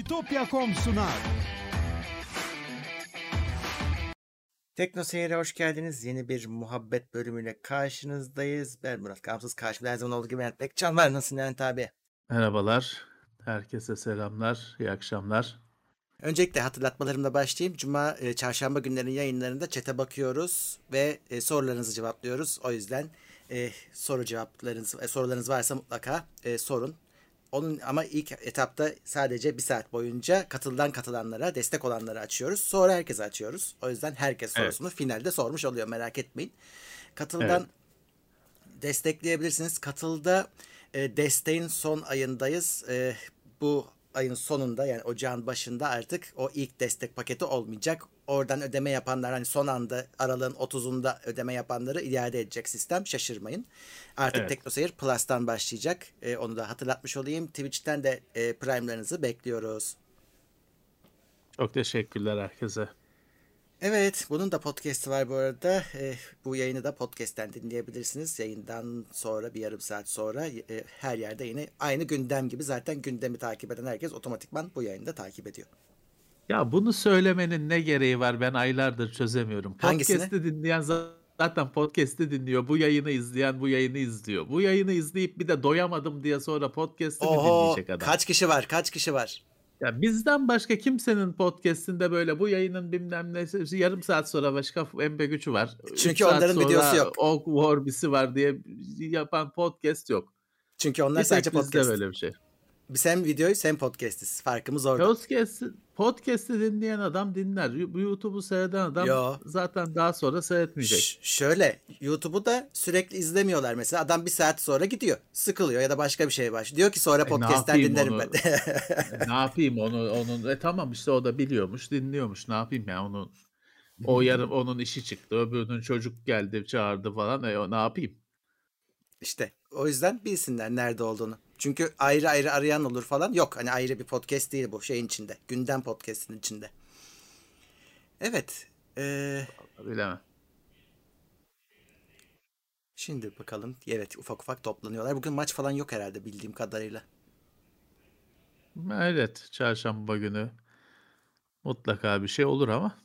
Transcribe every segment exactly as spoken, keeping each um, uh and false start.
Bitopya nokta com sunar. Tekno Seyir'e hoş geldiniz. Yeni bir muhabbet bölümüyle karşınızdayız. Ben Murat Kamsız. Karşımda her zaman olduğu gibi Levent Bekcan var. Nasılsın Levent abi? Merhabalar. Herkese selamlar. İyi akşamlar. Öncelikle hatırlatmalarımla başlayayım. Cuma, e, çarşamba günlerinin yayınlarında chat'e bakıyoruz ve e, sorularınızı cevaplıyoruz. O yüzden e, soru cevaplarınız, e, sorularınız varsa mutlaka e, sorun. Onun ama ilk etapta sadece bir saat boyunca katıldan katılanlara, destek olanlara açıyoruz. Sonra herkese açıyoruz. O yüzden herkes Evet. sorusunu finalde sormuş oluyor. Merak etmeyin. Katıldan Evet. destekleyebilirsiniz. Katılda e, desteğin son ayındayız. E, bu ayın sonunda, yani ocağın başında artık o ilk destek paketi olmayacak. Oradan ödeme yapanlar, hani son anda aralığın otuzunda ödeme yapanları iade edecek sistem. Şaşırmayın. Artık Evet. TeknoSeyir Plus'tan başlayacak. E, onu da hatırlatmış olayım. Twitch'ten de e, Prime'larınızı bekliyoruz. Çok teşekkürler herkese. Evet, bunun da podcast'i var bu arada. E, bu yayını da podcast'ten dinleyebilirsiniz. Yayından sonra, bir yarım saat sonra e, her yerde yine aynı gündem gibi. Zaten gündemi takip eden herkes otomatikman bu yayını da takip ediyor. Ya bunu söylemenin ne gereği var, ben aylardır çözemiyorum. Hangisini? Podcast'i dinleyen zaten podcast'i dinliyor. Bu yayını izleyen bu yayını izliyor. Bu yayını izleyip bir de doyamadım diye sonra podcast'i mi Oho, dinleyecek adam? kaç kişi var? Kaç kişi var? Ya bizden başka kimsenin podcast'inde böyle bu yayının bilmem ne yarım saat sonra başka M P üçü var. üç Çünkü saat onların videosu sonra yok. Org War'bisi var diye yapan podcast yok. Çünkü onlar Bir sadece tek bizde podcast. böyle bir şey. Biz hem videoyuz hem podcast'iz. Farkımız orada. Podcast'i, podcast'i dinleyen adam dinler. Bu YouTube'u seyreden adam Yo. zaten daha sonra seyretmeyecek. Ş- şöyle, YouTube'u da sürekli izlemiyorlar mesela. Adam bir saat sonra gidiyor. Sıkılıyor ya da başka bir şey var. Diyor ki sonra E, ne podcast'ten yapayım dinlerim onu? ben. E, ne yapayım onu? Onun e, tamam işte o da biliyormuş, dinliyormuş. Ne yapayım ya onu? O yarım onun işi çıktı. Öbürünün çocuk geldi, çağırdı falan. E, o, ne yapayım? İşte o yüzden bilsinler nerede olduğunu. Çünkü ayrı ayrı arayan olur falan. Yok, hani ayrı bir podcast değil bu şeyin içinde. Gündem podcast'in içinde. Evet. Ee, Bilemem. şimdi bakalım. Evet, ufak ufak toplanıyorlar. Bugün maç falan yok herhalde bildiğim kadarıyla. Evet, çarşamba günü mutlaka bir şey olur ama.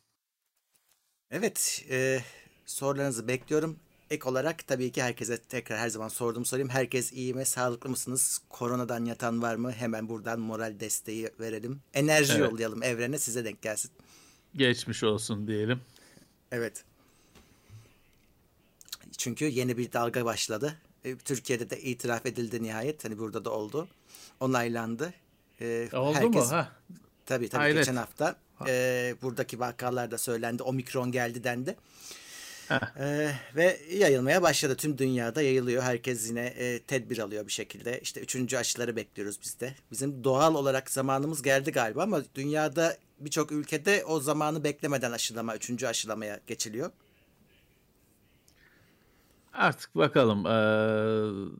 Evet. E, sorularınızı bekliyorum. Ek olarak tabii ki herkese tekrar her zaman sorduğumu sorayım. Herkes iyi mi? Sağlıklı mısınız? Koronadan yatan var mı? Hemen buradan moral desteği verelim. Enerji Evet. yollayalım evrene, size denk gelsin. Geçmiş olsun diyelim. Evet. Çünkü yeni bir dalga başladı. E, Türkiye'de de itiraf edildi nihayet. Hani burada da oldu. Onaylandı. E, Oldu herkes, mu? Ha. tabii tabii Hayret. geçen hafta e, buradaki vakalar da söylendi. Omikron geldi dendi. Heh. Ee, ve yayılmaya başladı. Tüm dünyada yayılıyor. Herkes yine e, tedbir alıyor bir şekilde. İşte üçüncü aşıları bekliyoruz biz de. Bizim doğal olarak zamanımız geldi galiba ama dünyada birçok ülkede o zamanı beklemeden aşılama, üçüncü aşılamaya geçiliyor. Artık bakalım. Ee,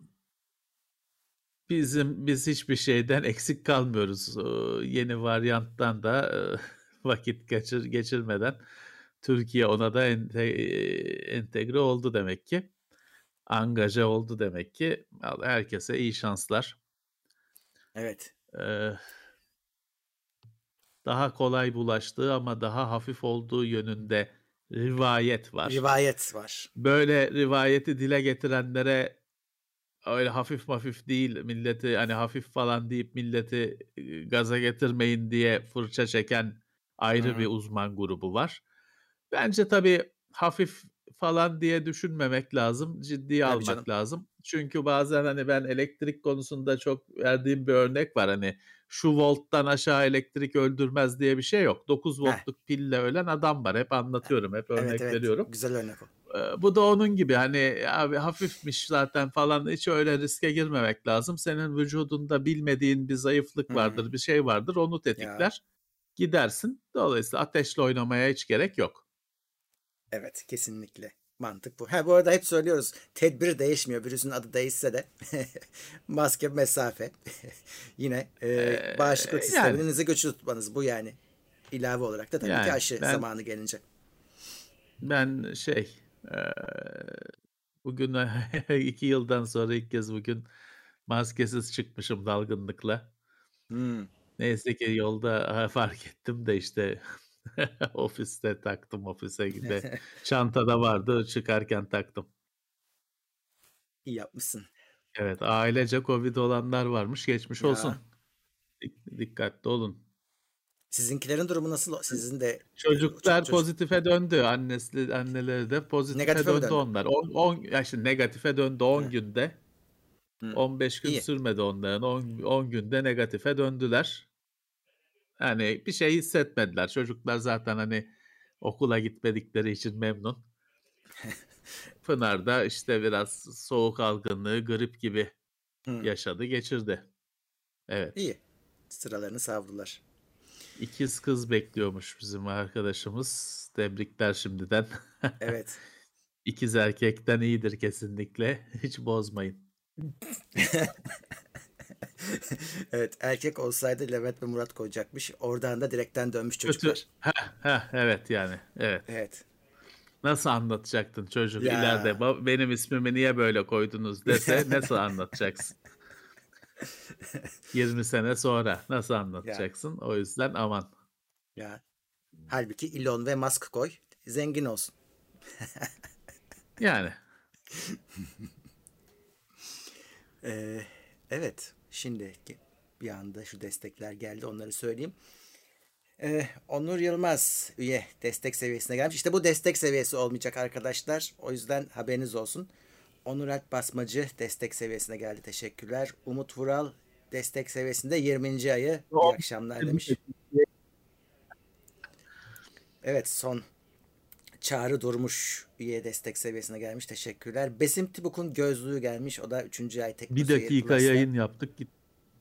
bizim biz hiçbir şeyden eksik kalmıyoruz. Ee, yeni varyanttan da e, vakit geçir geçirmeden Türkiye ona da ente, entegre oldu demek ki. Angaje oldu demek ki. Herkese iyi şanslar. Evet. Ee, daha kolay bulaştığı ama daha hafif olduğu yönünde rivayet var. Rivayet var. Böyle rivayeti dile getirenlere öyle hafif hafif değil, milleti hani hafif falan deyip milleti e, gaza getirmeyin diye fırça çeken ayrı Hı-hı. bir uzman grubu var. Bence tabii hafif falan diye düşünmemek lazım, ciddiye Tabii almak canım. lazım. Çünkü bazen hani ben elektrik konusunda çok verdiğim bir örnek var, hani şu volttan aşağı elektrik öldürmez diye bir şey yok. dokuz Heh. voltluk pille ölen adam var. Hep anlatıyorum, hep Evet örnek evet. veriyorum. Güzel örnek o. Ee, Bu da onun gibi, hani abi hafifmiş zaten falan, hiç öyle riske girmemek lazım. Senin vücudunda bilmediğin bir zayıflık Hı-hı. vardır, bir şey vardır, onu Ya. tetikler. Gidersin. Dolayısıyla ateşle oynamaya hiç gerek yok. Evet, kesinlikle. Mantık bu. Ha, bu arada hep söylüyoruz. Tedbir değişmiyor. Virüsün adı değişse de maske, mesafe. Yine e, bağışıklık Ee, yani sisteminizi güçlü tutmanız bu yani. İlave olarak da tabii ki yani aşı ben zamanı gelince. ben şey e, bugün iki yıldan sonra ilk kez bugün maskesiz çıkmışım dalgınlıkla. Hmm. Neyse ki yolda, aaa, fark ettim de, işte, ofiste taktım, ofise gide çantada vardı, çıkarken taktım. İyi yapmışsın. Evet, ailece COVID olanlar varmış, geçmiş Ya, olsun. Dik dikkatli olun. sizinkilerin durumu nasıl? O sizin de, eee, ço Çocuklar çocuk pozitife döndü. Annesi anneleri de pozitife negatife mi döndü döndü? onlar. On on ya, şimdi negatife döndü on Heh, günde. hımm. on beş gün İyi. sürmedi onların. on on günde negatife döndüler. Hani, bir şey hissetmediler. Çocuklar zaten, hani, okula gitmedikleri için memnun. Pınar da, işte, biraz soğuk algınlığı, grip gibi Hımm. yaşadı, geçirdi. Evet. İyi. Sıralarını savdılar. İkiz kız bekliyormuş bizim arkadaşımız. Tebrikler şimdiden. Evet. İkiz erkekten iyidir kesinlikle. Hiç bozmayın. Evet, erkek olsaydı Levent ve Murat koyacakmış. Oradan da direkten dönmüş Kötü. çocuklar. Heh, heh, evet, yani, evet. Evet. Nasıl anlatacaktın çocuk ileride, Ya. "Ba benim ismimi niye böyle koydunuz?" dese nasıl anlatacaksın? yirmi sene sonra nasıl Ya, anlatacaksın? O yüzden aman. ya. Hâlbuki Elon ve Musk koy, zengin olsun. Yani. Eee, evet, şimdi ge bir anda şu destekler geldi, onları söyleyeyim. Eee, Onur Yılmaz üye destek seviyesine gelmiş. İşte bu destek seviyesi olmayacak arkadaşlar. O yüzden haberiniz olsun. Onur Alp Basmacı destek seviyesine geldi. Teşekkürler. Umut Vural destek seviyesinde yirminci ayı. İyi akşamlar demiş. Evet, son Çağrı Durmuş üye destek seviyesine gelmiş. Teşekkürler. Besim Tibuk'un gözlüğü gelmiş. O da üçüncü ay Bir TeknoSeyir dakika Plus'la. yayın yaptık, gitti.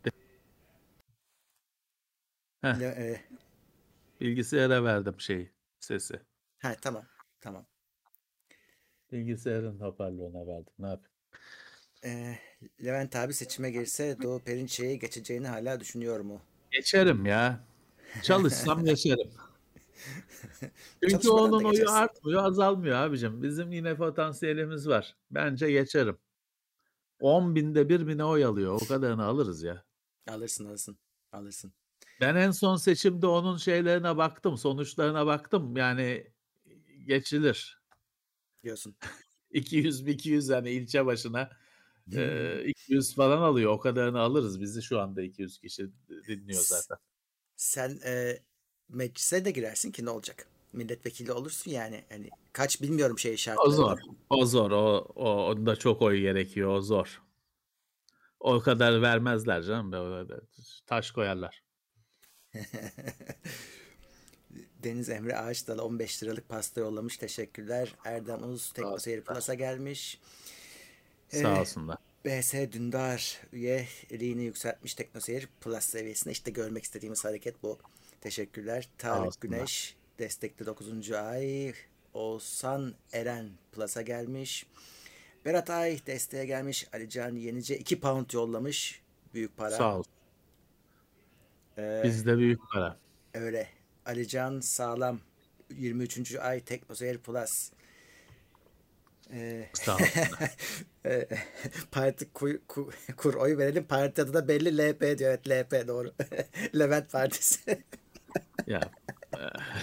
Heh, Le- e, bilgisayara verdim şeyi, sesi. ha, tamam. Tamam. Bilgisayarın hoparlörüne verdim. Ne yapayım? Ee, Levent abi seçime girse Doğu Perinçek'i geçeceğini hala düşünüyor mu? Geçerim ya. Çalışsam geçerim. Çünkü Çalışmadan da onun oyu geçersin. artmıyor, azalmıyor abicim. Bizim yine potansiyelimiz var. Bence geçerim. on binde bir mi ne oy alıyor? O kadarını alırız ya. Alırsın alırsın. Alırsın Ben en son seçimde onun şeylerine baktım, sonuçlarına baktım. Yani geçilir. diyorsun. iki yüz iki yüz hani ilçe başına eee, iki yüz falan alıyor. O kadarını alırız. Bizi şu anda iki yüz kişi dinliyor S- zaten. Sen e, meclise de girersin ki ne olacak? Milletvekili olursun yani. Hani kaç bilmiyorum şey O zor. şartlarını. O zor. O, o onda çok oy gerekiyor. O zor. O kadar vermezler canım. Böyle taş koyarlar. Deniz Emre Ağaçdal on beş liralık pasta yollamış. Teşekkürler. Erdem Uz Sağ Teknoseyir olsunlar. Plus'a gelmiş. Sağ Eh, olsunlar. B S Dündar üyeliğini yükseltmiş Teknoseyir Plus seviyesine. İşte görmek istediğimiz hareket bu. Teşekkürler. Sağ Tarık olsunlar. Güneş destekli dokuzuncu ay. Oğuzhan Eren Plus'a gelmiş. Berat Ay desteğe gelmiş. Alican Yenice iki pound yollamış. Büyük para. Sağ olsun. Ee, Bizde büyük para. öyle. Alican Sağlam yirmi üçüncü ay Teknoseyir Plus. Ee, Sağ olsunlar. e, parti kur, kur, kur oy verelim. Parti adı da belli. L P diyor. Evet L P doğru. Levent Partisi. Ya eh,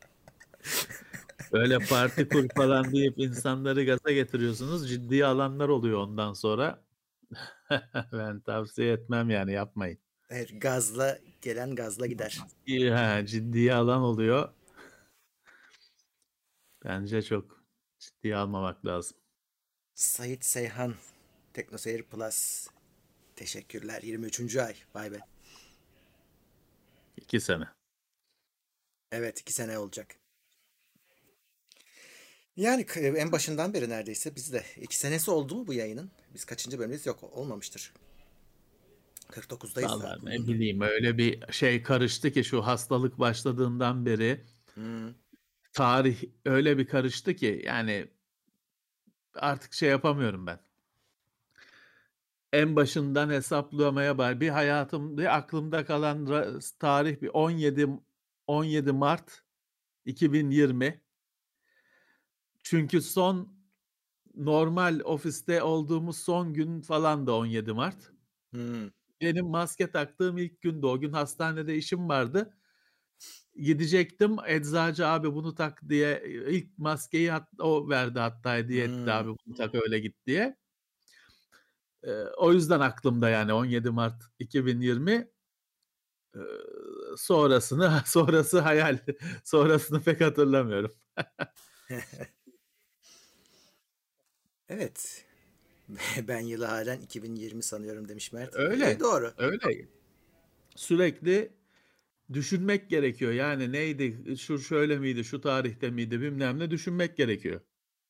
öyle parti kur falan deyip insanları gaza getiriyorsunuz. Ciddiye alanlar oluyor ondan sonra. Ben tavsiye etmem yani yapmayın. Evet, gazla gelen gazla gider. İyi, he, ciddiye alan oluyor. Bence çok ciddiye almamak lazım. Sait Seyhan Teknoseyir Plus. Teşekkürler. yirmi üçüncü ay. Vay be. İki sene. Evet iki sene olacak. Yani k- en başından beri neredeyse biz de iki senesi oldu mu bu yayının? Biz kaçıncı bölümdeyiz? Yok olmamıştır. kırk dokuzdayız daha. Vallahi ne bileyim öyle bir şey karıştı ki şu hastalık başladığından beri Hmm. tarih öyle bir karıştı ki yani artık şey yapamıyorum ben. En başından hesaplamaya var. Bir hayatım, bir aklımda kalan ra- tarih bir on yedi on yedi Mart iki bin yirmi. Çünkü son normal ofiste olduğumuz son gün falan da on yedi Mart. Hmm. Benim maske taktığım ilk gündü. O gün hastanede işim vardı. Gidecektim. Eczacı abi bunu tak diye ilk maskeyi hat o verdi hatta hediye etti Hımm. abi bunu tak öyle git diye. Eee, o yüzden aklımda yani on yedi Mart iki bin yirmi. Eee, sonrasını sonrası hayal. Sonrasını pek hatırlamıyorum. Evet. Ben yılı hâlen iki bin yirmi sanıyorum demiş Mert. Eee, Öyle, doğru. öyle. Sürekli düşünmek gerekiyor. Yani neydi, şu şöyle miydi, şu tarihte miydi bilmem ne düşünmek gerekiyor.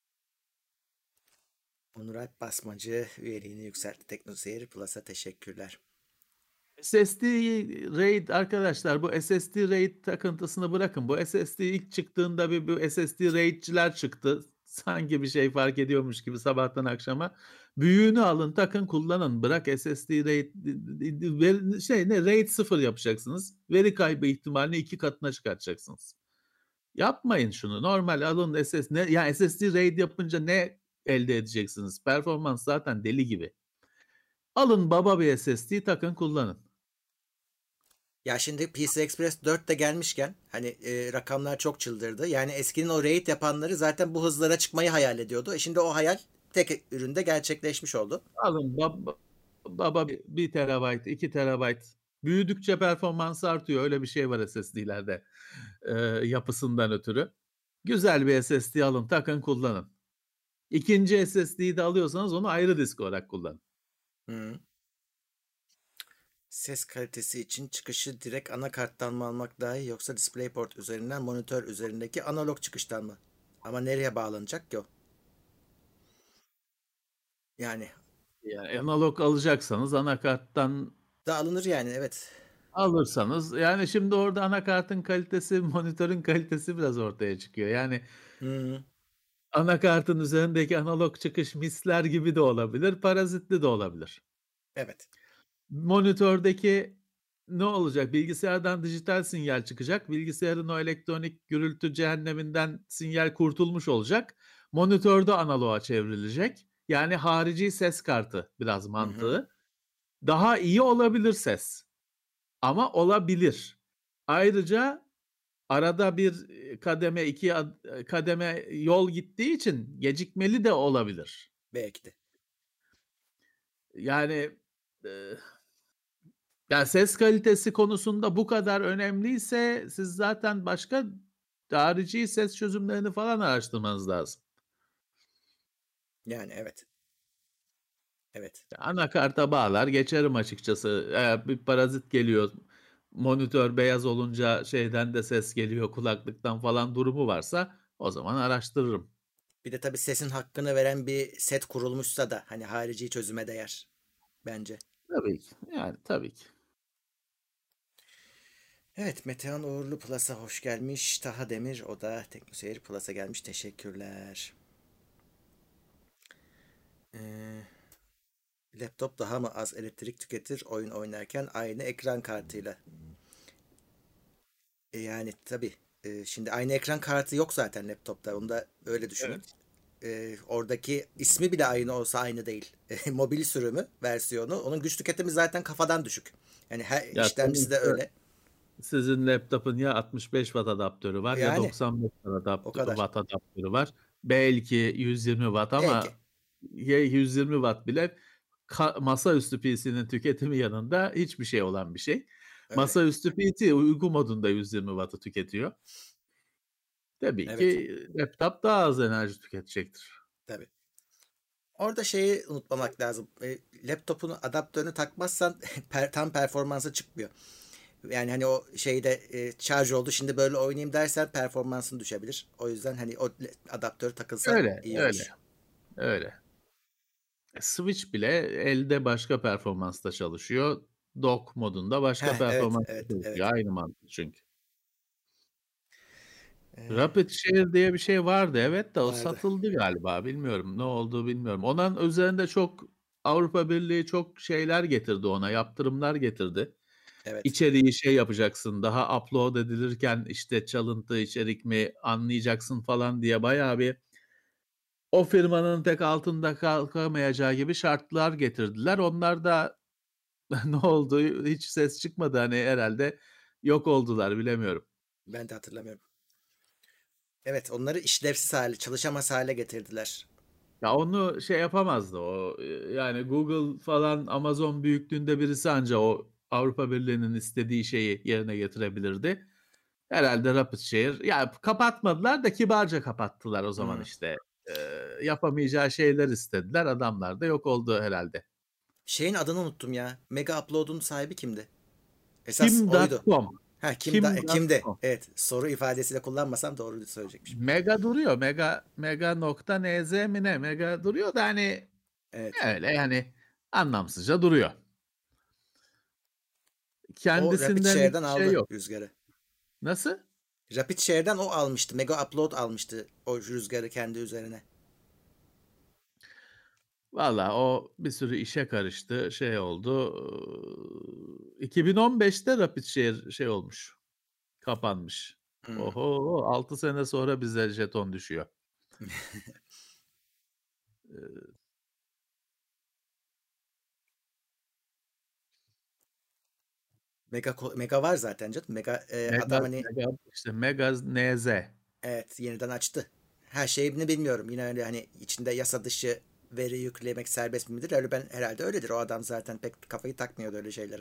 Onur Alp Basmacı üyeliğini yükseltti. TeknoSeyir Plus'a teşekkürler. S S D RAID arkadaşlar bu S S D RAID takıntısını bırakın. Bu S S D ilk çıktığında bir bu S S D RAID'ciler çıktı. Sanki bir şey fark ediyormuş gibi sabahtan akşama. Büyüğünü alın, takın, kullanın. Bırak S S D RAID veri- şey ne RAID sıfır yapacaksınız. Veri kaybı ihtimalini iki katına çıkartacaksınız. Yapmayın şunu. Normal alın S S D ne yani S S D RAID yapınca ne elde edeceksiniz? Performans zaten deli gibi. Alın baba bir S S D takın kullanın. Ya şimdi P C Express dört de gelmişken hani e, rakamlar çok çıldırdı. Yani eskinin o RAID yapanları zaten bu hızlara çıkmayı hayal ediyordu. E şimdi o hayal tek üründe gerçekleşmiş oldu. Alın baba, baba bir terabayt, iki terabayt. Büyüdükçe performansı artıyor. Öyle bir şey var S S D'lerde e, yapısından ötürü. Güzel bir S S D alın, takın, kullanın. İkinci S S D'yi de alıyorsanız onu ayrı disk olarak kullanın. Hı. Ses kalitesi için çıkışı direkt anakarttan mı almak daha iyi yoksa DisplayPort üzerinden monitör üzerindeki analog çıkıştan mı? Ama nereye bağlanacak ki o? Yani Yani analog alacaksanız anakarttan da alınır yani evet. alırsanız yani şimdi orada anakartın kalitesi, monitörün kalitesi biraz ortaya çıkıyor. Yani Hı, anakartın üzerindeki analog çıkış misler gibi de olabilir, parazitli de olabilir. evet. Monitördeki ne olacak? Bilgisayardan dijital sinyal çıkacak. Bilgisayarın o elektronik gürültü cehenneminden sinyal kurtulmuş olacak. Monitörde analoğa çevrilecek. Yani harici ses kartı biraz Hı hı. mantığı. Daha iyi olabilir ses. Ama olabilir. Ayrıca arada bir e, kademe, iki ad- e, kademe yol gittiği için gecikmeli de olabilir. Belki de. Yani e, ya ses kalitesi konusunda bu kadar önemliyse siz zaten başka harici ses çözümlerini falan araştırmanız lazım. Yani evet. Evet. Anakarta bağlar geçerim açıkçası. Eğer bir parazit geliyor, monitör beyaz olunca şeyden de ses geliyor kulaklıktan falan durumu varsa o zaman araştırırım. Bir de tabii sesin hakkını veren bir set kurulmuşsa da hani harici çözüme değer bence. Tabii ki. Yani tabii ki. Evet, Metehan Uğurlu Plus'a hoş gelmiş. Taha Demir o da TeknoSeyir Plus'a gelmiş. Teşekkürler. Ee, laptop daha mı az elektrik tüketir oyun oynarken aynı ekran kartıyla? E yani tabii. E, şimdi aynı ekran kartı yok zaten laptopta. Onu da öyle düşünün. Evet. E, oradaki ismi bile aynı olsa aynı değil. E, mobil sürümü versiyonu. Onun güç tüketimi zaten kafadan düşük. Yani her Ya işlemcisi de sonuçta öyle. sizin laptopun ya altmış beş watt adaptörü var ya Yani doksan beş watt o adaptö- kadar. watt adaptörü var. Belki yüz yirmi watt Belki. ama ya yüz yirmi watt bile ka- masaüstü P C'nin tüketimi yanında hiçbir şey olan bir şey. Öyle. Masaüstü P C uygu modunda yüz yirmi wattı tüketiyor. Tabii Evet. ki laptop daha az enerji tüketecektir. Tabii. Orada şeyi unutmamak lazım. E, laptopun adaptörünü takmazsan per, tam performansı çıkmıyor. Yani hani o şeyde e, şarj oldu şimdi böyle oynayayım dersen performansın düşebilir. O yüzden hani o adaptör takılsa Öyle, iyi öyle, olur. öyle. Switch bile elde başka performansta çalışıyor. Dock modunda başka Heh, evet, performansta evet, evet. çalışıyor. Aynı mantık çünkü. Ee, Rapid Share diye bir şey vardı evet de o vardı. satıldı galiba. Bilmiyorum ne olduğu bilmiyorum. Onun üzerinde çok Avrupa Birliği çok şeyler getirdi ona, yaptırımlar getirdi. Evet. İçeriği şey yapacaksın, daha upload edilirken işte çalıntı içerik mi anlayacaksın falan diye bayağı bir o firmanın pek altında kalkamayacağı gibi şartlar getirdiler. Onlar da Ne oldu? Hiç ses çıkmadı. Hani herhalde yok oldular, bilemiyorum. Ben de hatırlamıyorum. Evet, onları işlevsiz hale, çalışamaz hale getirdiler. Ya onu şey yapamazdı o. e, Yani Google falan Amazon büyüklüğünde birisi anca o Avrupa Birliği'nin istediği şeyi yerine getirebilirdi. Herhalde RapidShare. Ya kapatmadılar da kibarca kapattılar o zaman Hmm. işte. Ee, yapamayacağı şeyler istediler. Adamlar da yok oldu herhalde. Şeyin adını unuttum ya. Mega Upload'un sahibi kimdi? Esas Kim nokta oydu. com. Ha, kim da Kim e, kimdi? nokta com. Evet, soru ifadesiyle kullanmasam doğru söyleyecekmişim. Mega duruyor. Mega mega nokta nz mi ne? Mega duruyor da hani Evet. öyle yani anlamsızca duruyor. O Rapid Kendisinden Share'den hiçbir şey aldı yok. rüzgarı. Nasıl? Rapid Share'den o almıştı. Mega Upload almıştı o rüzgarı kendi üzerine. Valla o bir sürü işe karıştı. Şey oldu. Ee, iki bin on beşte RapidShare şey olmuş. Kapanmış. Hmm. Oho, altı sene sonra bize jeton düşüyor. Ee, Mega ko- Mega var zaten canım. Mega e, Mega, adam hani Mega işte Mega N Z. evet yeniden açtı. Her şeyini bilmiyorum. Yine öyle hani içinde yasa dışı veri yüklemek serbest midir? Öyle ben herhalde öyledir. O adam zaten pek kafayı takmıyordu öyle şeylere.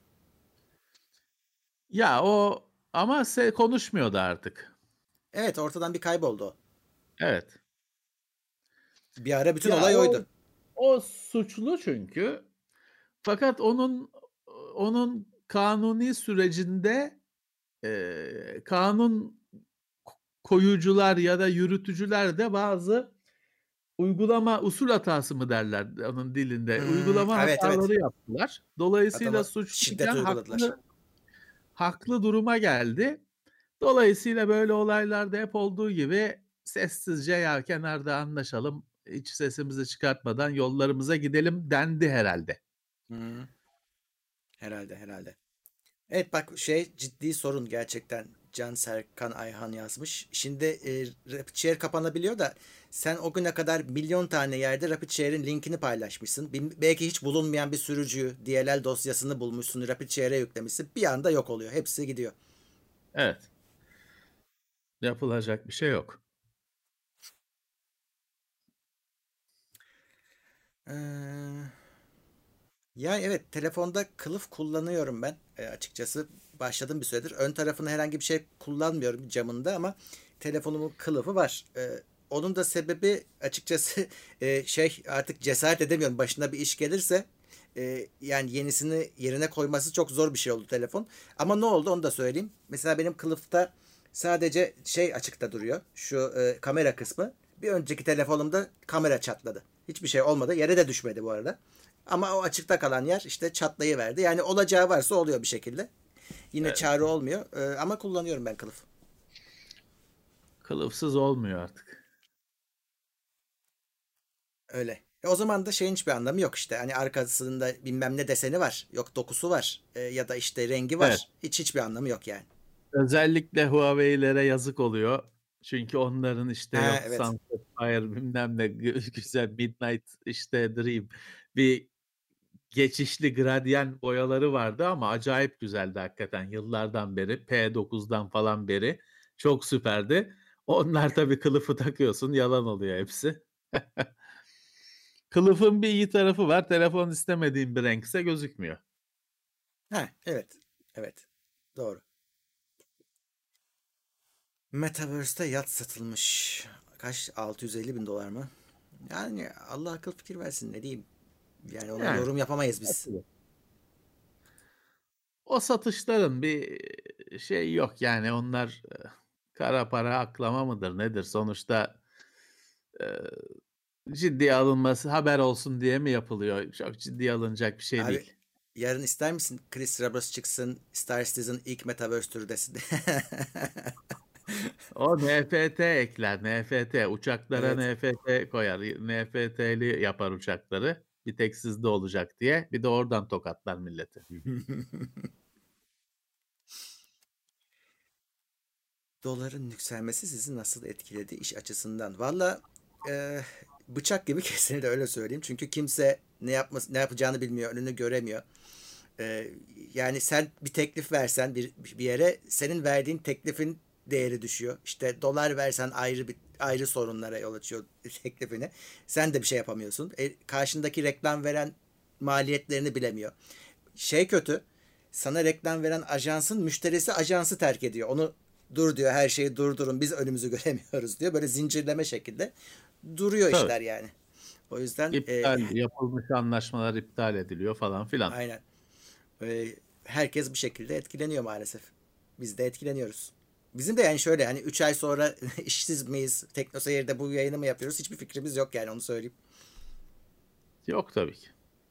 Ya o ama se konuşmuyordu artık. Evet ortadan bir kayboldu o. Evet. Bir ara bütün Ya olay o oydu. o suçlu çünkü. Fakat onun onun kanuni sürecinde e, kanun koyucular ya da yürütücüler de bazı uygulama usul hatası mı derler onun dilinde. Hmm, Uygulama evet evet. hataları yaptılar. Dolayısıyla Adama şiddet suçluyken uyguladılar. haklı haklı duruma geldi. Dolayısıyla böyle olaylarda hep olduğu gibi sessizce ya kenarda anlaşalım, hiç sesimizi çıkartmadan yollarımıza gidelim dendi herhalde. Hmm, herhalde herhalde. Evet bak şey ciddi sorun gerçekten. Can Serkan Ayhan yazmış. Şimdi e, RapidShare kapanabiliyor da sen o güne kadar milyon tane yerde RapidShare'in linkini paylaşmışsın. Bil- belki hiç bulunmayan bir sürücüyü, D L L dosyasını bulmuşsun, RapidShare'e yüklemişsin. Bir anda yok oluyor. Hepsi gidiyor. Evet, yapılacak bir şey yok. Ee, Yani evet telefonda kılıf kullanıyorum ben e, açıkçası başladım bir süredir. Ön tarafını herhangi bir şey kullanmıyorum camında ama telefonumun kılıfı var. E, onun da sebebi açıkçası e, şey artık cesaret edemiyorum. Başına bir iş gelirse e, yani yenisini yerine koyması çok zor bir şey oldu telefon. Ama ne oldu onu da söyleyeyim. Mesela benim kılıfta sadece şey açıkta duruyor. Şu e, kamera kısmı. Bir önceki telefonumda kamera çatladı. Hiçbir şey olmadı. Yere de düşmedi bu arada. Ama o açıkta kalan yer işte çatlayıverdi. Yani olacağı varsa oluyor bir şekilde. Yine Evet, çare olmuyor. Ee, ama kullanıyorum ben kılıf. kılıfsız olmuyor artık. Öyle. E o zaman da şeyin hiçbir anlamı yok işte. Hani arkasında bilmem ne deseni var. Yok dokusu var. E, ya da işte rengi Evet, var. Hiç hiçbir anlamı yok yani. özellikle Huawei'lere yazık oluyor. Çünkü onların işte Ha yok evet. Sunset Fire bilmem ne gü- güzel Midnight işte Dream bir geçişli gradyen boyaları vardı ama acayip güzeldi hakikaten yıllardan beri P dokuzdan falan beri çok süperdi. Onlar tabii kılıfı takıyorsun yalan oluyor hepsi. Kılıfın bir iyi tarafı var. Telefon istemediğin bir renkse gözükmüyor. Ha evet. Evet. Doğru. Metaverse'te yat satılmış. Kaç? altı yüz elli bin dolar mı? Yani Allah akıl fikir versin ne diyeyim. Yani ona Yani yorum yapamayız biz. o satışların bir şey yok yani onlar e, kara para aklama mıdır nedir sonuçta e, ciddiye alınması haber olsun diye mi yapılıyor? Çok ciddiye alınacak bir şey Abi değil. yarın ister misin Chris Roberts çıksın Star Citizen ilk Metaverse türü desin. O N F T ekler, N F T. Uçaklara Evet. N F T koyar. N F T'li yapar uçakları. Bir tek sizde olacak diye. Bir de oradan tokatlar milleti. Doların yükselmesi sizi nasıl etkiledi iş açısından? Valla e, bıçak gibi kesinlikle öyle söyleyeyim. Çünkü kimse ne yapması, ne yapacağını bilmiyor, önünü göremiyor. Ee, Yani sen bir teklif versen bir, bir yere, senin verdiğin teklifin değeri düşüyor. İşte dolar versen ayrı bir ayrı sorunlara yol açıyor teklifini. Sen de bir şey yapamıyorsun. E, karşındaki reklam veren maliyetlerini bilemiyor. Şey kötü. Sana reklam veren ajansın müşterisi ajansı terk ediyor. Onu dur diyor, her şeyi durdurun, biz önümüzü göremiyoruz diyor. Böyle zincirleme şekilde duruyor Tabii. işler yani. O yüzden e, İptal yapılmış anlaşmalar iptal ediliyor falan filan. aynen. E, Herkes bir şekilde etkileniyor maalesef. Biz de etkileniyoruz. Bizim de yani şöyle, hani üç ay sonra işsiz miyiz? TeknoSeyir'de bu yayını mı yapıyoruz? Hiçbir fikrimiz yok yani, onu söyleyeyim. Yok tabii ki.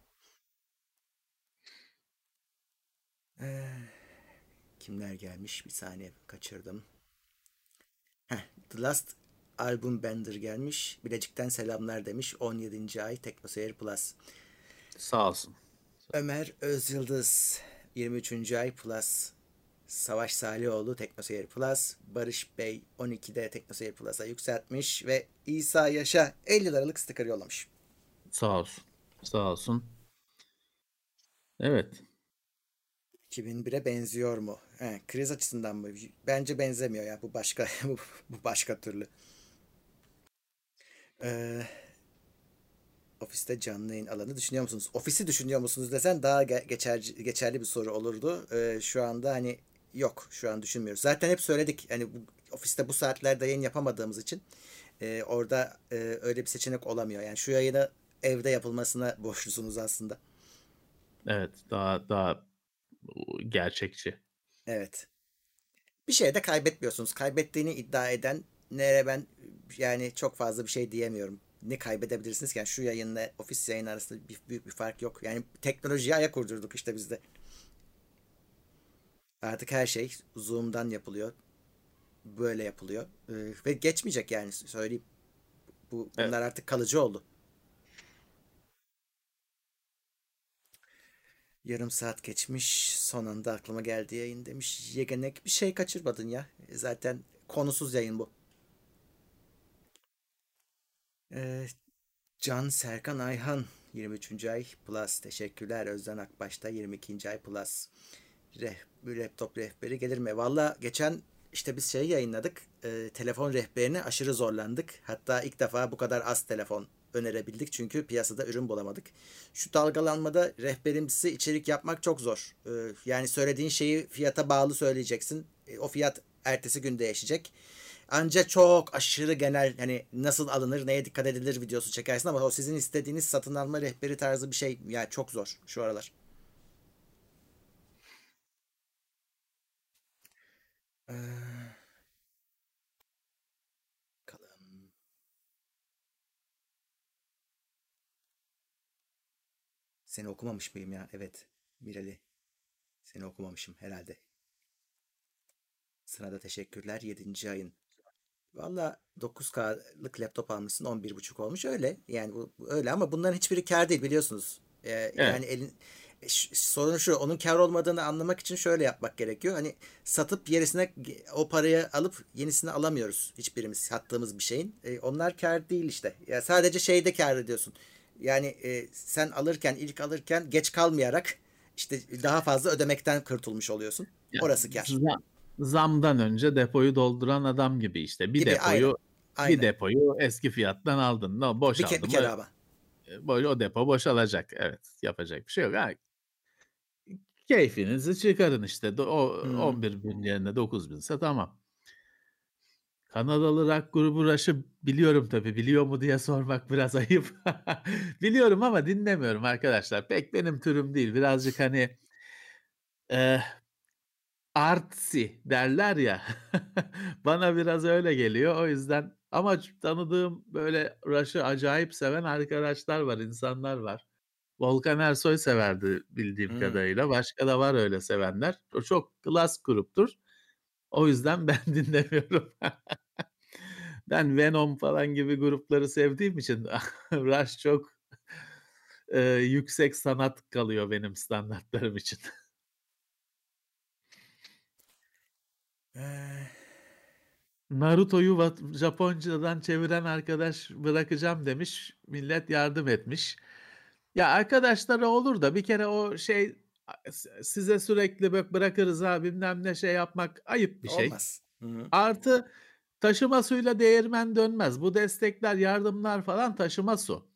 Kimler gelmiş? Bir saniye, kaçırdım. Heh, The Last Album Bender gelmiş. Bilecik'ten selamlar demiş. on yedinci ay TeknoSeyir Plus. Sağ olsun. Ömer Özyıldız yirmi üçüncü ay Plus. Savaş Salihoğlu TeknoSeyir Plus. Barış Bey on ikide TeknoSeyir Plus'a yükseltmiş ve İsa Yaşa elli liralık sticker yollamış. Sağ olsun. Sağ olsun. Evet. iki bin bire benziyor mu? He, kriz açısından mı? Bence benzemiyor ya. Bu başka bu başka türlü. Ee, Ofiste canlı yayın alanı düşünüyor musunuz? Ofisi düşünüyor musunuz desen daha geçer, geçerli bir soru olurdu. Ee, şu anda hani yok. Şu an düşünmüyoruz. Zaten hep söyledik. Hani bu, ofiste bu saatlerde yayın yapamadığımız için e, orada e, öyle bir seçenek olamıyor. Yani şu yayını evde yapılmasına borçlusunuz aslında. Evet. Daha daha gerçekçi. Evet. Bir şey de kaybetmiyorsunuz. Kaybettiğini iddia eden nere ben yani çok fazla bir şey diyemiyorum. Ne kaybedebilirsiniz ki? Yani şu yayınla ofis yayın arasında bir, büyük bir fark yok. Yani teknolojiye ayak uydurduk işte biz de. Artık her şey Zoom'dan yapılıyor. Böyle yapılıyor. Ee, ve geçmeyecek yani, söyleyeyim. Bu, Evet. bunlar artık kalıcı oldu. Yarım saat geçmiş. Son anda aklıma geldi yayın demiş. Yegenek, bir şey kaçırmadın ya. Zaten konusuz yayın bu. Ee, Can Serkan Ayhan yirmi üçüncü ay Plus. Teşekkürler. Özden Akbaş'ta yirmi ikinci ay Plus. Reh, bir laptop rehberi gelir mi? Valla geçen işte biz şey yayınladık. E, telefon rehberini aşırı zorlandık. Hatta ilk defa bu kadar az telefon önerebildik. Çünkü piyasada ürün bulamadık. Şu dalgalanmada rehberimsi içerik yapmak çok zor. E, yani söylediğin şeyi fiyata bağlı söyleyeceksin. E, o fiyat ertesi gün değişecek. Anca çok aşırı genel, hani nasıl alınır, neye dikkat edilir videosu çekersin, ama o sizin istediğiniz satın alma rehberi tarzı bir şey yani çok zor şu aralar. Ee, Bakalım. Seni okumamış mıyım ya? Evet. Mirali. Seni okumamışım herhalde. Sırada teşekkürler. Yedinci ayın. Valla dokuz K'lık laptop almışsın, on bir buçuk olmuş, öyle. Yani bu, bu öyle, ama bunların hiçbiri kâr değil biliyorsunuz. Ee, Evet. yani elin e, ş- sorun şu, onun kâr olmadığını anlamak için şöyle yapmak gerekiyor. Hani satıp yerisine o parayı alıp yenisini alamıyoruz hiçbirimiz, sattığımız bir şeyin. E, onlar kâr değil işte. Ya sadece şeyde kâr ediyorsun. Yani e, sen alırken, ilk alırken geç kalmayarak işte daha fazla ödemekten kurtulmuş oluyorsun. Yani Orası kâr. zam, zamdan önce depoyu dolduran adam gibi işte. Bir Gibi, aynen. depoyu bir Aynen. depoyu eski fiyattan aldın. No, Bir, ke bir boşaldı mı kere ama. e, böyle o depo boşalacak. Evet. Yapacak bir şey yok. Ha, keyfinizi çıkarın işte. Do- O Hmm. on bir bin yerine dokuz binse tamam. Kanadalı rock grubu Rush'ı biliyorum tabii. Biliyor mu diye sormak biraz ayıp. Biliyorum ama dinlemiyorum arkadaşlar. Pek benim türüm değil. Birazcık hani eh, artsy derler ya. Bana biraz öyle geliyor. O yüzden ama tanıdığım böyle Rush'ı acayip seven arkadaşlar var, insanlar var. Volkan Ersoy severdi bildiğim Hmm. kadarıyla. Başka da var öyle sevenler. O çok klas gruptur. O yüzden ben dinlemiyorum. Ben Venom falan gibi grupları sevdiğim için Rush çok e, yüksek sanat kalıyor benim standartlarım için. Eh, Naruto'yu va- Japoncadan çeviren arkadaş bırakacağım demiş. Millet yardım etmiş. Ya arkadaşları olur da bir kere o şey A s size sürekli bö bırakırız ha bilmem ne şey yapmak ayıp bir şey. Olmaz. Hı hı. Artı taşıma suyla değirmen dönmez. Bu destekler, yardımlar falan taşıma su.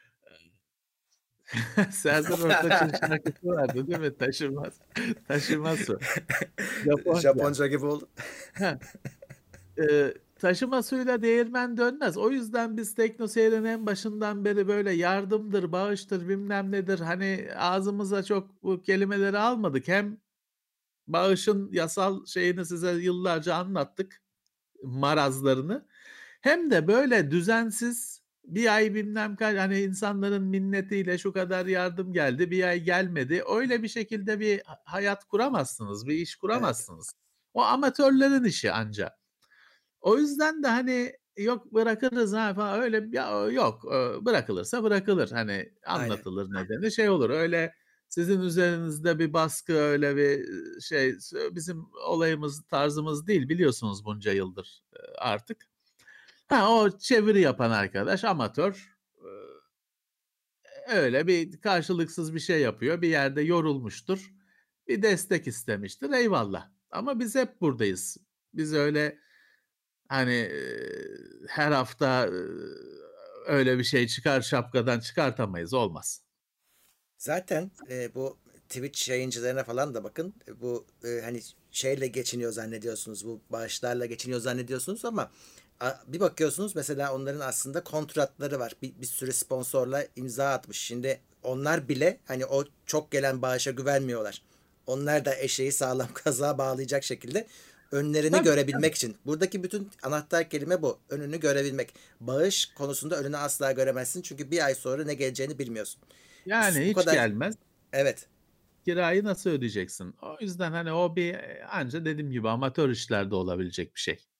Serdar Ortaç'ın şarkısı vardı değil mi? Taşıma taşıma su. Japonca. Japonca gibi oldu. Heh. Eee, taşıma suyla değirmen dönmez. O yüzden biz TeknoSeyir'in en başından beri böyle yardımdır, bağıştır, bilmem nedir, hani, ağzımıza çok bu kelimeleri almadık. Hem bağışın yasal şeyini size yıllarca anlattık, marazlarını. Hem de böyle düzensiz bir ay bilmem kaç hani, insanların minnetiyle şu kadar yardım geldi, bir ay gelmedi. Öyle bir şekilde bir ha hayat kuramazsınız, bir iş Evet. kuramazsınız. O amatörlerin işi anca. O yüzden de, hani, yok bırakırız ha falan öyle ya yok, eee, bırakılırsa bırakılır. Hani, Aynen. anlatılır nedeni, şey olur öyle sizin üzerinizde bir baskı, öyle bir, ııı, şey sö bizim olayımız, tarzımız değil biliyorsunuz bunca yıldır, eee, artık. Ha, o çeviri yapan arkadaş amatör, ııı, öyle bir karşılıksız bir şey yapıyor, bir yerde yorulmuştur, bir destek istemiştir, eyvallah. Ama biz hep buradayız. Biz öyle hani, eee, her hafta, ııı, öyle bir şey çıkar şapkadan çıkartamayız, olmaz. Zaten, eee, bu Twitch yayıncılarına falan da bakın. E, bu, eee, hani, şeyle geçiniyor zannediyorsunuz, bu bağışlarla geçiniyor zannediyorsunuz ama a bir bakıyorsunuz mesela onların aslında kontratları var. Bir bir sürü sponsorla imza atmış. Şimdi onlar bile, hani, o çok gelen bağışa güvenmiyorlar. Onlar da eşeği sağlam kazığa bağlayacak şekilde önlerini Tabii, tabii. görebilmek için. Buradaki bütün anahtar kelime bu, önünü görebilmek. Bağış konusunda önünü asla göremezsin çünkü bir ay sonra ne geleceğini bilmiyorsun. Yani Bu hiç kadar. gelmez. Evet. Kirayı nasıl ödeyeceksin? O yüzden, hani, o bir, eee, anca dediğim gibi amatör işlerde olabilecek bir şey.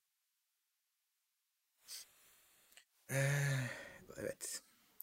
Eh, Evet.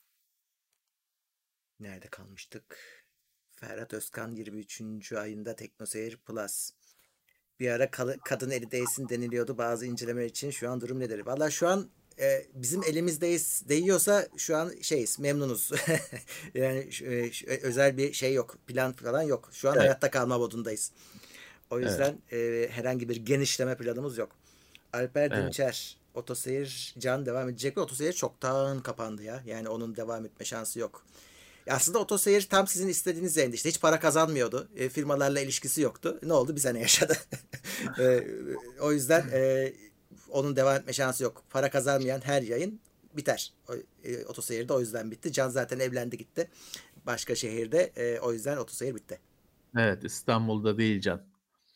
Nerede kalmıştık? Ferhat Özkan yirmi üçüncü ayında TeknoSeyir Plus. Bir ara kalı- kadın eli değsin deniliyordu bazı incelemeler için. Şu an durum nedir? Valla şu an e, bizim elimizdeyiz değiyorsa şu an şeyiz, memnunuz. Yani şu- e, şu- e, özel bir şey yok, plan falan yok. Şu an Evet, hayatta kalma modundayız. O evet, yüzden e, herhangi bir genişleme planımız yok. Alper evet. Dinçer, Otoseyir Can devam edecek mi? Otoseyir çoktan kapandı ya. Yani onun devam etme şansı yok. Ya aslında Otoseyir tam sizin istediğiniz yayında işte. Hiç para kazanmıyordu. E, firmalarla ilişkisi yoktu. Ne oldu? Bize ne yaşadı? E, o yüzden e, onun devam etme şansı yok. Para kazanmayan her yayın biter. O, e, Otoseyir de o yüzden bitti. Can zaten evlendi gitti. Başka şehirde. E, o yüzden Otoseyir bitti. Evet, İstanbul'da değil Can.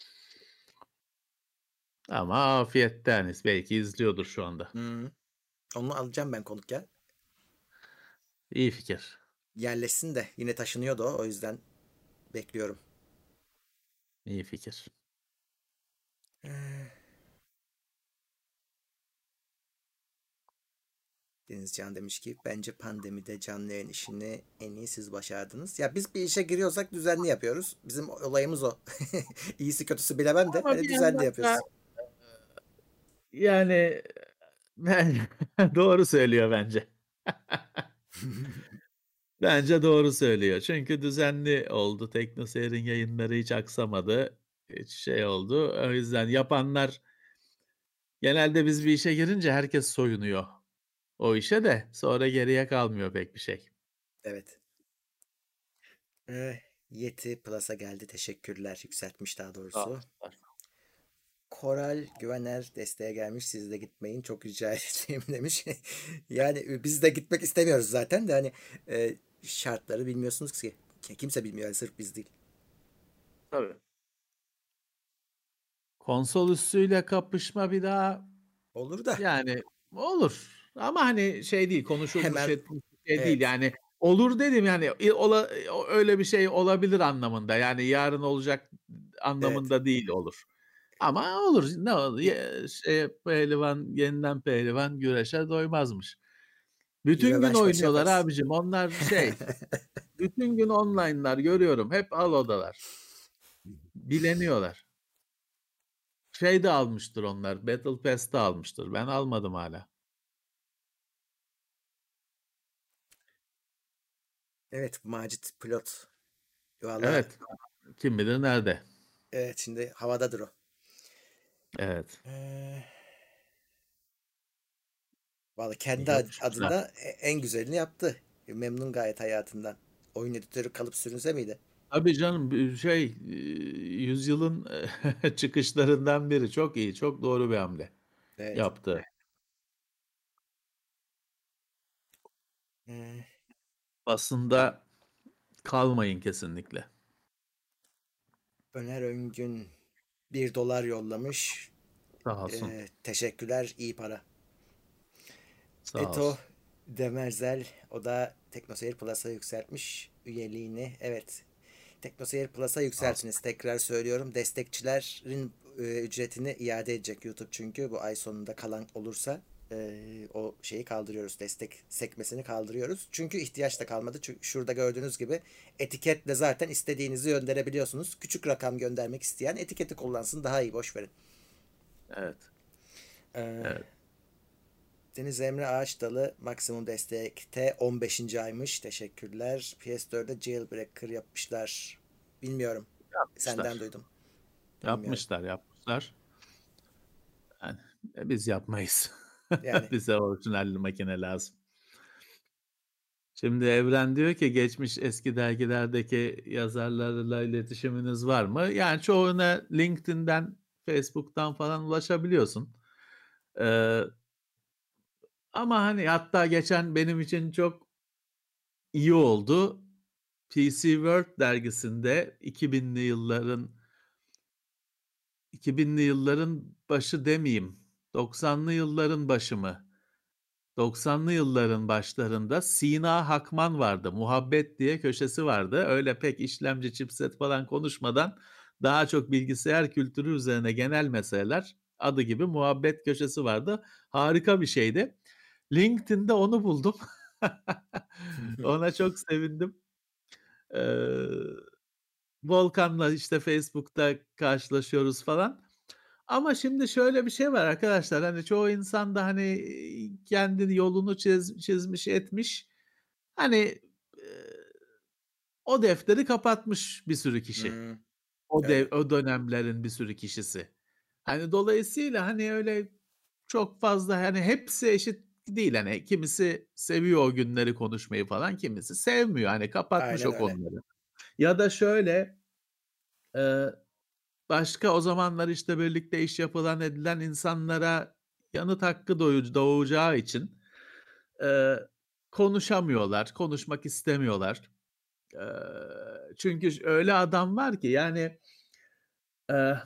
Ama afiyetteniz. Belki izliyordur şu anda. Hmm. Onu alacağım ben konuk ya. İyi fikir. Yerleşsin de yine taşınıyordu o. O yüzden bekliyorum. İyi fikir. Denizcan demiş ki bence pandemide canlı yayın işini en iyi siz başardınız. Ya biz bir işe giriyorsak düzenli yapıyoruz. Bizim olayımız o. İyisi kötüsü bilemem de Ama hani bir düzenli yandan da, yapıyoruz. yani, ben doğru söylüyor bence. Bence doğru söylüyor. Çünkü düzenli oldu. TeknoSeyir'in yayınları hiç aksamadı. Hiç şey oldu. O yüzden yapanlar genelde biz bir işe girince herkes soyunuyor o işe de. Sonra geriye kalmıyor pek bir şey. Evet. Eh, Yeti Plus'a geldi. Teşekkürler. Yükseltmiş daha Sağ doğrusu. olsunlar. Koral Güvener desteğe gelmiş. Siz de gitmeyin. Çok rica edeceğim demiş. Yani e, biz de gitmek istemiyoruz zaten de hani e, şartları bilmiyorsunuz ki. Kimse bilmiyor. Yani sırf biz değil. Tabii. Konsol üssüyle kapışma bir daha, Olur da yani, olur ama, hani, şey değil, konuşulmuş hemen etmiş bir şey değil. evet. Yani, olur dedim, yani, i ola o öyle bir şey olabilir anlamında. Yani, yarın olacak Evet. anlamında değil olur. Ama olur. Ne olur? Bir, Ye şey, pehlivan yeniden pehlivan güreşe doymazmış. bir Bütün gün rövanş maçı oynuyorlar yaparız. abicim. Onlar şey, bütün gün online'lar görüyorum. Hep Halo'dalar. Bileniyorlar. Şey de almıştır onlar, Battle Pass'te almıştır. Ben almadım hâlâ. Evet, Macit Pilot. Valla Evet. Kim bilir nerede? Evet, şimdi havadadır o. Evet. Ee, Vallahi kendi ad- Yapmışlar. adında e- en güzelini yaptı. E, Memnun gayet hayatından. Oyun editörü kalıp sürünse miydi? Tabii canım, bir şey, eee, yüzyılın çıkışlarından biri. Çok iyi, çok doğru bir hamle Evet. yaptı. Ee, Basında kalmayın kesinlikle. Öner Öngün bir dolar yollamış. Sağ olsun. Ee, teşekkürler, iyi para. Sağ Eto olsun. Demerzel, o da TeknoSeyir Plus'a yükseltmiş üyeliğini. Evet. TeknoSeyir Plus'a Sağ olsun. yükseltiniz. Tekrar söylüyorum. Destekçilerin e, ücretini iade edecek YouTube, çünkü bu ay sonunda kalan olursa e, o şeyi kaldırıyoruz. Destek sekmesini kaldırıyoruz. Çünkü ihtiyaç da kalmadı. Çünkü şurada gördüğünüz gibi etiketle zaten istediğinizi gönderebiliyorsunuz. Küçük rakam göndermek isteyen etiketi kullansın, daha iyi, boş verin. Evet. Ee, Evet. Deniz Emre Ağaçdalı maksimum destekte on beşinci aymış. Teşekkürler. P S dörtte Jailbreaker yapmışlar. Bilmiyorum. Senden Yapmışlar. duydum. Bilmiyorum. Yapmışlar, yapmışlar. Yani, e, biz yapmayız. Yani Bize orijinal makine lazım. Şimdi Evren diyor ki, geçmiş eski dergilerdeki yazarlarla iletişiminiz var mı? Yani çoğuna LinkedIn'den, Facebook'tan falan ulaşabiliyorsun. Eee ama hani hatta geçen benim için çok iyi oldu. P C World dergisinde iki binli yılların iki binli yılların başı demeyeyim, doksanlı yılların başı mı? doksanlı yılların başlarında Sina Hakman vardı. Muhabbet diye köşesi vardı. Öyle pek işlemci, chipset falan konuşmadan daha çok bilgisayar kültürü üzerine genel meseleler, adı gibi muhabbet köşesi vardı. Harika bir şeydi. LinkedIn'de onu buldum. Ona çok sevindim. Eee, Volkan'la işte Facebook'ta karşılaşıyoruz falan. Ama şimdi şöyle bir şey var arkadaşlar, hani çoğu insan da hani, eee, kendi yolunu çiz çizmiş etmiş. Hani, eee, o defteri kapatmış bir sürü kişi. hmm, O dev öyle. o dönemlerin bir sürü kişisi. Hani dolayısıyla hani öyle çok fazla, hani hepsi eşit değil. Hani kimisi seviyor o günleri konuşmayı falan, kimisi sevmiyor. Hani kapatmış Aynen o öyle. konuları. Ya da şöyle, eee başka o zamanlar, işte, birlikte iş yapılan edilen insanlara yanıt hakkı doyu doğacağı için, eee, konuşamıyorlar, konuşmak istemiyorlar. Eee, çünkü ş öyle adam var ki, yani, eee,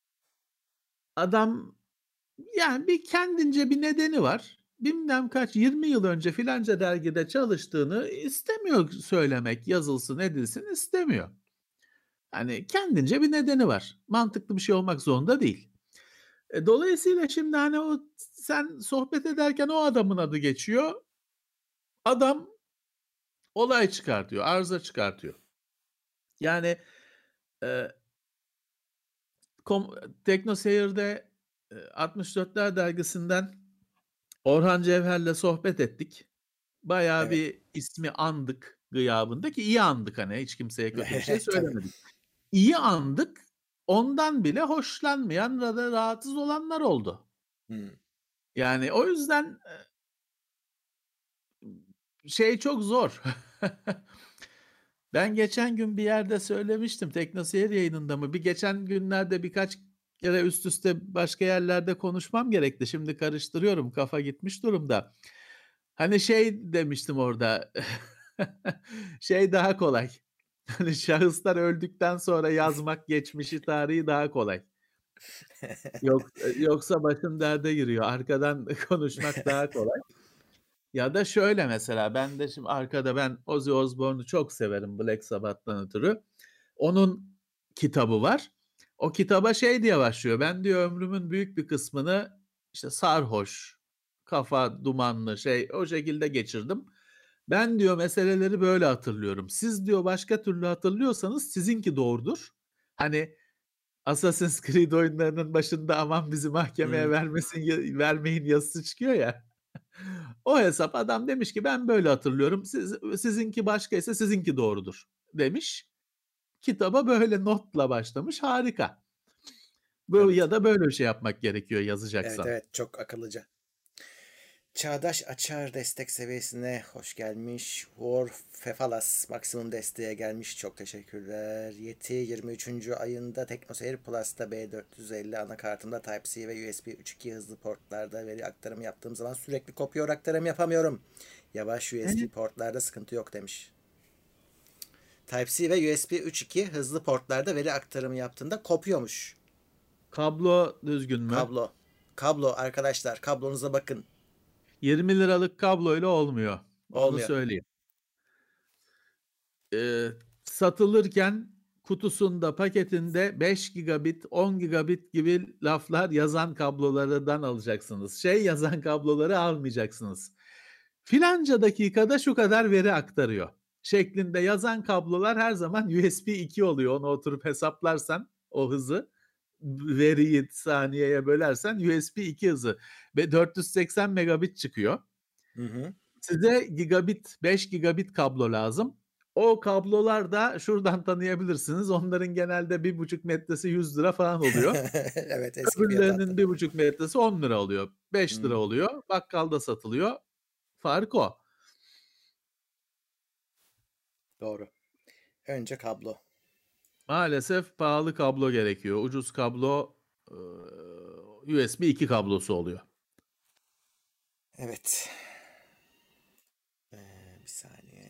adam, yani, bir kendince bir nedeni var. Bilmem kaç, yirmi yıl önce filanca dergide çalıştığını istemiyor söylemek, yazılsın edilsin istemiyor. Hani, kendince bir nedeni var. Mantıklı bir şey olmak zorunda değil. E, dolayısıyla şimdi, hani, o sen sohbet ederken o adamın adı geçiyor. Adam olay çıkartıyor, arıza çıkartıyor. Yani, eee, kom TeknoSeyir'de, eee, altmış dörtler dergisinden Orhan Cevher'le sohbet ettik. Bayağı Evet. bir ismi andık gıyabında, ki iyi andık, hani, hiç kimseye kötü bir şey Tabii. söylemedik. İyi andık, ondan bile hoşlanmayan ya da rahatsız olanlar oldu. Hmm. Yani o yüzden, eee, şey çok zor. Ben geçen gün bir yerde söylemiştim, TeknoSeyir yayınında mı? Bir geçen günlerde birkaç kere üst üste başka yerlerde konuşmam gerekti. Şimdi karıştırıyorum, kafa gitmiş durumda. Hani şey demiştim orada, şey daha kolay, hani şahıslar öldükten sonra yazmak geçmişi, tarihi daha kolay. Yok yoksa başın derde giriyor. Arkadan konuşmak daha kolay. Ya da şöyle mesela, ben de şimdi arkada ben Ozzy Osbourne'u çok severim Black Sabbath'tan ötürü. Onun kitabı var. O kitaba şey diye başlıyor. Ben diyor ömrümün büyük bir kısmını işte sarhoş, kafa dumanlı şey o şekilde geçirdim. Ben diyor meseleleri böyle hatırlıyorum. Siz diyor başka türlü hatırlıyorsanız sizinki doğrudur. Hani Assassin's Creed oyunlarının başında aman bizi mahkemeye Hmm. vermesin ya vermeyin yazısı çıkıyor ya. O hesap adam demiş ki ben böyle hatırlıyorum. Siz, sizinki başkaysa sizinki doğrudur demiş. kitaba böyle notla başlamış. Harika. Bu Evet. ya da böyle bir şey yapmak gerekiyor Evet yazacaksan. evet çok akıllıca. Çağdaş Açar destek seviyesine hoş gelmiş. War Fefalas maksimum desteğe gelmiş. Çok teşekkürler. Yeti yirmi üçüncü ayında TeknoSeyir Plus'ta B dört yüz elli anakartımda Type-C ve U S B üç nokta iki hızlı portlarda veri aktarımı yaptığım zaman sürekli kopya aktarım yapamıyorum. Yavaş U S B portlarda sıkıntı yok demiş. Type-C ve U S B üç nokta iki hızlı portlarda veri aktarımı yaptığında kopuyormuş. Kablo düzgün mü? Kablo. Kablo arkadaşlar kablonuza bakın. yirmi liralık kabloyla olmuyor. Onu Olmuyor. söyleyeyim. Ee, satılırken kutusunda, paketinde beş gigabit, on gigabit gibi laflar yazan kablolardan alacaksınız. Şey yazan kabloları almayacaksınız. Filanca dakikada şu kadar veri aktarıyor şeklinde yazan kablolar her zaman U S B iki oluyor. Onu oturup hesaplarsan o hızı, veriyi saniyeye bölersen U S B iki hızı ve dört yüz seksen megabit çıkıyor. Hı hı. Size gigabit, beş gigabit kablo lazım. O kablolar da şuradan tanıyabilirsiniz. Onların genelde bir buçuk metresi yüz lira falan oluyor. Evet eski fiyat hatta. Öbürlerinin bir buçuk metresi on lira oluyor. beş lira Hmm, oluyor. Bakkalda satılıyor. Fark o. doğru. Önce kablo. Maalesef pahalı kablo gerekiyor. Ucuz kablo e, U S B iki kablosu oluyor. Evet. Ee, bir saniye.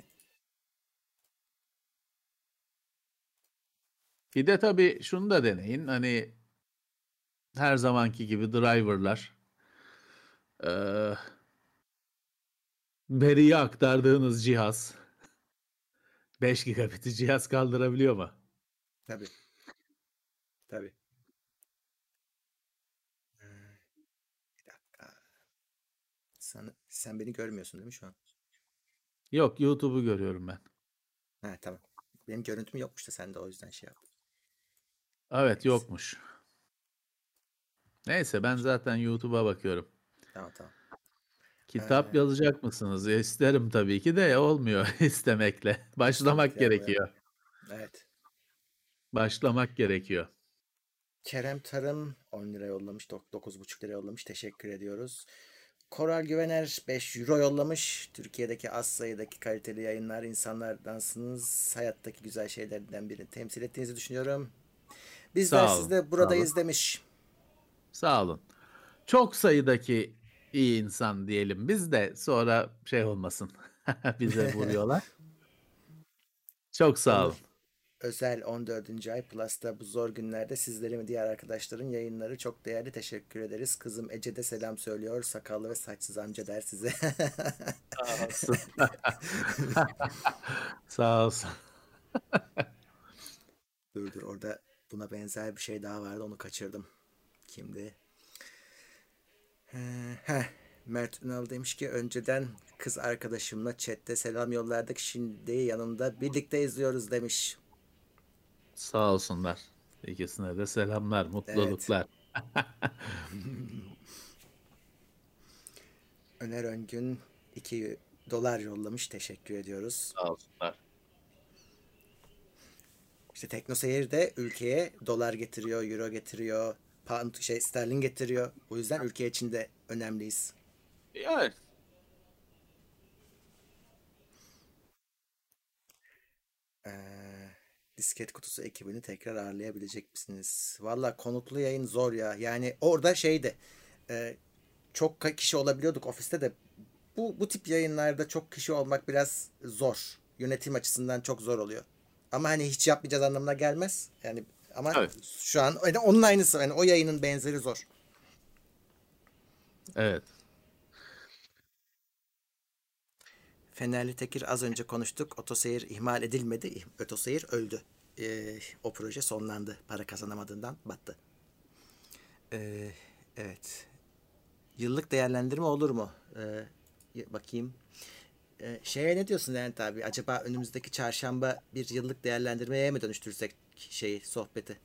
Bir de tabii şunu da deneyin. Hani her zamanki gibi driverlar, e, veriyi aktardığınız cihaz beş gigabit'i cihaz kaldırabiliyor mu? Tabii. Tabii. Ee, bir dakika. Sen, sen beni görmüyorsun değil mi şu an? Yok, YouTube'u görüyorum ben. Ha tamam. Benim görüntüm yokmuş da sen de o yüzden şey yaptın. Evet, Neyse. yokmuş. Neyse ben zaten YouTube'a bakıyorum. Tamam tamam. Kitap Ee, yazacak mısınız? E, İsterim tabii ki de olmuyor istemekle. Başlamak istemekle olmuyor. gerekiyor. Evet. Başlamak gerekiyor. Kerem Tarım on lira yollamış. dokuz buçuk lira yollamış. Teşekkür ediyoruz. Koral Güvener beş euro yollamış. Türkiye'deki az sayıdaki kaliteli yayınlar insanlardansınız. Hayattaki güzel şeylerden birini temsil ettiğinizi düşünüyorum. Bizler Sağ olun. sizde Sağ olun. buradayız demiş. Sağ olun. Çok sayıdaki iyi insan diyelim biz de sonra şey olmasın. Bize vuruyorlar. Çok sağ Onur olun. Özel on dördüncü ay Plus'ta bu zor günlerde sizlerin ve diğer arkadaşların yayınları çok değerli. Teşekkür ederiz. Kızım Ece de selam söylüyor. Sakallı ve saçsız amca der size. Sağ olsun. Sağ olsun. Dur dur orada buna benzer bir şey daha vardı onu kaçırdım. Kimdi? Ee, heh, Mert Ünal demiş ki önceden kız arkadaşımla chatte selam yollardık. Şimdi yanımda birlikte izliyoruz demiş. Sağ olsunlar. İkisine de selamlar, Evet. mutluluklar. Öner Öngün iki dolar yollamış. Teşekkür ediyoruz. Sağ olsunlar. İşte TeknoSeyir de ülkeye dolar getiriyor, euro getiriyor, pound şey sterlin getiriyor. O yüzden ülke içinde önemliyiz. Yani Ee, disket kutusu ekibini tekrar ağırlayabilecek misiniz? Valla konuklu yayın zor ya. Yani orada şeydi. E, çok kişi olabiliyorduk ofiste de. Bu, bu tip yayınlarda çok kişi olmak biraz zor. Yönetim açısından çok zor oluyor. Ama hani hiç yapmayacağız anlamına gelmez. Yani ama evet. şu an yani onun aynısı. Yani o yayının benzeri zor. Evet. Fenerli Tekir az önce konuştuk. Otoseyir ihmal edilmedi. Otoseyir öldü. Ee, o proje sonlandı. Para kazanamadığından battı. Ee, evet. Yıllık değerlendirme olur mu? Ee, bakayım. Ee, şeye ne diyorsun Levent abi? Acaba önümüzdeki çarşamba bir yıllık değerlendirmeye mi dönüştürsek şeyi, sohbeti?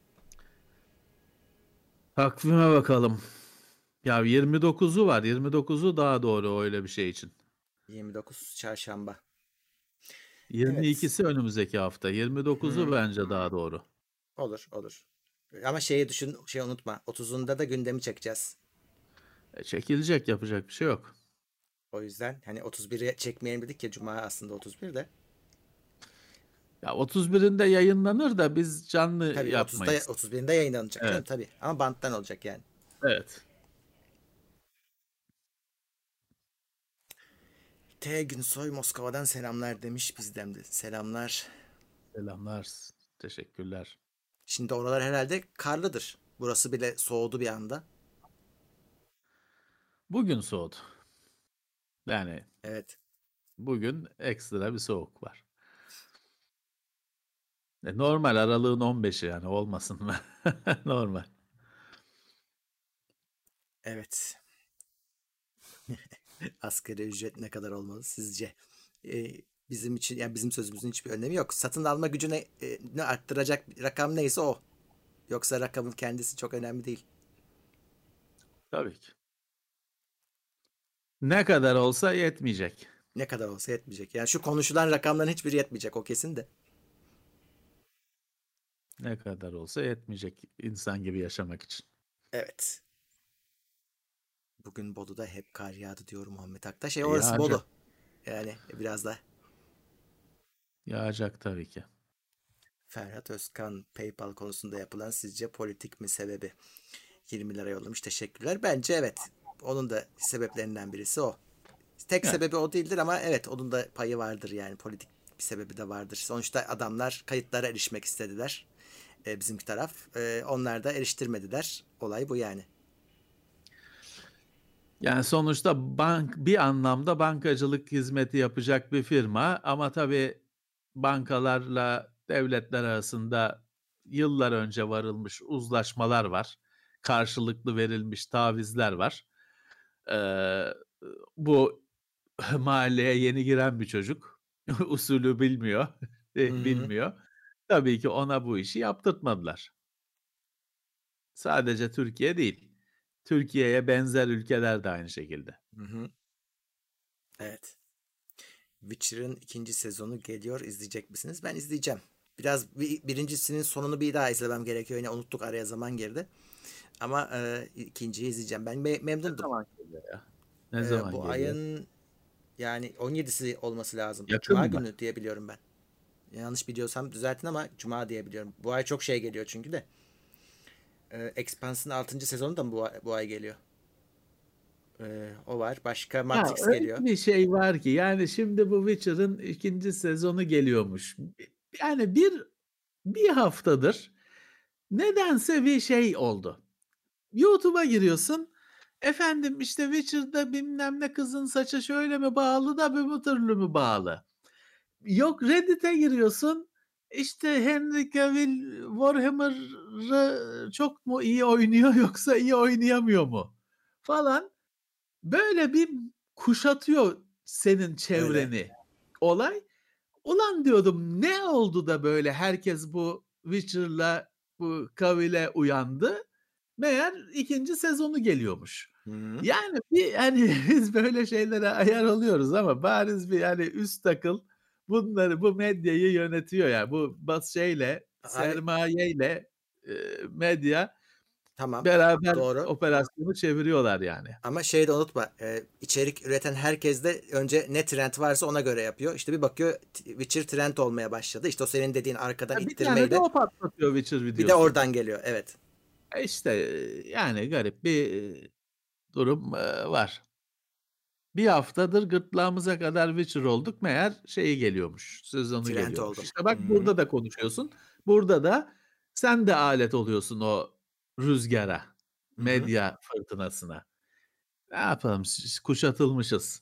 Takvime bakalım. Ya yirmi dokuzu var. yirmi dokuzu daha doğru öyle bir şey için. yirmi dokuz çarşamba. yirmi Evet. ikisi önümüzdeki hafta. yirmi dokuzu Hı. bence daha doğru. Olur, olur. Ama şeyi düşün, şey unutma. otuzunda da gündemi çekeceğiz. E, çekilecek, yapacak bir şey yok. O yüzden hani otuz biri çekmeyelim dedik ya, Cuma aslında otuz bir de. Ya otuz birinde yayınlanır da biz canlı Tabii otuzda yapmayız. otuz birinde yayınlanacak canım Evet. tabii. Ama banttan olacak yani. Evet. T. Günsoy Moskova'dan selamlar demiş, bizden de selamlar. Selamlar. Teşekkürler. Şimdi oralar herhalde karlıdır. Burası bile soğudu bir anda. Bugün soğudu. Yani Evet. bugün ekstra bir soğuk var. E, normal aralığın on beşi yani, olmasın mı? Normal. Evet. Asgari ücret ne kadar olmalı sizce? Ee, bizim için, yani bizim sözümüzün hiçbir önemi yok. Satın alma gücüne e, ne arttıracak rakam neyse o. Yoksa rakamın kendisi çok önemli değil. Tabii ki. Ne kadar olsa yetmeyecek. Ne kadar olsa yetmeyecek. Yani şu konuşulan rakamların hiçbiri yetmeyecek, o kesin de. Ne kadar olsa yetmeyecek insan gibi yaşamak için. Evet. Bugün Bolu'da hep kar yağdı diyor Muhammed Aktaş. Şey, E, orası yağacak. Bolu. Yani biraz da Yağacak tabii ki. Ferhat Özkan, PayPal konusunda yapılan sizce politik mi sebebi? yirmi lira yollamış. Teşekkürler. Bence evet. Onun da sebeplerinden birisi o. Tek Yani, sebebi o değildir ama evet, onun da payı vardır yani, politik bir sebebi de vardır. Sonuçta adamlar kayıtlara erişmek istediler. E, bizimki taraf. E, onlar da eriştirmediler. Olay bu yani. yani sonuçta bank bir anlamda bankacılık hizmeti yapacak bir firma, ama tabii bankalarla devletler arasında yıllar önce varılmış uzlaşmalar var. Karşılıklı verilmiş tavizler var. Ee, bu mahalleye yeni giren bir çocuk usulü bilmiyor, Hı e, hı. bilmiyor. Tabii ki ona bu işi yaptırtmadılar. Sadece Türkiye değil. Türkiye'ye benzer ülkeler de aynı şekilde. Hı hı. Evet. Witcher'ın ikinci sezonu geliyor. İzleyecek misiniz? Ben izleyeceğim. Biraz bir, birincisinin sonunu bir daha izlemem gerekiyor. Yine unuttuk, araya zaman girdi. Ama e, ikinciyi izleyeceğim. Ben me- Ne memnundum. zaman geliyor ya? Ne E, zaman bu geliyor? ayın yani on yedisi olması lazım. Yakın Cuma mı? günü diye biliyorum ben. Yanlış biliyorsam düzeltin ama Cuma diye biliyorum. Bu ay çok şey geliyor çünkü de. E, Expanse'ın altıncı sezonu da mı bu ay, bu ay geliyor? E, o var. Başka Ya Matrix öyle geliyor. bir şey var ki, yani şimdi bu Witcher'ın ikinci sezonu geliyormuş. Yani bir bir haftadır nedense bir şey oldu. YouTube'a giriyorsun. Efendim işte Witcher'da bilmem ne kızın saçı şöyle mi bağlı da bu türlü mü bağlı? Yok, Reddit'e giriyorsun. İşte Henry Cavill Warhammer'ı çok mu iyi oynuyor yoksa iyi oynayamıyor mu? Falan. Böyle bir kuşatıyor senin Öyle. çevreni olay. Ulan diyordum, ne oldu da böyle herkes bu Witcher'la bu Cavill'e uyandı? Meğer ikinci sezonu geliyormuş. Hı hı. Yani bir hani biz böyle şeylere ayar oluyoruz ama bariz bir yani üst akıl bunları, bu medyayı yönetiyor yani. Bu bas şeyle, Abi sermayeyle eee, medya tamam. beraber Doğru. operasyonu çeviriyorlar yani. Ama şeyi de unutma. E, içerik üreten herkes de önce ne trend varsa ona göre yapıyor. İşte bir bakıyor t- Witcher trend olmaya başladı. İşte o senin dediğin arkadan Ha, bir tane de ittirmeyle o patlatıyor Witcher bir de videosu. oradan geliyor. Evet. E işte e, yani garip bir e, durum e, var. Bir haftadır gırtlağımıza kadar Witcher olduk. Meğer şeyi geliyormuş, sezonu Trend geliyormuş. oldu. İşte bak, Hı-hı. burada da konuşuyorsun. Burada da sen de alet oluyorsun o rüzgara, Hı-hı. medya fırtınasına. Ne yapalım? s- Kuşatılmışız.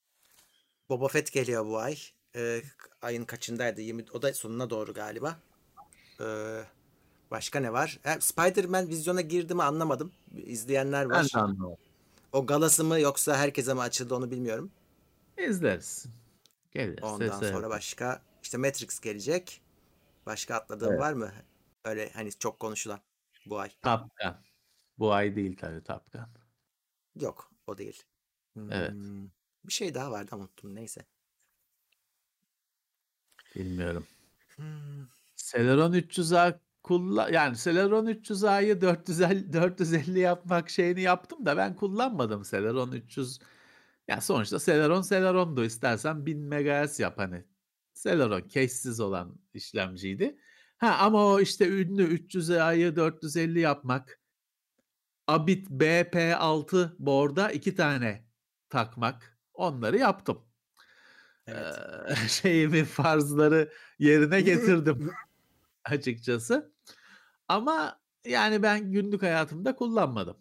Boba Fett geliyor bu ay. E, ayın kaçındaydı? yirmi, o da sonuna doğru galiba. E, başka ne var? E, Spider-Man vizyona girdi mi anlamadım. İzleyenler Ben de var. anlamadım. O galası mı yoksa herkese mi açıldı onu bilmiyorum. İzleriz. Gelirse Ondan sonra seyrederiz. başka işte Matrix gelecek. Başka atladığım Evet. var mı? Öyle hani çok konuşulan bu ay. Top Gun. Bu ay değil tabii Top Gun. Yok, o değil. Evet. Hmm, bir şey daha vardı ama unuttum, neyse. Bilmiyorum. Hmm. Celeron üç yüz A kullan yani Celeron üç yüz A'yı dört yüz elli dört yüz elli yapmak şeyini yaptım da ben kullanmadım Celeron üç yüz. Ya sonuçta Celeron Celeron'du. İstersen bin megahertz yap hani. Celeron case'siz olan işlemciydi. Ha ama o işte ünlü üç yüz A'yı dört yüz elli yapmak, Abit B P altı board'a iki tane takmak. Onları yaptım. Evet. Eee, şeyimi farzları yerine getirdim açıkçası. Ama yani ben günlük hayatımda kullanmadım.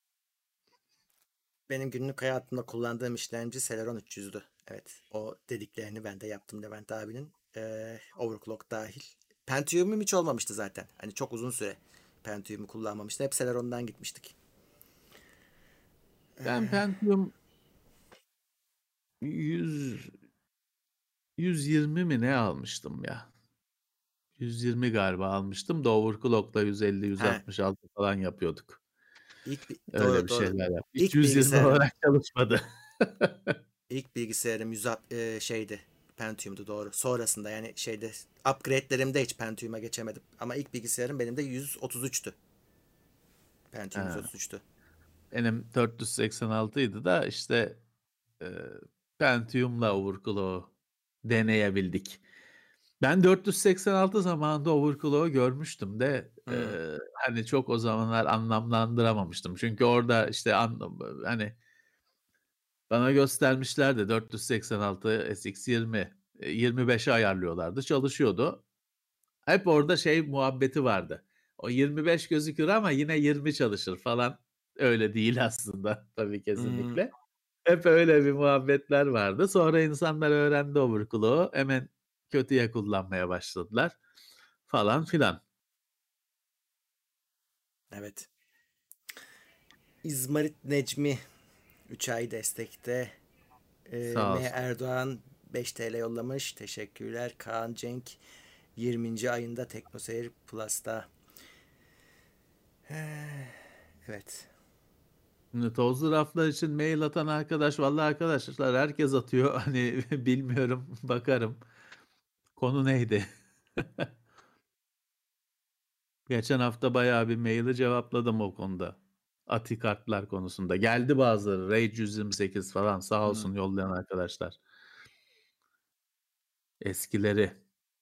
Benim günlük hayatımda kullandığım işlemci Celeron üç yüzdü. Evet. O dediklerini ben de yaptım Levent abinin. Ee, overclock dahil. Pentium'um hiç olmamıştı zaten. Hani çok uzun süre Pentium'u kullanmamıştım. Hep Celeron'dan gitmiştik. Ben Pentium yüz yüz yirmi mi ne almıştım ya? yüz yirmi galiba almıştım da overclock'la yüz elli Ha, yüz altmış altı falan yapıyorduk. ilk bi- Öyle doğru bir doğru. şeyler yap Hiç İlk yüz yirmi bilgisayarım olarak çalışmadı. ilk bilgisayarım yüz alt- e, şeydi. Pentium'du doğru. Sonrasında yani şeyde upgrade'lerimde hiç Pentium'a geçemedim. Ama ilk bilgisayarım benim de yüz otuz üçtü. Pentium Ha, yüz otuz üçtü. benim dört yüz seksen altıydı da işte e, Pentium'la overclock'u deneyebildik. Ben dört yüz seksen altı zamanında overclock'u görmüştüm de e, Hmm. hani çok o zamanlar anlamlandıramamıştım. Çünkü orada işte an, hani bana göstermişlerdi dört yüz seksen altı S X yirmi e, yirmi beşe ayarlıyorlardı çalışıyordu. Hep orada şey muhabbeti vardı. O yirmi beş gözükür ama yine yirmi çalışır falan. Öyle değil aslında tabii Hmm. kesinlikle. Hep öyle bir muhabbetler vardı. Sonra insanlar öğrendi overclock'u. Hemen kötüye kullanmaya başladılar falan filan. Evet. İzmarit Necmi üç ay destekte. Ee, Sağ M. olsun. Erdoğan beş T L yollamış. Teşekkürler. Kaan Cenk yirminci ayında TeknoSeyir Plus'ta. Evet. Şimdi tozlu raflar için mail atan arkadaş vallahi arkadaşlar herkes atıyor. Hani bilmiyorum bakarım. Konu neydi? Geçen hafta bayağı bir maili cevapladım o konuda. Ati kartlar konusunda. Geldi bazıları. Rage yüz yirmi sekiz falan sağ Hmm. olsun yollayan arkadaşlar. Eskileri.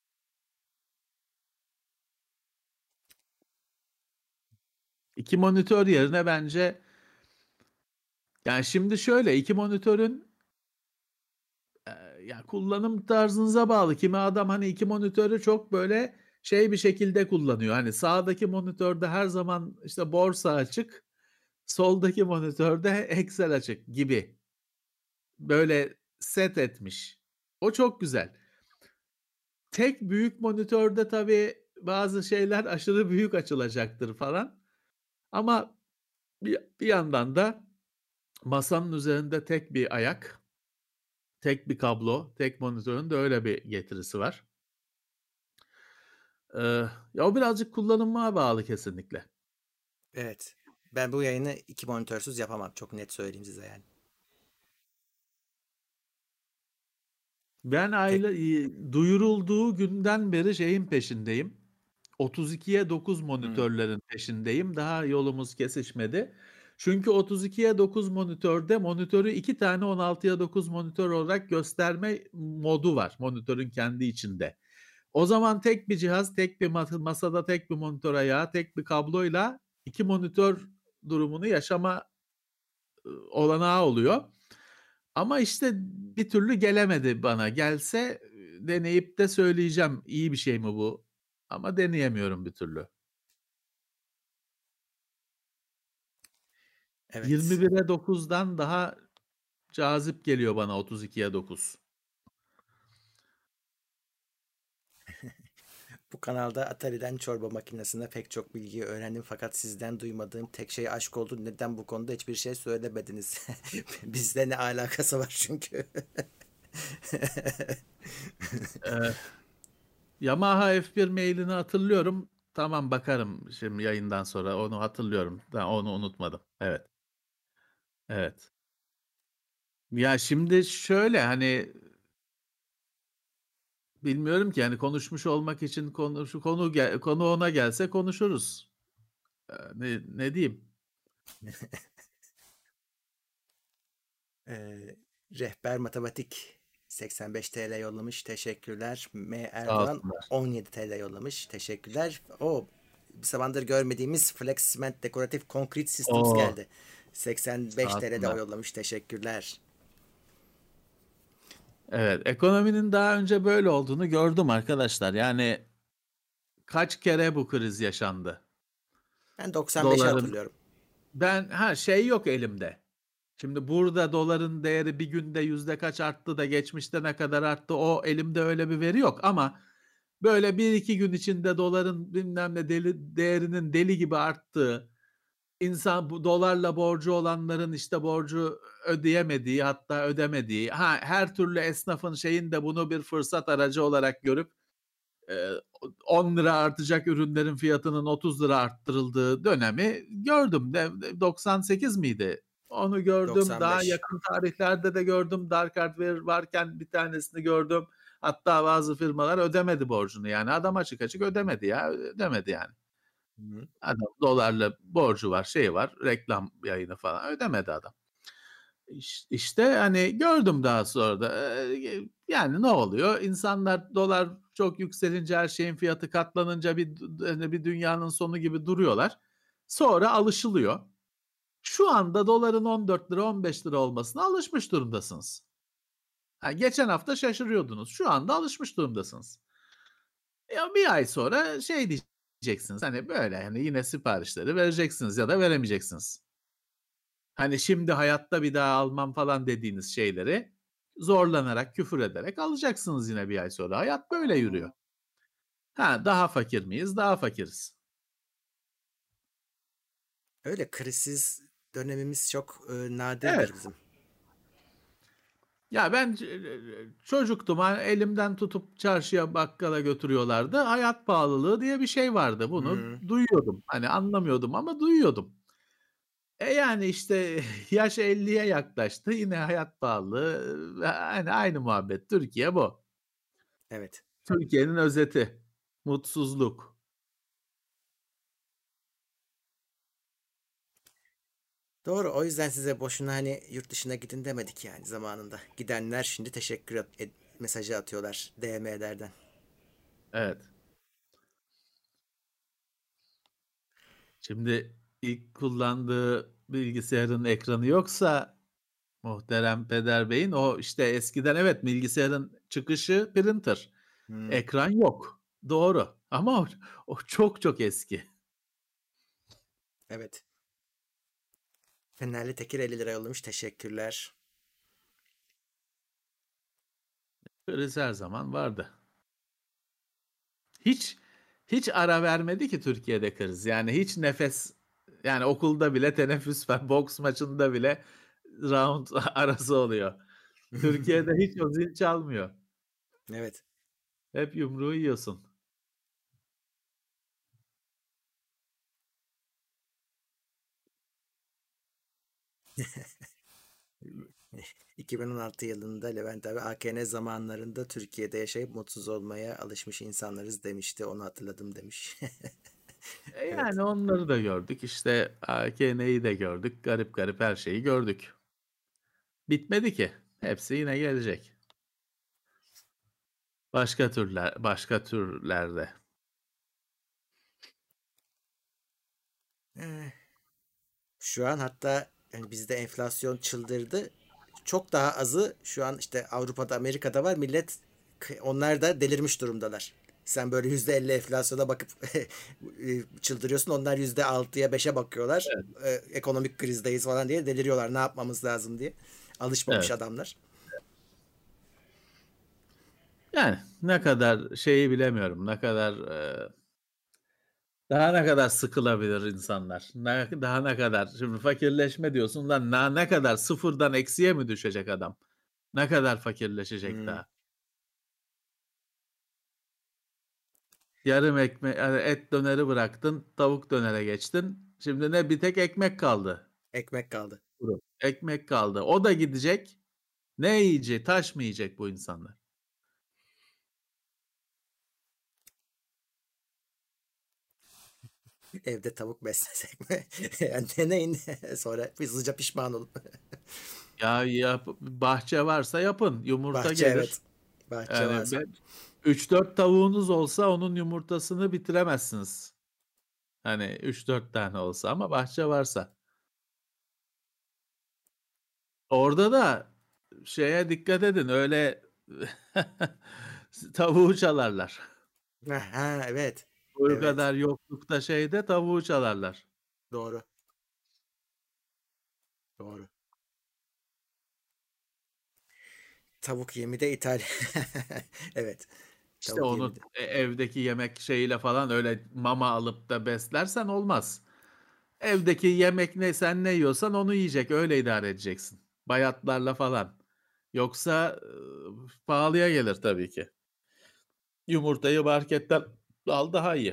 İki monitör yerine bence yani şimdi şöyle iki monitörün e, ya kullanım tarzınıza bağlı. Kimi adam hani iki monitörü çok böyle şey bir şekilde kullanıyor. Hani sağdaki monitörde her zaman işte borsa açık, soldaki monitörde Excel açık gibi. Böyle set etmiş. O çok güzel. Tek büyük monitörde tabii bazı şeyler aşırı büyük açılacaktır falan. Ama bir, bir yandan da masanın üzerinde tek bir ayak, tek bir kablo, tek monitörün de öyle bir getirisi var. Ee, ya o birazcık kullanıma bağlı kesinlikle. Evet. Ben bu yayını iki monitörsüz yapamam. Çok net söyleyeyim size yani. Ben Tek. aile duyurulduğu günden beri şeyin peşindeyim. otuz ikiye dokuz Hmm. monitörlerin peşindeyim. Daha yolumuz kesişmedi. Çünkü otuz ikiye dokuz monitörde monitörü iki tane on altıya dokuz monitör olarak gösterme modu var monitörün kendi içinde. O zaman tek bir cihaz, tek bir masada tek bir monitör ayağı, tek bir kabloyla iki monitör durumunu yaşama ıı, olanağı oluyor. Ama işte bir türlü gelemedi bana. Gelse deneyip de söyleyeceğim iyi bir şey mi bu? Ama deneyemiyorum bir türlü. Evet. yirmi bire dokuzdan daha cazip geliyor bana otuz ikiye dokuz. Bu kanalda Atari'den çorba makinesinde pek çok bilgiyi öğrendim fakat sizden duymadığım tek şey aşk oldu. Neden bu konuda hiçbir şey söylemediniz? Bizde ne alakası var çünkü. Ee, Yamaha F bir mailini hatırlıyorum. Tamam bakarım şimdi yayından sonra onu hatırlıyorum. Ben onu unutmadım. Evet. Evet. Ya şimdi şöyle hani Bilmiyorum ki, yani, konuşmuş olmak için konu şu konu gel konu ona gelse konuşuruz. Eee, ne ne diyeyim? Eee, Rehber Matematik seksen beş T L yollamış. Teşekkürler. M. Sağ Erdoğan olsunlar. on yedi T L yollamış. Teşekkürler. O bir zamandır görmediğimiz Flex Cement Decorative Concrete Systems O! geldi. seksen beş Sağ T L de o olsunlar. yollamış. Teşekkürler. Evet, ekonominin daha önce böyle olduğunu gördüm arkadaşlar. Yani kaç kere bu kriz yaşandı? Ben doksan beşi Doların hatırlıyorum. ben ha şey yok elimde. Şimdi burada doların değeri bir günde yüzde kaç arttı da geçmişte ne kadar arttı, o elimde öyle bir veri yok ama böyle bir iki gün içinde doların bilmem ne deli değerinin deli gibi arttığı, insan bu dolarla borcu olanların işte borcu ödeyemediği, hatta ödemediği, ha her türlü esnafın şeyin de bunu bir fırsat aracı olarak görüp eee, on lira artacak ürünlerin fiyatının otuz lira arttırıldığı dönemi gördüm. De doksan sekiz miydi? Onu gördüm. Daha doksan beş. yakın tarihlerde de gördüm. Dark Hardware varken bir tanesini gördüm. Hatta bazı firmalar ödemedi borcunu yani. Adam açık açık ödemedi ya. Ödemedi yani. Hı. Adam dolarla borcu var, şeyi var, reklam yayını falan ödemedi adam. İş işte, hani, gördüm daha sonra da, eee, yani ne oluyor? İnsanlar dolar çok yükselince, her şeyin fiyatı katlanınca bir d hani, bir dünyanın sonu gibi duruyorlar. Sonra alışılıyor. Şu anda doların on dört lira on beş lira olmasına alışmış durumdasınız. Ha, geçen hafta şaşırıyordunuz. Şu anda alışmış durumdasınız. Ya, bir ay sonra şey diyeceksiniz, hani, böyle, hani, yine siparişleri vereceksiniz ya da veremeyeceksiniz. Hani, şimdi hayatta bir daha almam falan dediğiniz şeyleri zorlanarak, küfür ederek alacaksınız yine bir ay sonra. Hayat böyle yürüyor. Ha, daha fakir miyiz? Daha fakiriz. Öyle krizsiz dönemimiz çok e, Evet. nadirdir bizim. Ya, ben ç çocuktum, hani, elimden tutup çarşıya, bakkala götürüyorlardı. Hayat pahalılığı diye bir şey vardı. Bunu Hı. duyuyordum. Hani, anlamıyordum ama duyuyordum. E, yani, işte, yaş elliye yaklaştı. Yine hayat pahalılığı, eee, hani, aynı muhabbet. Türkiye bu. Evet. Türkiye'nin özeti. Mutsuzluk. Doğru. O yüzden size boşuna hani yurt dışına gidin demedik yani zamanında. Gidenler şimdi teşekkür et, et- mesajı atıyorlar D M'lerden. Evet. Şimdi ilk kullandığı bilgisayarın ekranı yoksa muhterem peder beyin, o, işte, eskiden evet, bilgisayarın çıkışı printer. Hı. Ekran yok. Doğru ama o o çok çok eski. Evet. Fenerli Tekir elli lira yollamış. Teşekkürler. Kriz her zaman vardı. Hiç hiç ara vermedi ki Türkiye'de kriz. Yani hiç nefes, yani okulda bile teneffüs var. Boks maçında bile round arası oluyor. Türkiye'de hiç o zil çalmıyor. Evet. Hep yumruğu yiyorsun. iki bin on altı yılında Levent abi A K N zamanlarında Türkiye'de yaşayıp mutsuz olmaya alışmış insanlarız demişti. Onu hatırladım demiş. E, Evet. yani onları da gördük. İşte A K N'yi de gördük. Garip garip her şeyi gördük. Bitmedi ki. Hepsi yine gelecek. Başka türler, başka türlerde. Eh, Şu an hatta yani bizde enflasyon çıldırdı. Çok daha azı şu an işte Avrupa'da, Amerika'da var. Millet onlar da delirmiş durumdalar. Sen böyle yüzde elli enflasyona bakıp çıldırıyorsun. Onlar yüzde altıya beşe bakıyorlar. Evet. E, ekonomik krizdeyiz falan diye deliriyorlar. Ne yapmamız lazım diye. Alışmamış Evet. adamlar. Yani ne kadar şeyi bilemiyorum. Ne kadar e, daha ne kadar sıkılabilir insanlar? Ne, daha ne kadar? Şimdi fakirleşme diyorsun lan, na, ne kadar sıfırdan eksiye mi düşecek adam? Ne kadar fakirleşecek Hmm, daha? Yarım ekmek, yani et döneri bıraktın, tavuk dönere geçtin. Şimdi ne, bir tek ekmek kaldı. ekmek kaldı. Kuru. Ekmek kaldı. O da gidecek. Ne yiyecek? Taş mı yiyecek bu insanlar? Evde tavuk beslesek mi? Yani deneyin. Sonra hızlıca pişman olun. Ya yap, bahçe varsa yapın. Yumurta Bahçe, evet. gelir. Bahçe Yani varsa. ben üç dört tavuğunuz olsa onun yumurtasını bitiremezsiniz. Hani üç dört tane olsa ama bahçe varsa. Orada da şeye dikkat edin öyle tavuğu çalarlar. Ha, ha, evet. Bu Evet. kadar yoklukta şeyde tavuğu çalarlar. Doğru. Doğru. Tavuk yemi de ithal. Evet. İşte Tavuk yemi onu de. e- evdeki yemek şeyiyle falan öyle mama alıp da beslersen olmaz. Evdeki yemek ne sen ne yiyorsan onu yiyecek öyle idare edeceksin. Bayatlarla falan. Yoksa e, pahalıya gelir tabii ki. Yumurtayı marketten al daha iyi.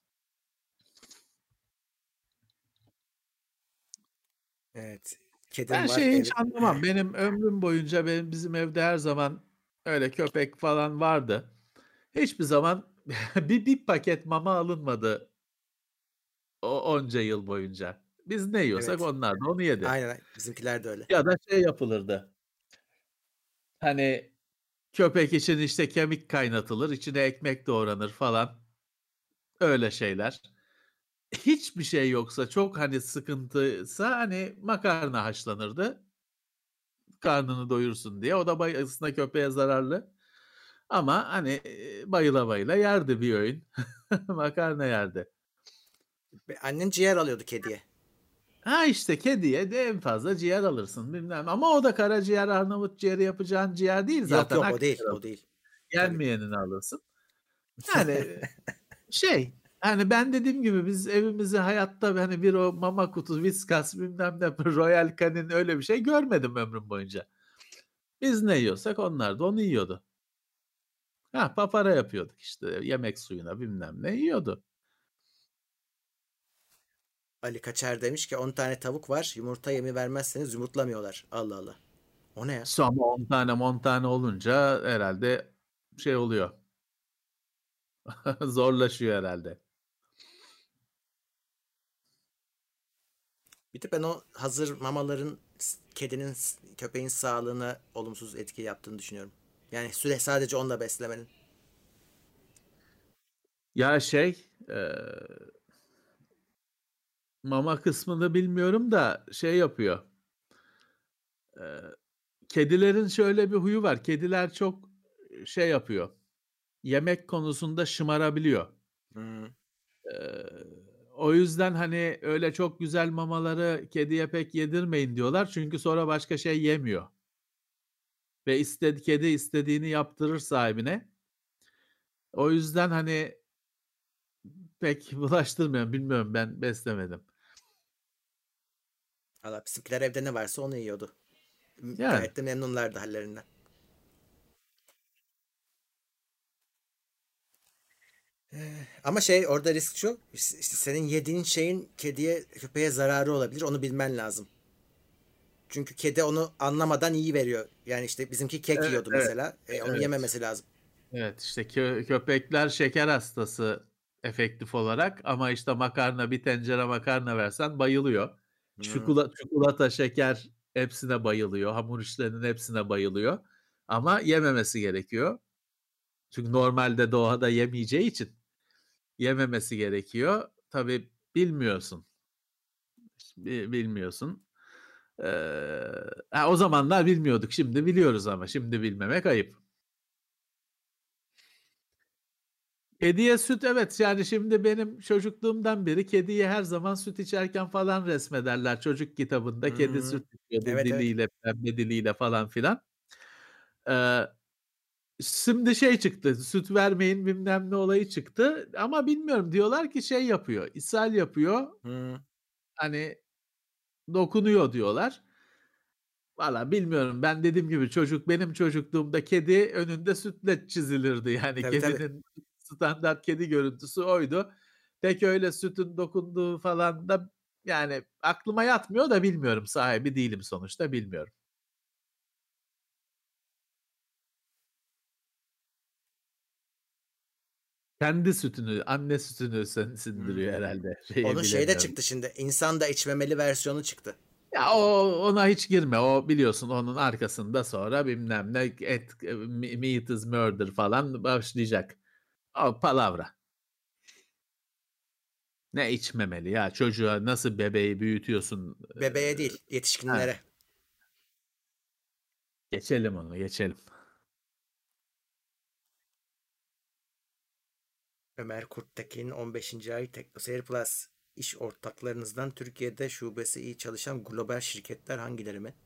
Evet. Ben Kedim var şeyi hiç ev. anlamam. Benim ömrüm boyunca benim bizim evde her zaman öyle köpek falan vardı. Hiçbir zaman bir, bir paket mama alınmadı o onca yıl boyunca. Biz ne yiyorsak Evet. onlar da onu yedi. Aynen. Bizimkiler de öyle. Ya da şey yapılırdı. Hani köpek için işte kemik kaynatılır, içine ekmek doğranır falan. Öyle şeyler. Hiçbir şey yoksa çok hani sıkıntıysa hani makarna haşlanırdı. Karnını doyursun diye. O da bay- aslında köpeğe zararlı. Ama hani e, bayıla bayıla yerdi bir öğün. Makarna yerdi. Ve Annem ciğer alıyordu kediye. Ha işte kediye de en fazla ciğer alırsın bilmem. Ama o da karaciğer, Arnavut ciğeri yapacağın ciğer değil Yok zaten. yok, o Akciğer değil. O alırsın. değil. Tabii. Yenmeyenini alırsın. Yani şey hani ben dediğim gibi biz evimizi hayatta hani bir o mama kutu, Whiskas bilmem ne Royal Canin öyle bir şey görmedim ömrüm boyunca. Biz ne yiyorsak onlar da onu yiyordu. Ha papara yapıyorduk işte yemek suyuna bilmem ne yiyordu. Ali Kaçer demiş ki on tane tavuk var. Yumurta yemi vermezseniz yumurtlamıyorlar. Allah Allah. O ne ya? Ama on tane on tane olunca herhalde şey oluyor. Zorlaşıyor herhalde. Bir de ben o hazır mamaların s- kedinin, s- köpeğin sağlığına olumsuz etki yaptığını düşünüyorum. Yani süre sadece onunla beslemenin. Ya şey e, mama kısmını bilmiyorum da şey yapıyor. E, Kedilerin şöyle bir huyu var. Kediler çok şey yapıyor. Yemek konusunda şımarabiliyor. Hmm. Eee, O yüzden hani öyle çok güzel mamaları kediye pek yedirmeyin diyorlar. Çünkü sonra başka şey yemiyor. Ve istedi, kedi istediğini yaptırır sahibine. O yüzden hani pek bulaştırmıyorum. Bilmiyorum ben beslemedim. Valla bizimkiler evde ne varsa onu yiyordu. M- Yani Gayet de memnunlardı hallerinden. Ama şey, orada risk şu. İşte senin yediğin şeyin kediye köpeğe zararı olabilir. Onu bilmen lazım. Çünkü kedi onu anlamadan iyi veriyor. Yani işte bizimki kek evet, yiyordu evet, mesela. E, onu evet. yememesi lazım. Evet işte kö- köpekler şeker hastası efektif olarak ama işte makarna bir tencere makarna versen bayılıyor. Hmm. Çikolata, çikolata, şeker hepsine bayılıyor. Hamur işlerinin hepsine bayılıyor. Ama yememesi gerekiyor. Çünkü normalde doğada yemeyeceği için yememesi gerekiyor. Tabii bilmiyorsun. Bi- Bilmiyorsun. Ee, ha, o zamanlar bilmiyorduk. Şimdi biliyoruz ama şimdi bilmemek ayıp. Kediye süt evet yani şimdi benim çocukluğumdan beri kediye her zaman süt içerken falan resmederler. Çocuk kitabında kedi Hmm. süt içiyordu Evet, evet. diliyle, pembe diliyle falan filan. Ee, Şimdi şey çıktı, süt vermeyin bilmem ne olayı çıktı. Ama bilmiyorum diyorlar ki şey yapıyor, ishal yapıyor. Hmm. Hani dokunuyor diyorlar. Valla bilmiyorum ben dediğim gibi çocuk benim çocukluğumda kedi önünde sütle çizilirdi. Yani Tabii, tabii. kedinin standart kedi görüntüsü oydu. Pek öyle sütün dokunduğu falan da yani aklıma yatmıyor da bilmiyorum sahibi değilim sonuçta bilmiyorum. Kendi sütünü, anne sütünü sin sindiriyor Hmm. herhâlde. Şeyi Onun şeyi de bilemiyorum. çıktı şimdi. İnsan da içmemeli versiyonu çıktı. Ya, o ona hiç girme. O biliyorsun onun arkasında sonra bilmem ne et me meat is murder falan başlayacak. O palavra. Ne içmemeli ya? Çocuğa nasıl bebeği büyütüyorsun? Eee, Bebeğe değil, ha, yetişkinlere. geçelim onu, geçelim. Ömer Kurttekin on beşinci ay TeknoSeyir Plus iş ortaklarınızdan Türkiye'de şubesi iyi çalışan global şirketler hangileri mi?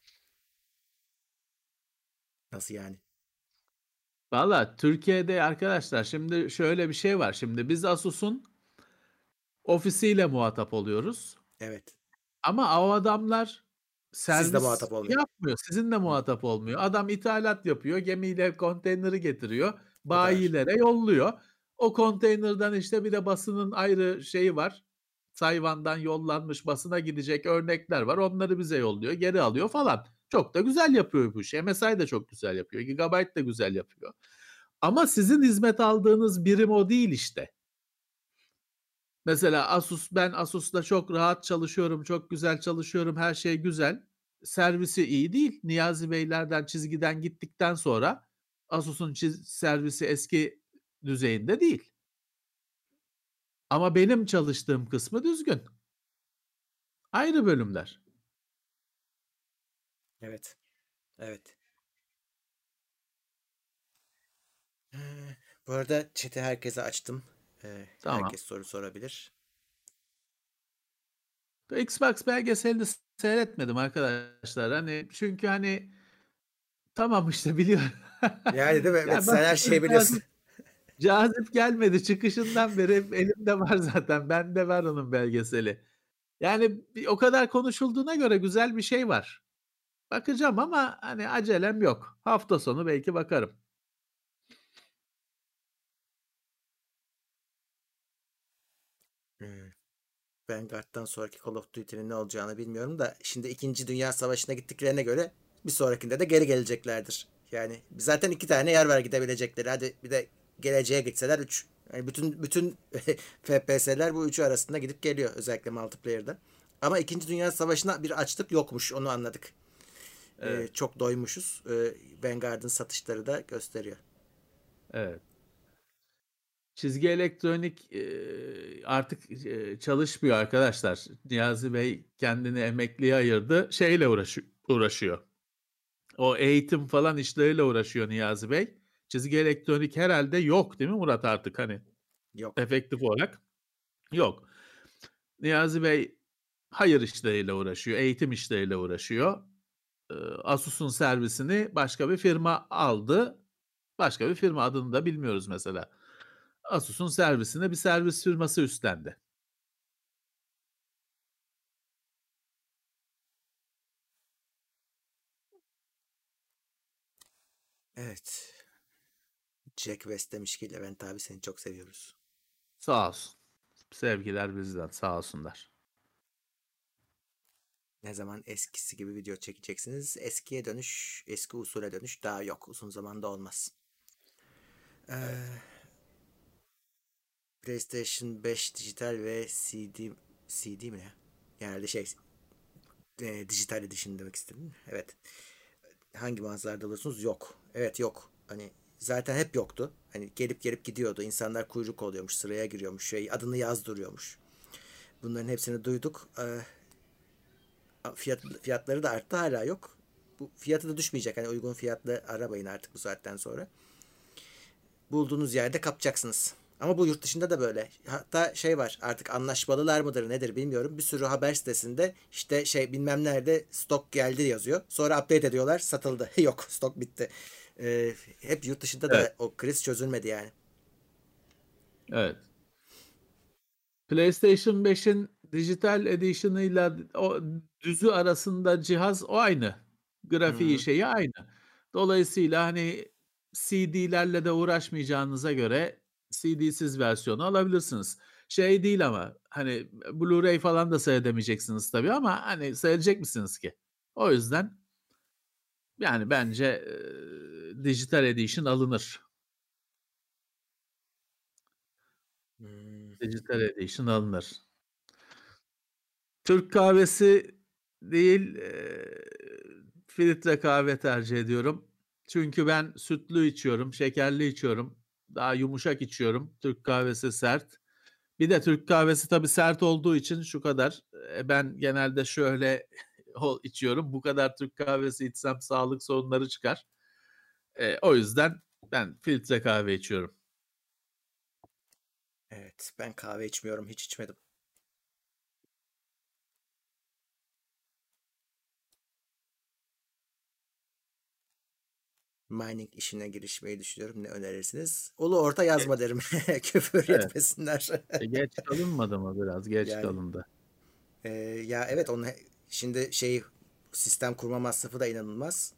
Nasıl yani? Valla Türkiye'de arkadaşlar şimdi şöyle bir şey var. Şimdi biz Asus'un ofisiyle muhatap oluyoruz. Evet. Ama o adamlar Siz de servis muhatap olmuyor. yapmıyor. Sizinle Hı. muhatap olmuyor. Adam ithalat yapıyor. Gemiyle konteyneri getiriyor. O kadar. Bayilere yolluyor. O konteynerden işte bir de basının ayrı şeyi var. Tayvan'dan yollanmış basına gidecek örnekler var. Onları bize yolluyor. Geri alıyor falan. Çok da güzel yapıyor bu işi. M S I de çok güzel yapıyor. Gigabyte de güzel yapıyor. Ama sizin hizmet aldığınız birim o değil işte. Mesela Asus, ben Asus'ta çok rahat çalışıyorum, çok güzel çalışıyorum, her şey güzel. Servisi iyi değil. Niyazi Beylerden, çizgiden gittikten sonra Asus'un çiz servisi eski düzeyinde değil. Ama benim çalıştığım kısmı düzgün. Ayrı bölümler. Evet. Evet. Ee, Bu arada chat'i herkese açtım. Ee, Tamam. herkes soru sorabilir. Xbox belgeselini seyretmedim arkadaşlar. Hani çünkü hani tamam işte biliyorum. Yani değil mi? Evet, Ya sen her şeyi biliyorsun. cazip, cazip gelmedi. Çıkışından beri hep elimde var zaten. Bende var onun belgeseli. Yani bir o kadar konuşulduğuna göre güzel bir şey var. Bakacağım ama hani acelem yok. Hafta sonu belki bakarım. Hmm. Vanguard'dan sonraki Call of Duty'nin ne olacağını bilmiyorum da şimdi İkinci Dünya Savaşı'na gittiklerine göre bir sonrakinde de geri geleceklerdir. Yani zaten iki tane yer var gidebilecekleri. Hadi bir de geleceğe gitseler üç. Yani bütün bütün F P S'ler bu üçü arasında gidip geliyor özellikle multiplayer'da. Ama İkinci Dünya Savaşı'na bir açlık yokmuş onu anladık. Ee, Evet, çok doymuşuz. Ee, Vanguard'ın satışları da gösteriyor. evet. Çizgi elektronik, eee, artık, eee, çalışmıyor arkadaşlar. Niyazi Bey kendini emekliye ayırdı. Şeyle uğraşı uğraşıyor. O eğitim falan işleriyle uğraşıyor Niyazi Bey. Çizgi elektronik herhalde yok değil mi Murat artık hani Yok. efektif olarak? Yok. Niyazi Bey hayır işleriyle uğraşıyor, eğitim işleriyle uğraşıyor. Eee, Asus'un servisini başka bir firma aldı. Başka bir firma adını da bilmiyoruz mesela. Asus'un servisini bir servis firması üstlendi. Evet. Jack West demiş ki Levent abi seni çok seviyoruz. Sağ olsun. Sevgiler bizden, sağ olsunlar. Ne zaman eskisi gibi video çekeceksiniz? Eskiye dönüş, eski usule dönüş daha yok. Uzun zamanda olmaz. Evet. Ee, PlayStation beş dijital ve C D C D mi ne? Yani şey e, dijital edition demek istedim. Evet. Hangi mağazalarda alıyorsunuz? Yok. Evet yok. Hani zaten hep yoktu. Hani gelip gelip gidiyordu. İnsanlar kuyruk oluyormuş, sıraya giriyormuş, şey adını yazdırıyormuş. Bunların hepsini duyduk. Ee, fiyat, fiyatları da arttı hala yok. Bu fiyatı da düşmeyecek. Hani uygun fiyatlı arabayın artık bu saatten sonra. Bulduğunuz yerde kapacaksınız. Ama bu yurt dışında da böyle. Hatta şey var artık anlaşmalılar mıdır nedir bilmiyorum. Bir sürü haber sitesinde işte şey bilmem nerede stok geldi yazıyor. Sonra update ediyorlar satıldı. Yok stok bitti. Ee, hep yurt dışında Evet, da o kriz çözülmedi yani. evet. PlayStation beşin dijital edition'ıyla o düzü arasında cihaz o aynı. Hı Grafiği hı. şeyi aynı. Dolayısıyla hani C D'lerle de uğraşmayacağınıza göre C D'siz versiyonu alabilirsiniz. Şey değil ama hani Blu-ray falan da seyredemeyeceksiniz tabii ama hani seyredecek misiniz ki? O yüzden yani bence eee, dijital edition alınır. Digital Edition alınır. Türk kahvesi değil, eee, filtre kahve tercih ediyorum. Çünkü ben sütlü içiyorum, şekerli içiyorum. Daha yumuşak içiyorum. Türk kahvesi sert. Bir de Türk kahvesi tabii sert olduğu için şu kadar. Eee, ben genelde şöyle o içiyorum. Bu kadar Türk kahvesi içsem sağlık sorunları çıkar. Eee, o yüzden ben filtre kahve içiyorum. Evet, ben kahve içmiyorum, hiç içmedim. Mining işine girişmeyi düşünüyorum. Ne önerirsiniz? Ulu orta Ge yazma derim. Küfür Evet. etmesinler. E, geç kalınmadı mı biraz? Geç Yani kalındı. e, ya evet onun he- şimdi şey sistem kurma masrafı da inanılmaz.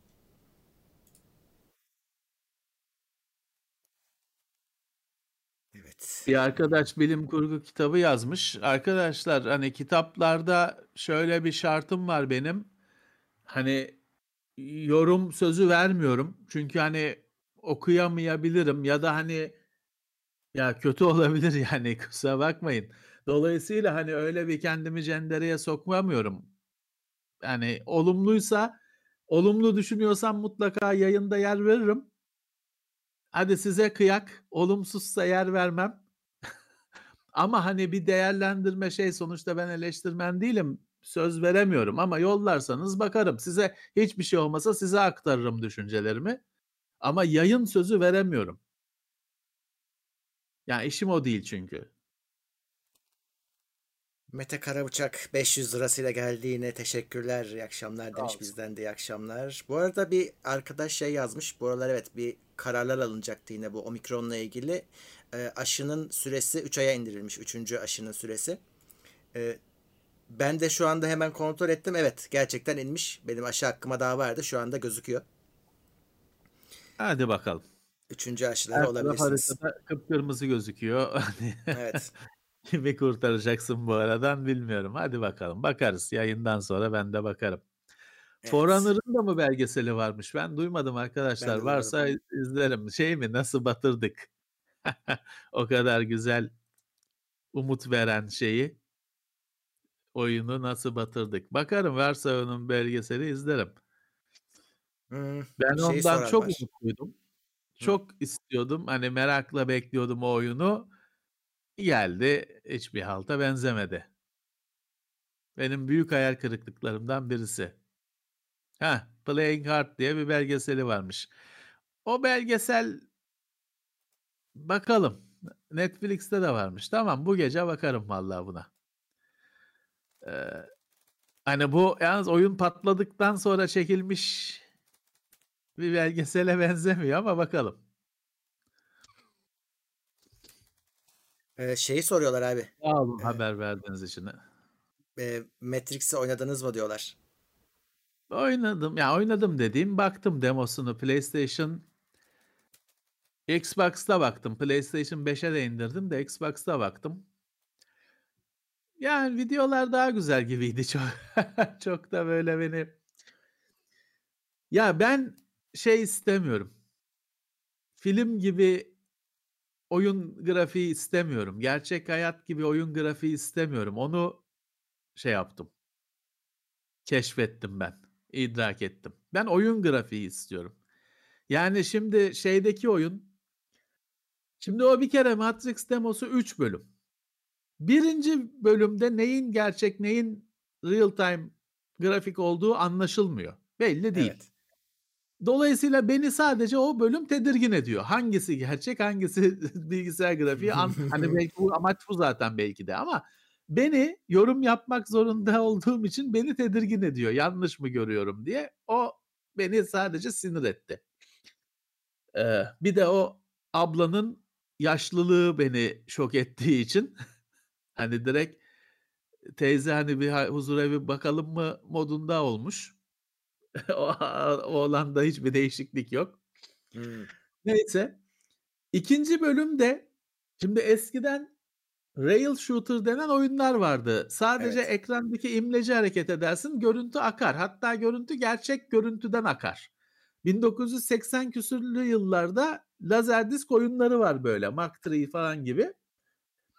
Evet. Bir arkadaş bilim kurgu kitabı yazmış. Arkadaşlar hani kitaplarda şöyle bir şartım var benim. Hani yorum sözü vermiyorum. Çünkü hani okuyamayabilirim ya da hani ya kötü olabilir yani kusura bakmayın. Dolayısıyla hani öyle bir kendimi cendereye sokmamıyorum. Yani olumluysa, olumlu düşünüyorsam mutlaka yayında yer veririm. Hadi size kıyak, olumsuzsa yer vermem. Ama hani bir değerlendirme şey sonuçta ben eleştirmen değilim. Söz veremiyorum ama yollarsanız bakarım. Size hiçbir şey olmasa size aktarırım düşüncelerimi. Ama yayın sözü veremiyorum. Yani işim o değil çünkü. Mete Karabıçak beş yüz lirasıyla geldiğine teşekkürler. İyi akşamlar Sağ demiş olsun. bizden de iyi akşamlar. Bu arada bir arkadaş şey yazmış. Bu aralar evet bir kararlar alınacaktı yine bu omikronla ilgili. Ee, aşının süresi üç aya indirilmiş. Üçüncü aşının süresi. Ee, Ben de şu anda hemen kontrol ettim. Evet gerçekten inmiş. Benim aşı hakkıma daha vardı. Şu anda gözüküyor. Hadi bakalım. Üçüncü aşıları Her taraf olabilirsiniz. haritada kıpkırmızı gözüküyor. Hani Evet. kimi kurtaracaksın bu aradan bilmiyorum. Hadi bakalım. Bakarız. Yayından sonra ben de bakarım. Evet. Foreigner'ın da mı belgeseli varmış? Ben duymadım Ben arkadaşlar. de duymadım. Varsa izlerim. Şey mi? Nasıl batırdık? O kadar güzel umut veren şeyi, oyunu nasıl batırdık? Bakarım varsa onun belgeseli izlerim. Hmm, Ben şeyi ondan soran çok var. umutluydum. Hmm. Çok istiyordum. Hani merakla bekliyordum o oyunu. Geldi, hiçbir halta benzemedi. Benim büyük hayal kırıklıklarımdan birisi. Heh, Playing Hard diye bir belgeseli varmış. O belgesel bakalım. Netflix'te de varmış. Tamam bu gece bakarım vallahi buna. Ee, Hani bu yalnız oyun patladıktan sonra çekilmiş bir belgesele benzemiyor ama bakalım. Ee, şeyi soruyorlar abi. Sağ olun Ee, haber verdiğiniz için. e, Matrix'i oynadınız mı diyorlar. Oynadım. Ya oynadım dediğim baktım demosunu PlayStation Xbox'ta baktım. PlayStation beşe de indirdim de Xbox'ta baktım. Yani videolar daha güzel gibiydi çok. Çok da böyle beni. Ya ben şey istemiyorum. Film gibi oyun grafiği istemiyorum. Gerçek hayat gibi oyun grafiği istemiyorum. Onu şey yaptım. Keşfettim ben. İdrak ettim. Ben oyun grafiği istiyorum. Yani şimdi şeydeki oyun. Şimdi o bir kere Matrix demosu üç bölüm. Birinci bölümde neyin gerçek neyin real time grafik olduğu anlaşılmıyor. Belli değil. Evet. Dolayısıyla beni sadece o bölüm tedirgin ediyor. Hangisi gerçek, hangisi bilgisayar grafiği an hani belki bu amaç bu zaten belki de ama beni yorum yapmak zorunda olduğum için beni tedirgin ediyor. Yanlış mı görüyorum diye. O beni sadece sinir etti. Eee, bir de o ablanın yaşlılığı beni şok ettiği için hani direkt teyze hani bir ha huzura bir bakalım mı modunda olmuş. O oğlanda hiçbir değişiklik yok. Hmm, Neyse. ikinci bölümde şimdi eskiden rail shooter denen oyunlar vardı. Sadece evet. ekrandaki imleci hareket edersin, görüntü akar. Hatta görüntü gerçek görüntüden akar. bin dokuz yüz seksen küsürlü yıllarda Laserdisc oyunları var böyle. Mark üç falan gibi.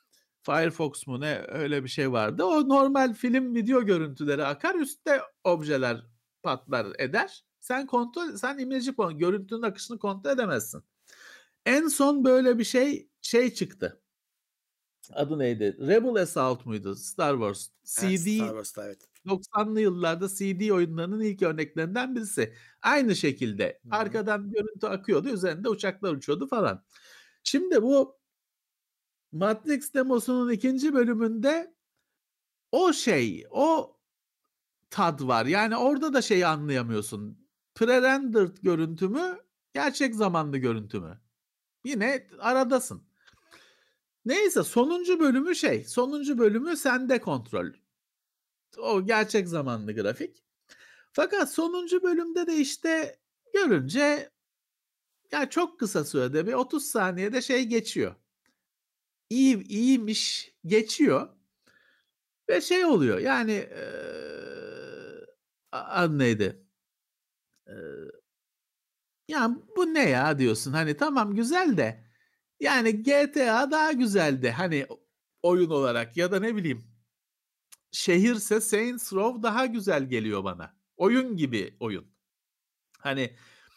Firefox mu ne öyle bir şey vardı. O normal film video görüntüleri akar, üstte objeler patlar eder. Sen kontrol sen image'i kon görüntünün akışını kontrol edemezsin. En son böyle bir şey şey çıktı. Adı neydi? Rebel Assault muydu? Star Wars. Ha, Star C D Wars'ta evet. doksanlı yıllarda C D oyunlarının ilk örneklerinden birisi. Aynı şekilde Hı hı. arkadan görüntü akıyordu, üzerinde uçaklar uçuyordu falan. Şimdi bu Matrix demosunun ikinci bölümünde o şey, o tad var. Yani orada da şeyi anlayamıyorsun. Pre-rendered görüntü mü, gerçek zamanlı görüntü mü? Yine aradasın. Neyse sonuncu bölümü şey, sonuncu bölümü sende kontrol. O gerçek zamanlı grafik. Fakat sonuncu bölümde de işte görünce ya çok kısa sürede bir otuz saniyede şey geçiyor. İyi iyiymiş geçiyor ve şey oluyor. Yani eee adı neydi? Eee, ya bu ne ya diyorsun. Hani tamam güzel de yani G T A daha güzeldi. Hani oyun olarak ya da ne bileyim şehirse Saints Row daha güzel geliyor bana. Oyun gibi oyun. Hani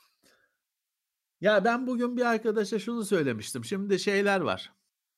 ya ben bugün bir arkadaşa şunu söylemiştim. Şimdi şeyler var.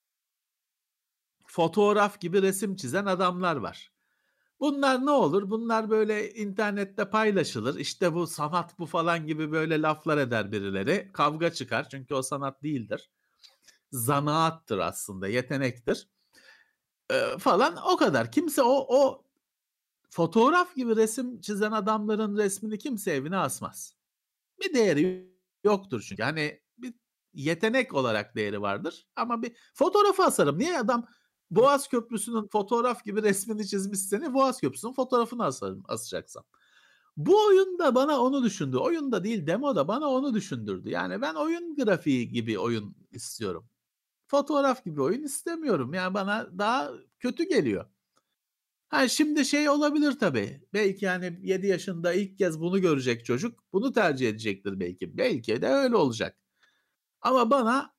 Fotoğraf gibi resim çizen adamlar var. Bunlar ne olur? Bunlar böyle internette paylaşılır. İşte bu sanat bu falan gibi böyle laflar eder birileri. Kavga çıkar çünkü o sanat değildir. Zanaattır aslında, yetenektir. Ee, falan o kadar. Kimse o o fotoğraf gibi resim çizen adamların resmini kimse evine asmaz. Bir değeri yoktur çünkü. Hani bir yetenek olarak değeri vardır ama bir fotoğrafı asarım. Niye adam Boğaz Köprüsü'nün fotoğraf gibi resmini çizmişse ne Boğaz Köprüsü'nün fotoğrafını asarım asacaksam. Bu oyunda bana onu düşündü. Oyunda değil demoda bana onu düşündürdü. Yani ben oyun grafiği gibi oyun istiyorum. Fotoğraf gibi oyun istemiyorum. Yani bana daha kötü geliyor. Ha şimdi şey olabilir tabii. Belki yani yedi yaşında ilk kez bunu görecek çocuk. Bunu tercih edecektir belki. Belki de öyle olacak. Ama bana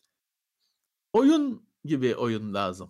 oyun gibi oyun lazım.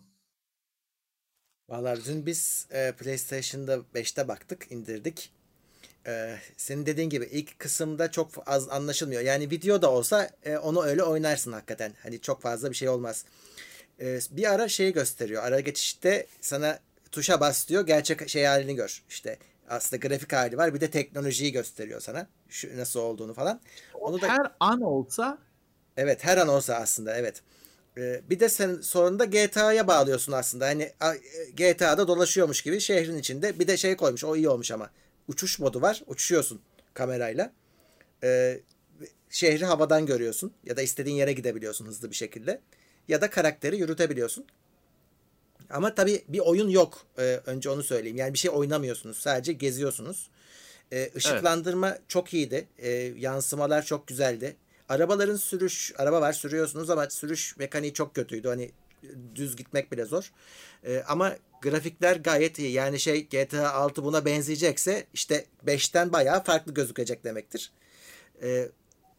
Vallahi dün biz e, PlayStation'da beşte baktık, indirdik. E, senin dediğin gibi ilk kısımda çok az anlaşılmıyor. Yani video da olsa e, onu öyle oynarsın hakikaten. Hani çok fazla bir şey olmaz. E, bir ara şeyi gösteriyor. Ara geçişte sana tuşa bas diyor. Gerçek şey halini gör. İşte aslında grafik hali var. Bir de teknolojiyi gösteriyor sana. Şu nasıl olduğunu falan. O Onu da her an olsa evet her an olsa aslında evet. Ee, bir de sen sonunda G T A'ya bağlıyorsun aslında. Hani a- G T A'da dolaşıyormuş gibi şehrin içinde. Bir de şey koymuş. O iyi olmuş ama. Uçuş modu var. Uçuyorsun kamerayla. Ee, şehri havadan görüyorsun. Ya da istediğin yere gidebiliyorsun hızlı bir şekilde. Ya da karakteri yürütebiliyorsun. Ama tabii bir oyun yok. Ee, önce onu söyleyeyim. Yani bir şey oynamıyorsunuz. Sadece geziyorsunuz. Ee, evet. ışıklandırma çok iyiydi. Ee, yansımalar çok güzeldi. Arabaların sürüş, araba var sürüyorsunuz ama sürüş mekaniği çok kötüydü. Hani düz gitmek bile zor. Ee, ama grafikler gayet iyi. Yani şey G T A altı buna benzeyecekse işte beşten bayağı farklı gözükecek demektir. Ee,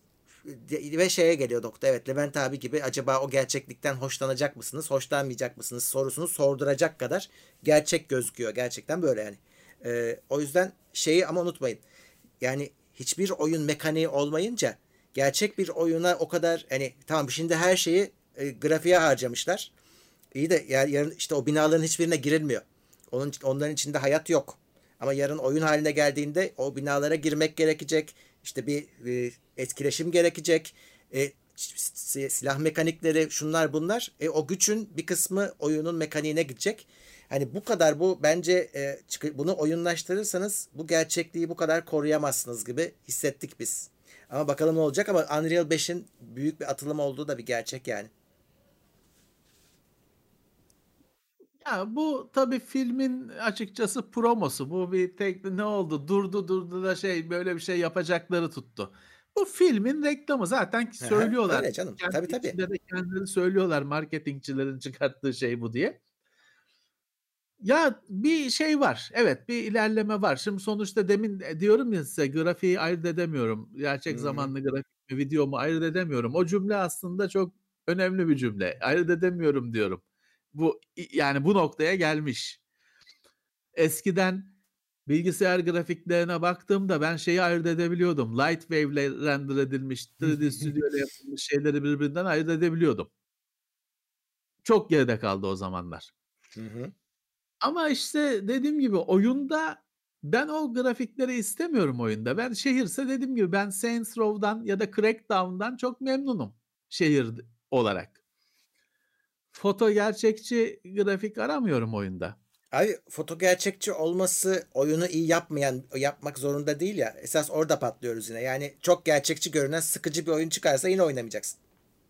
ve şeye geliyor nokta. Evet Levent abi gibi acaba o gerçeklikten hoşlanacak mısınız, hoşlanmayacak mısınız sorusunu sorduracak kadar gerçek gözüküyor. Gerçekten böyle yani. Ee, o yüzden şeyi ama unutmayın. Yani hiçbir oyun mekaniği olmayınca gerçek bir oyuna o kadar hani tamam şimdi her şeyi e, grafiğe harcamışlar. İyi de yani yarın işte o binaların hiçbirine girilmiyor. Onun onların içinde hayat yok. Ama yarın oyun haline geldiğinde o binalara girmek gerekecek. İşte bir, bir etkileşim gerekecek. E, silah mekanikleri şunlar bunlar. E, o gücün bir kısmı oyunun mekaniğine gidecek. Hani bu kadar bu bence e, bunu oyunlaştırırsanız bu gerçekliği bu kadar koruyamazsınız gibi hissettik biz. Ama bakalım ne olacak ama Unreal beşin büyük bir atılım olduğu da bir gerçek yani. Ya bu tabii filmin açıkçası promosu. Bu bir tek ne oldu? Durdu durdu da şey böyle bir şey yapacakları tuttu. Bu filmin reklamı zaten Hı hı, söylüyorlar. öyle canım. Kendi Tabii tabii. içinde de kendileri söylüyorlar marketingçilerin çıkarttığı şey bu diye. Ya bir şey var. Evet, bir ilerleme var. Şimdi sonuçta demin e, diyorum ya size grafiği ayırt edemiyorum. Gerçek Hı-hı. zamanlı grafik mi, video mu ayırt edemiyorum. O cümle aslında çok önemli bir cümle. Ayırt edemiyorum diyorum. Bu yani bu noktaya gelmiş. Eskiden bilgisayar grafiklerine baktığımda ben şeyi ayırt edebiliyordum. Lightwave ile render edilmiş, üç D Studio ile yapılmış şeyleri birbirinden ayırt edebiliyordum. Çok geride kaldı o zamanlar. Hı hı. Ama işte dediğim gibi oyunda ben o grafikleri istemiyorum oyunda. Ben şehirse dediğim gibi ben Saints Row'dan ya da Crackdown'dan çok memnunum şehir olarak. Foto gerçekçi grafik aramıyorum oyunda. Abi foto gerçekçi olması oyunu iyi yapmayan yapmak zorunda değil ya. Esas orada patlıyoruz yine. Yani çok gerçekçi görünen sıkıcı bir oyun çıkarsa yine oynamayacaksın.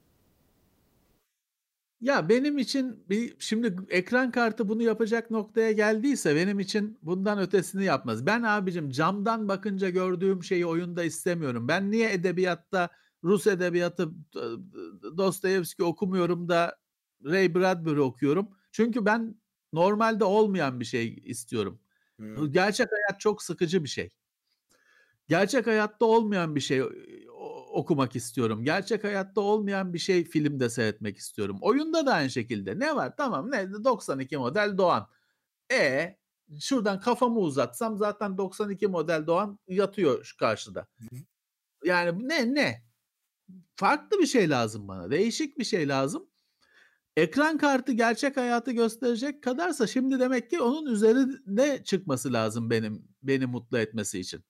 Ya benim için bir şimdi ekran kartı bunu yapacak noktaya geldiyse benim için bundan ötesini yapmaz. Ben abicim camdan bakınca gördüğüm şeyi oyunda istemiyorum. Ben niye edebiyatta Rus edebiyatı Dostoyevski okumuyorum da Ray Bradbury okuyorum? Çünkü ben normalde olmayan bir şey istiyorum. Hı. Gerçek hayat çok sıkıcı bir şey. Gerçek hayatta olmayan bir şey okumak istiyorum. Gerçek hayatta olmayan bir şey filmde seyretmek istiyorum. Oyunda da aynı şekilde. Ne var? Tamam ne? doksan iki model Doğan. E şuradan kafamı uzatsam zaten doksan iki model Doğan yatıyor şu karşıda. Yani ne ne? Farklı bir şey lazım bana. Değişik bir şey lazım. Ekran kartı gerçek hayatı gösterecek kadarsa şimdi demek ki onun üzerinde çıkması lazım benim beni mutlu etmesi için.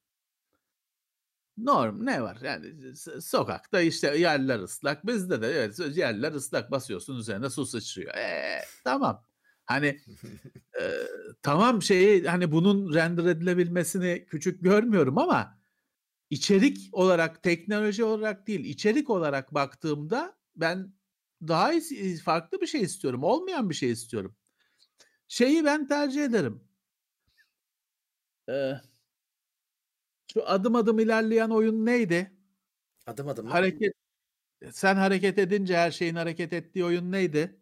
Norm ne var? Yani sokakta işte yerler ıslak. Bizde de evet yerler ıslak. Basıyorsun üzerine su sıçrıyor. Eee tamam. Hani e, tamam şeyi hani bunun render edilebilmesini küçük görmüyorum ama içerik olarak teknoloji olarak değil içerik olarak baktığımda ben daha farklı bir şey istiyorum. Olmayan bir şey istiyorum. Şeyi ben tercih ederim. Ee, şu adım adım ilerleyen oyun neydi? Adım adım mı? Hareket Sen hareket edince her şeyin hareket ettiği oyun neydi?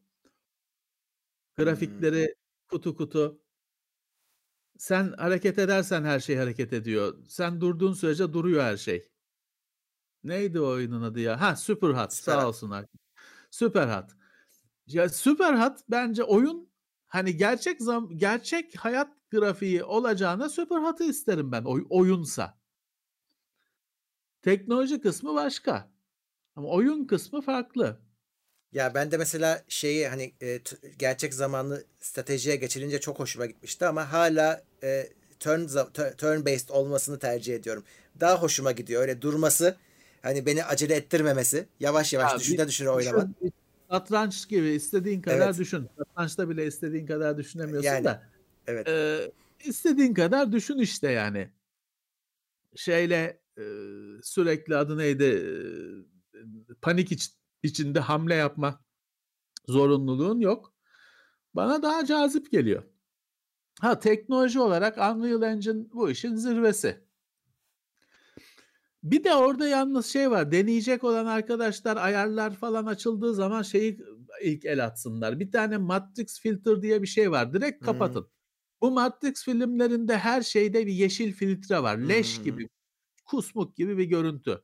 Hmm. Grafikleri kutu kutu. Sen hareket edersen her şey hareket ediyor. Sen durduğun sürece duruyor her şey. Neydi o oyunun adı ya? Ha Superhot. Sağ Süper. olsunlar. Superhot. Ya Superhot bence oyun hani gerçek zam gerçek hayat grafiği olacağına Superhot'ı isterim ben oy oyunsa. Teknoloji kısmı başka. Ama oyun kısmı farklı. Ya ben de mesela şeyi hani e, t- gerçek zamanlı stratejiye geçilince çok hoşuma gitmişti ama hala e, turn za- tu- turn based olmasını tercih ediyorum. Daha hoşuma gidiyor. Öyle durması, hani beni acele ettirmemesi, yavaş yavaş Ya bir düşüne düşüne oynama. düşün, bir satranç gibi istediğin kadar Evet. düşün. Satrançta bile istediğin kadar düşünemiyorsun Yani da evet. e, istediğin kadar düşün işte yani. Şeyle e, sürekli adı neydi? E, panik iç, içinde hamle yapma zorunluluğun yok. Bana daha cazip geliyor. Ha teknoloji olarak Unreal Engine bu işin zirvesi. Bir de orada yalnız şey var. Deneyecek olan arkadaşlar ayarlar falan açıldığı zaman şeyi ilk el atsınlar. Bir tane Matrix Filter diye bir şey var. Direkt Hı hı. kapatın. Bu Matrix filmlerinde her şeyde bir yeşil filtre var. Hı hı Leş hı. gibi, kusmuk gibi bir görüntü.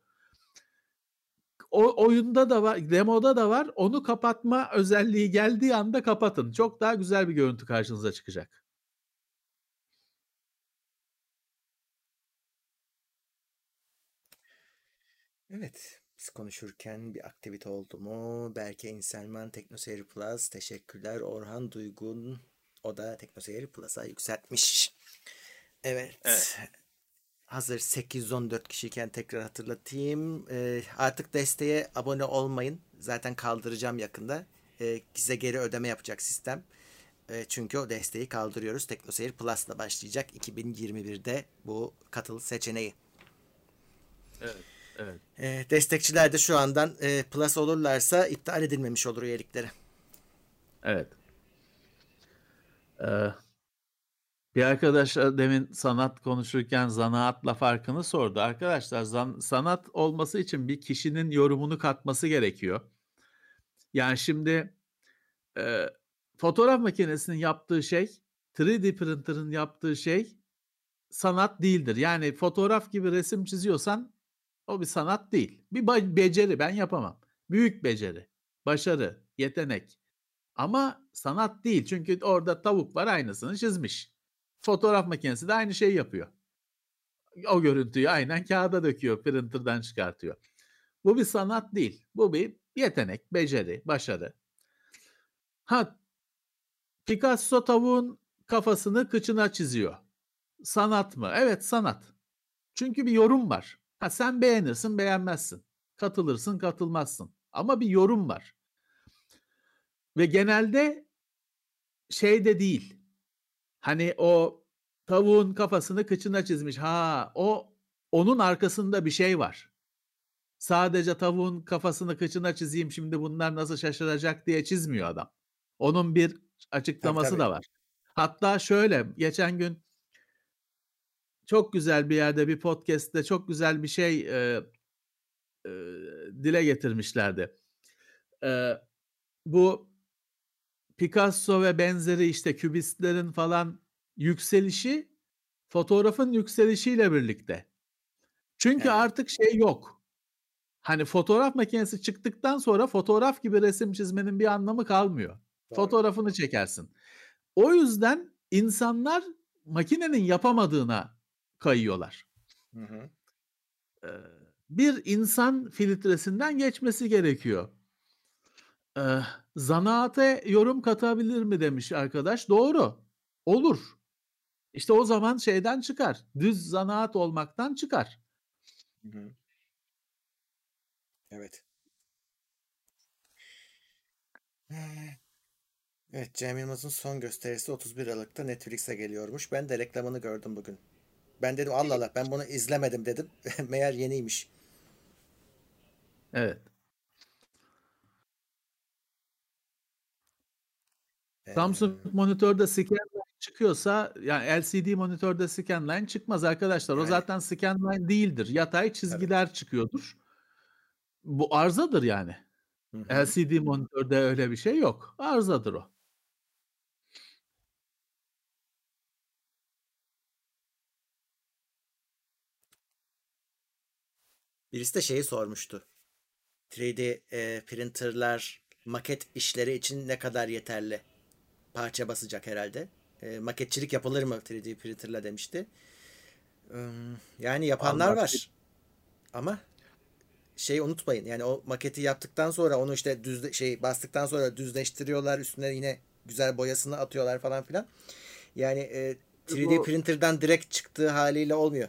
O oyunda da var, demoda da var. Onu kapatma özelliği geldiği anda kapatın. Çok daha güzel bir görüntü karşınıza çıkacak. Evet. Biz konuşurken bir aktivite oldu mu? Berke İnselman TeknoSeyir Plus. Teşekkürler. Orhan Duygun. O da TeknoSeyir Plus'a yükseltmiş. Evet. Evet. Hazır sekiz yüz on dört kişiyken tekrar hatırlatayım. Ee, artık desteğe abone olmayın. Zaten kaldıracağım yakında. Ee, size geri ödeme yapacak sistem. Ee, çünkü o desteği kaldırıyoruz. TeknoSeyir Plus'la başlayacak iki bin yirmi birde bu katıl seçeneği. Evet. Evet. Ee, destekçiler de şu andan e, Plus olurlarsa iptal edilmemiş olur üyelikleri. Evet. Ee, Bir arkadaş demin sanat konuşurken zanaatla farkını sordu. Arkadaşlar zan- sanat olması için bir kişinin yorumunu katması gerekiyor. Yani şimdi e, fotoğraf makinesinin yaptığı şey, üç D printer'ın yaptığı şey sanat değildir. Yani fotoğraf gibi resim çiziyorsan o bir sanat değil. Bir ba- beceri ben yapamam. Büyük beceri, başarı, yetenek. Ama sanat değil. Çünkü orada tavuk var, aynısını çizmiş. Fotoğraf makinesi de aynı şeyi yapıyor. O görüntüyü aynen kağıda döküyor, printer'dan çıkartıyor. Bu bir sanat değil. Bu bir yetenek, beceri, başarı. Ha, Picasso tavuğun kafasını kıçına çiziyor. Sanat mı? Evet, sanat. Çünkü bir yorum var. Ha, sen beğenirsin, beğenmezsin. Katılırsın, katılmazsın. Ama bir yorum var. Ve genelde şey de değil. Hani o tavuğun kafasını kıçına çizmiş. Ha, o onun arkasında bir şey var. Sadece tavuğun kafasını kıçına çizeyim, şimdi bunlar nasıl şaşıracak diye çizmiyor adam. Onun bir Tabii açıklaması tabii. da var. Hatta şöyle, geçen gün çok güzel bir yerde, bir podcast'te çok güzel bir şey e, e, dile getirmişlerdi. E, bu Picasso ve benzeri işte kübistlerin falan yükselişi fotoğrafın yükselişiyle birlikte. Çünkü He, artık şey yok. Hani fotoğraf makinesi çıktıktan sonra fotoğraf gibi resim çizmenin bir anlamı kalmıyor. doğru. Fotoğrafını çekersin. O yüzden insanlar makinenin yapamadığına kayıyorlar. Hı hı. Ee, bir insan filtresinden geçmesi gerekiyor. Ee, zanaate yorum katabilir mi demiş arkadaş. Doğru. Olur. İşte o zaman şeyden çıkar. Düz zanaat olmaktan çıkar. Hı hı. Evet. Evet, Cem Yılmaz'ın son gösterisi otuz bir Aralık'ta Netflix'e geliyormuş. Ben de reklamını gördüm bugün. Ben dedim Allah Allah, ben bunu izlemedim dedim. Meğer yeniymiş. Evet. Samsung Ee, monitörde scanline çıkıyorsa, yani L C D monitörde scanline çıkmaz arkadaşlar. O yani zaten scanline değildir. Yatay tabii. çizgiler çıkıyordur. Bu arızadır yani. Hı hı. L C D monitörde öyle bir şey yok. Arızadır o. Birisi de şeyi sormuştu. üç D e, printerlar maket işleri için ne kadar yeterli? Parça basacak herhalde. E, maketçilik yapılır mı üç D printerla demişti. Im, Yani yapanlar Allah var. Ama şeyi unutmayın. Yani o maketi yaptıktan sonra onu işte düz şey bastıktan sonra düzleştiriyorlar. Üstüne yine güzel boyasını atıyorlar falan filan. Yani e, üç D bu printer'dan direkt çıktığı haliyle olmuyor.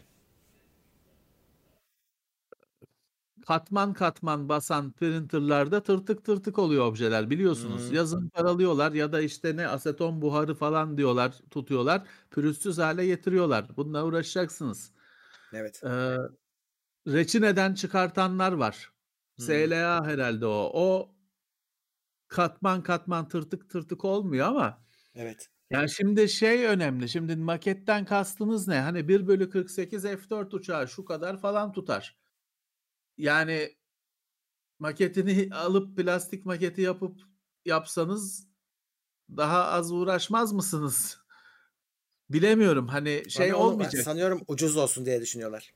katman katman basan printerlarda tırtık tırtık oluyor objeler, biliyorsunuz. Hmm, Yazın karalıyorlar ya da işte ne aseton buharı falan diyorlar, tutuyorlar. Pürüzsüz hale getiriyorlar. Bununla uğraşacaksınız. evet. Ee, reçineden çıkartanlar var. Hmm, S L A herhalde o. O katman katman tırtık tırtık olmuyor ama evet. yani şimdi şey önemli. Şimdi maketten kastınız ne? Hani bir bölü kırk sekiz F dört uçağı şu kadar falan tutar. Yani maketini alıp plastik maketi yapıp yapsanız daha az uğraşmaz mısınız? Bilemiyorum. Hani şey Ama onu olmayacak. sanıyorum ucuz olsun diye düşünüyorlar.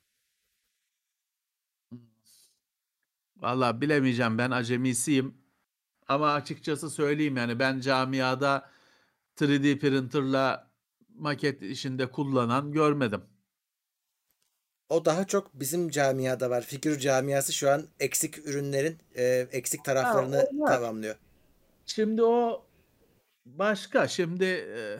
Vallahi bilemeyeceğim. Ben acemisiyim. Ama açıkçası söyleyeyim, yani ben camiada üç D printerla maket işinde kullanan görmedim. O daha çok bizim camiada var. Figür camiası şu an eksik ürünlerin e, eksik Ha, taraflarını o var. tamamlıyor. Şimdi o başka. Şimdi e,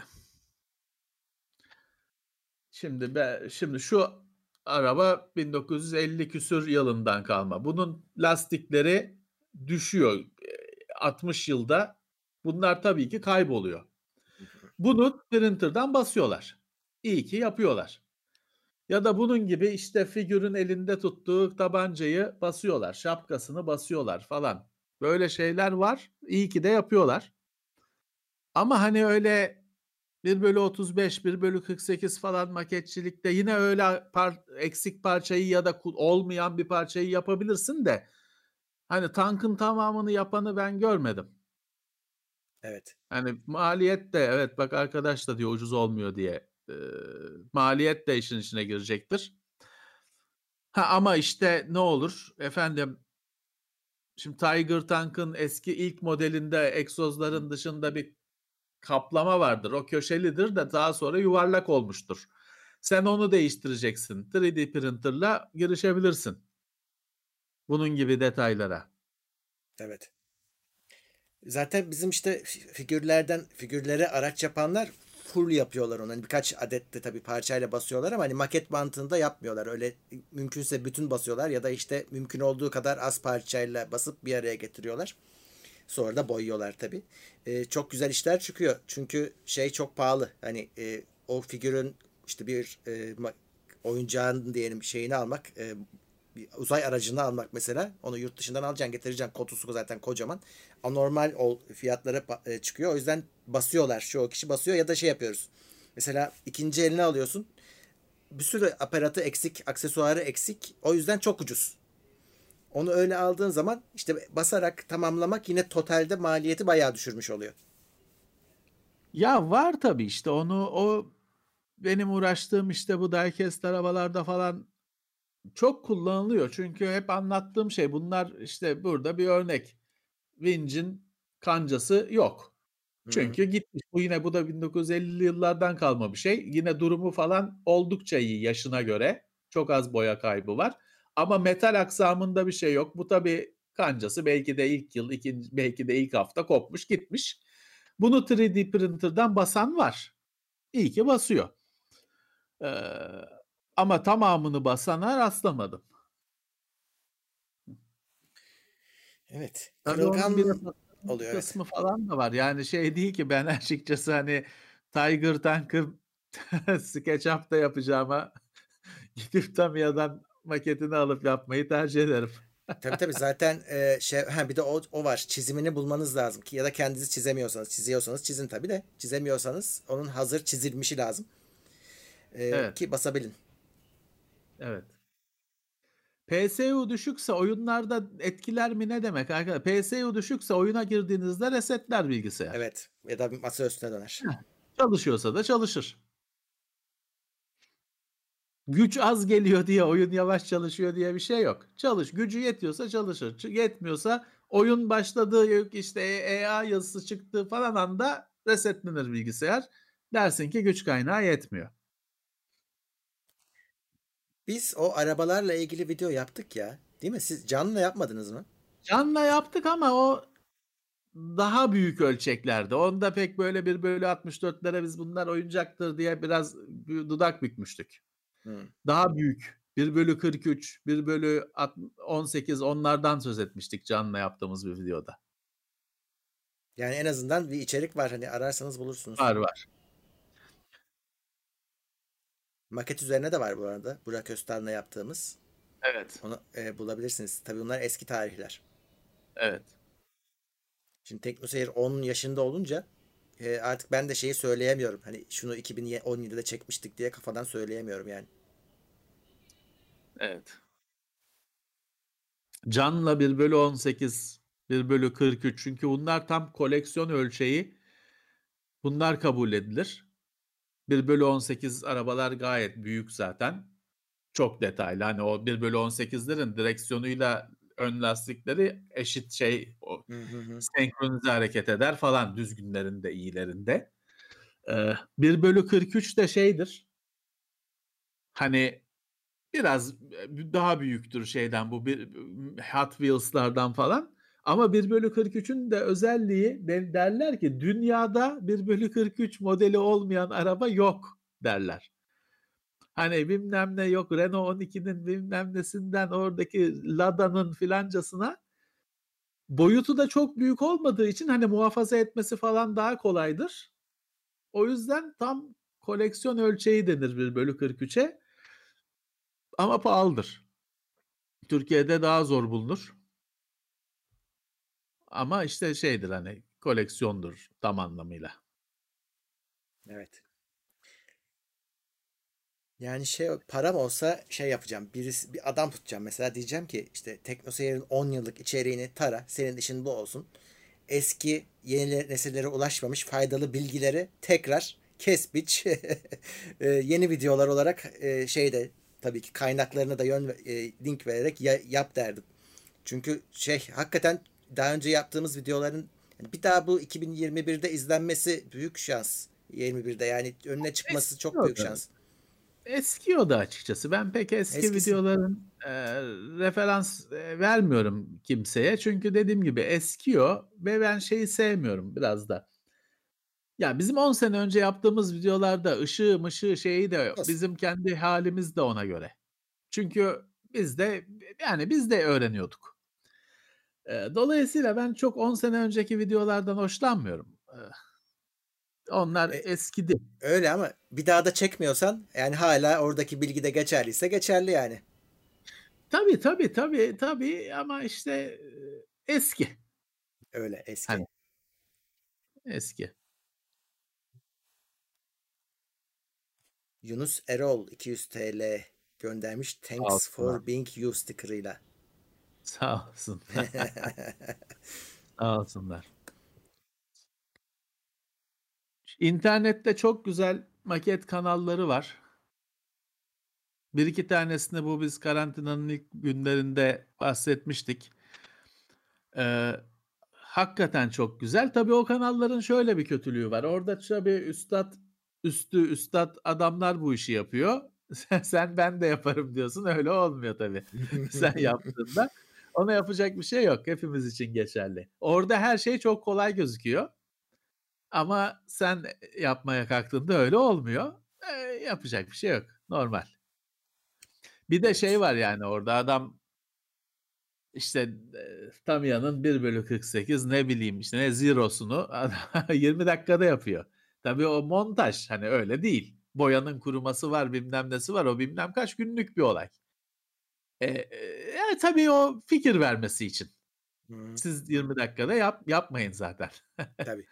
şimdi be, şimdi şu araba bin dokuz yüz elli küsür yılından kalma. Bunun lastikleri düşüyor. E, altmış yılda bunlar tabii ki kayboluyor. Bunu printer'dan basıyorlar. İyi ki yapıyorlar. Ya da bunun gibi işte figürün elinde tuttuğu tabancayı basıyorlar, şapkasını basıyorlar falan. Böyle şeyler var. İyi ki de yapıyorlar. Ama hani öyle bir bölü otuz beş, bir bölü kırk sekiz falan maketçilikte yine öyle par- eksik parçayı ya da ku- olmayan bir parçayı yapabilirsin de hani tankın tamamını yapanı ben görmedim. Evet. Hani maliyet de, evet bak arkadaş da diyor ucuz olmuyor diye. Ee, maliyet de işin içine girecektir. Ha, ama işte ne olur efendim, şimdi Tiger Tank'ın eski ilk modelinde egzozların dışında bir kaplama vardır. O köşelidir de daha sonra yuvarlak olmuştur. Sen onu değiştireceksin. üç D printer'la girişebilirsin. Bunun gibi detaylara. Evet. Zaten bizim işte figürlerden figürlere araç yapanlar full yapıyorlar onu. Hani birkaç adet de tabii parçayla basıyorlar ama hani maket mantığında yapmıyorlar. Öyle mümkünse bütün basıyorlar ya da işte mümkün olduğu kadar az parçayla basıp bir araya getiriyorlar. Sonra da boyuyorlar tabii. Ee, çok güzel işler çıkıyor. Çünkü şey çok pahalı. Hani e, o figürün işte bir e, oyuncağın diyelim şeyini almak, e, bir uzay aracını almak mesela. Onu yurt dışından alacaksın, getireceksin. Kutusu zaten kocaman. Anormal ol, fiyatlara e, çıkıyor. O yüzden basıyorlar. Çoğu kişi basıyor ya da şey yapıyoruz. Mesela ikinci eline alıyorsun. Bir sürü aparatı eksik, aksesuarı eksik. O yüzden çok ucuz. Onu öyle aldığın zaman işte basarak tamamlamak yine totalde maliyeti bayağı düşürmüş oluyor. Ya var tabii işte onu o benim uğraştığım işte bu diecast arabalarda falan çok kullanılıyor. Çünkü hep anlattığım şey bunlar işte burada bir örnek. Vinc'in kancası yok. Hı hı. Çünkü gitmiş. Bu yine bu da bin dokuz yüz ellili yıllardan kalma bir şey. Yine durumu falan oldukça iyi yaşına göre. Çok az boya kaybı var. Ama metal aksamında bir şey yok. Bu tabii kancası belki de ilk yıl, ikinci, belki de ilk hafta kopmuş gitmiş. Bunu üç D printer'dan basan var. İyi ki basıyor. Ee, ama tamamını basana rastlamadım. Evet. Tabii onun bir de Kırılgan tasarım oluyor, evet. kısmı falan da var. Yani şey değil ki ben açıkçası hani Tiger Tank'ın SketchUp'ta yapacağıma gidip Tamiya'dan maketini alıp yapmayı tercih ederim. Tabii tabii zaten e, şey ha bir de o, o var. Çizimini bulmanız lazım ki ya da kendiniz çizemiyorsanız, çiziyorsanız çizin tabii de çizemiyorsanız onun hazır çizilmişi lazım. E, Evet, ki basabilin. evet. P S U düşükse oyunlarda etkiler mi ne demek arkadaşlar? P S U düşükse oyuna girdiğinizde resetler bilgisayar. Evet. Ya da bir masa üstüne döner. Heh, çalışıyorsa da çalışır. Güç az geliyor diye oyun yavaş çalışıyor diye bir şey yok. Çalış. Gücü yetiyorsa çalışır. Ç- Yetmiyorsa oyun başladığı yok işte E A yazısı çıktığı falan anda resetlenir bilgisayar. Dersin ki güç kaynağı yetmiyor. Biz o arabalarla ilgili video yaptık ya. Değil mi? Siz canlı yapmadınız mı? Canla yaptık ama o daha büyük ölçeklerde. Onda pek böyle bir bölü altmış dörtlere biz bunlar oyuncaktır diye biraz dudak bükmüştük. Hı. Daha büyük. bir bölü kırk üç, bir bölü on sekiz onlardan söz etmiştik canlı yaptığımız bir videoda. Yani en azından bir içerik var. Hani ararsanız bulursunuz. Var var. Maket üzerine de var bu arada. Burak Öztan'la yaptığımız. Evet. Onu e, bulabilirsiniz. Tabii bunlar eski tarihler. Evet. Şimdi TeknoSeyir on yaşında olunca e, artık ben de şeyi söyleyemiyorum. Hani şunu iki bin on yedide çekmiştik diye kafadan söyleyemiyorum yani. Evet. Canla bir bölü on sekiz, bir bölü kırk üç. Çünkü bunlar tam koleksiyon ölçeği. Bunlar kabul edilir. bir bölü on sekiz arabalar gayet büyük zaten. Çok detaylı. Hani o bir bölü on sekizlerin direksiyonuyla ön lastikleri eşit şey o Hı hı hı. senkronize hareket eder falan düzgünlerinde iyilerinde. Ee, bir bölü kırk üç de şeydir. Hani biraz e, daha büyüktür şeyden bu bir Hot Wheels'lardan falan. Ama bir bölü kırk üçün de özelliği de- derler ki dünyada bir bölü kırk üç modeli olmayan araba yok derler. Hani bilmem ne yok Renault on ikinin bilmem nesinden oradaki Lada'nın filancasına boyutu da çok büyük olmadığı için hani muhafaza etmesi falan daha kolaydır. O yüzden tam koleksiyon ölçeği denir bir bölü kırk üçe ama pahalıdır. Türkiye'de daha zor bulunur. Ama işte şeydir hani koleksiyondur tam anlamıyla. Evet. Yani şey param olsa şey yapacağım. Birisi, bir adam tutacağım. Mesela diyeceğim ki işte TeknoSeyir'in on yıllık içeriğini tara. Senin işin bu olsun. Eski yeni nesillere ulaşmamış faydalı bilgileri tekrar kes biç e, yeni videolar olarak e, şeyde tabii ki kaynaklarına da yön e, link vererek ya- yap derdim. Çünkü şey hakikaten daha önce yaptığımız videoların yani bir daha bu iki bin yirmi birde izlenmesi büyük şans. yirmi birde yani önüne çıkması çok büyük Eskiyordu. şans. Eskiyordu açıkçası. Ben pek eski Eskisi. videoların eee, referans eee, vermiyorum kimseye. Çünkü dediğim gibi eskiyor ve ben şeyi sevmiyorum biraz da. Ya bizim on sene önce yaptığımız videolarda ışığı mışığı şeyi de Olsun. bizim kendi halimiz de ona göre. Çünkü biz de yani biz de öğreniyorduk. Eee, dolayısıyla ben çok on sene önceki videolardan hoşlanmıyorum. Eee, onlar E, eskidi. öyle ama bir daha da çekmiyorsan yani hala oradaki bilgi de geçerliyse geçerli yani. Tabii, tabii, tabii, tabii ama işte, eee, eski. Öyle eski. Hani eski. Yunus Erol iki yüz T L göndermiş. Sağ Thanks olsunlar. for being you sticker'ıyla. Sağ olsun. Sağ olsunlar. İnternette çok güzel maket kanalları var. bir iki tanesini bu biz karantinanın ilk günlerinde bahsetmiştik. Eee, hakikaten çok güzel. Tabii o kanalların şöyle bir kötülüğü var. Orada tabii üstat üstü üstat adamlar bu işi yapıyor. Sen sen ben de yaparım diyorsun. Öyle olmuyor tabii. Sen yaptığında. Ona yapacak bir şey yok. Hepimiz için geçerli. Orada her şey çok kolay gözüküyor. Ama sen yapmaya kalktığında öyle olmuyor. Eee, yapacak bir şey yok. Normal. Bir de şey Evet. var yani orada adam işte eee, Tamiya'nın bir bölü kırk sekiz ne bileyim işte ne Zero'sunu yirmi dakikada yapıyor. Tabii o montaj hani öyle değil. Boyanın kuruması var bilmem nesi var o bilmem kaç günlük bir olay. Eee, eee, tabii o fikir vermesi için. Hı, Siz yirmi dakikada yap, yapmayın zaten. tabii.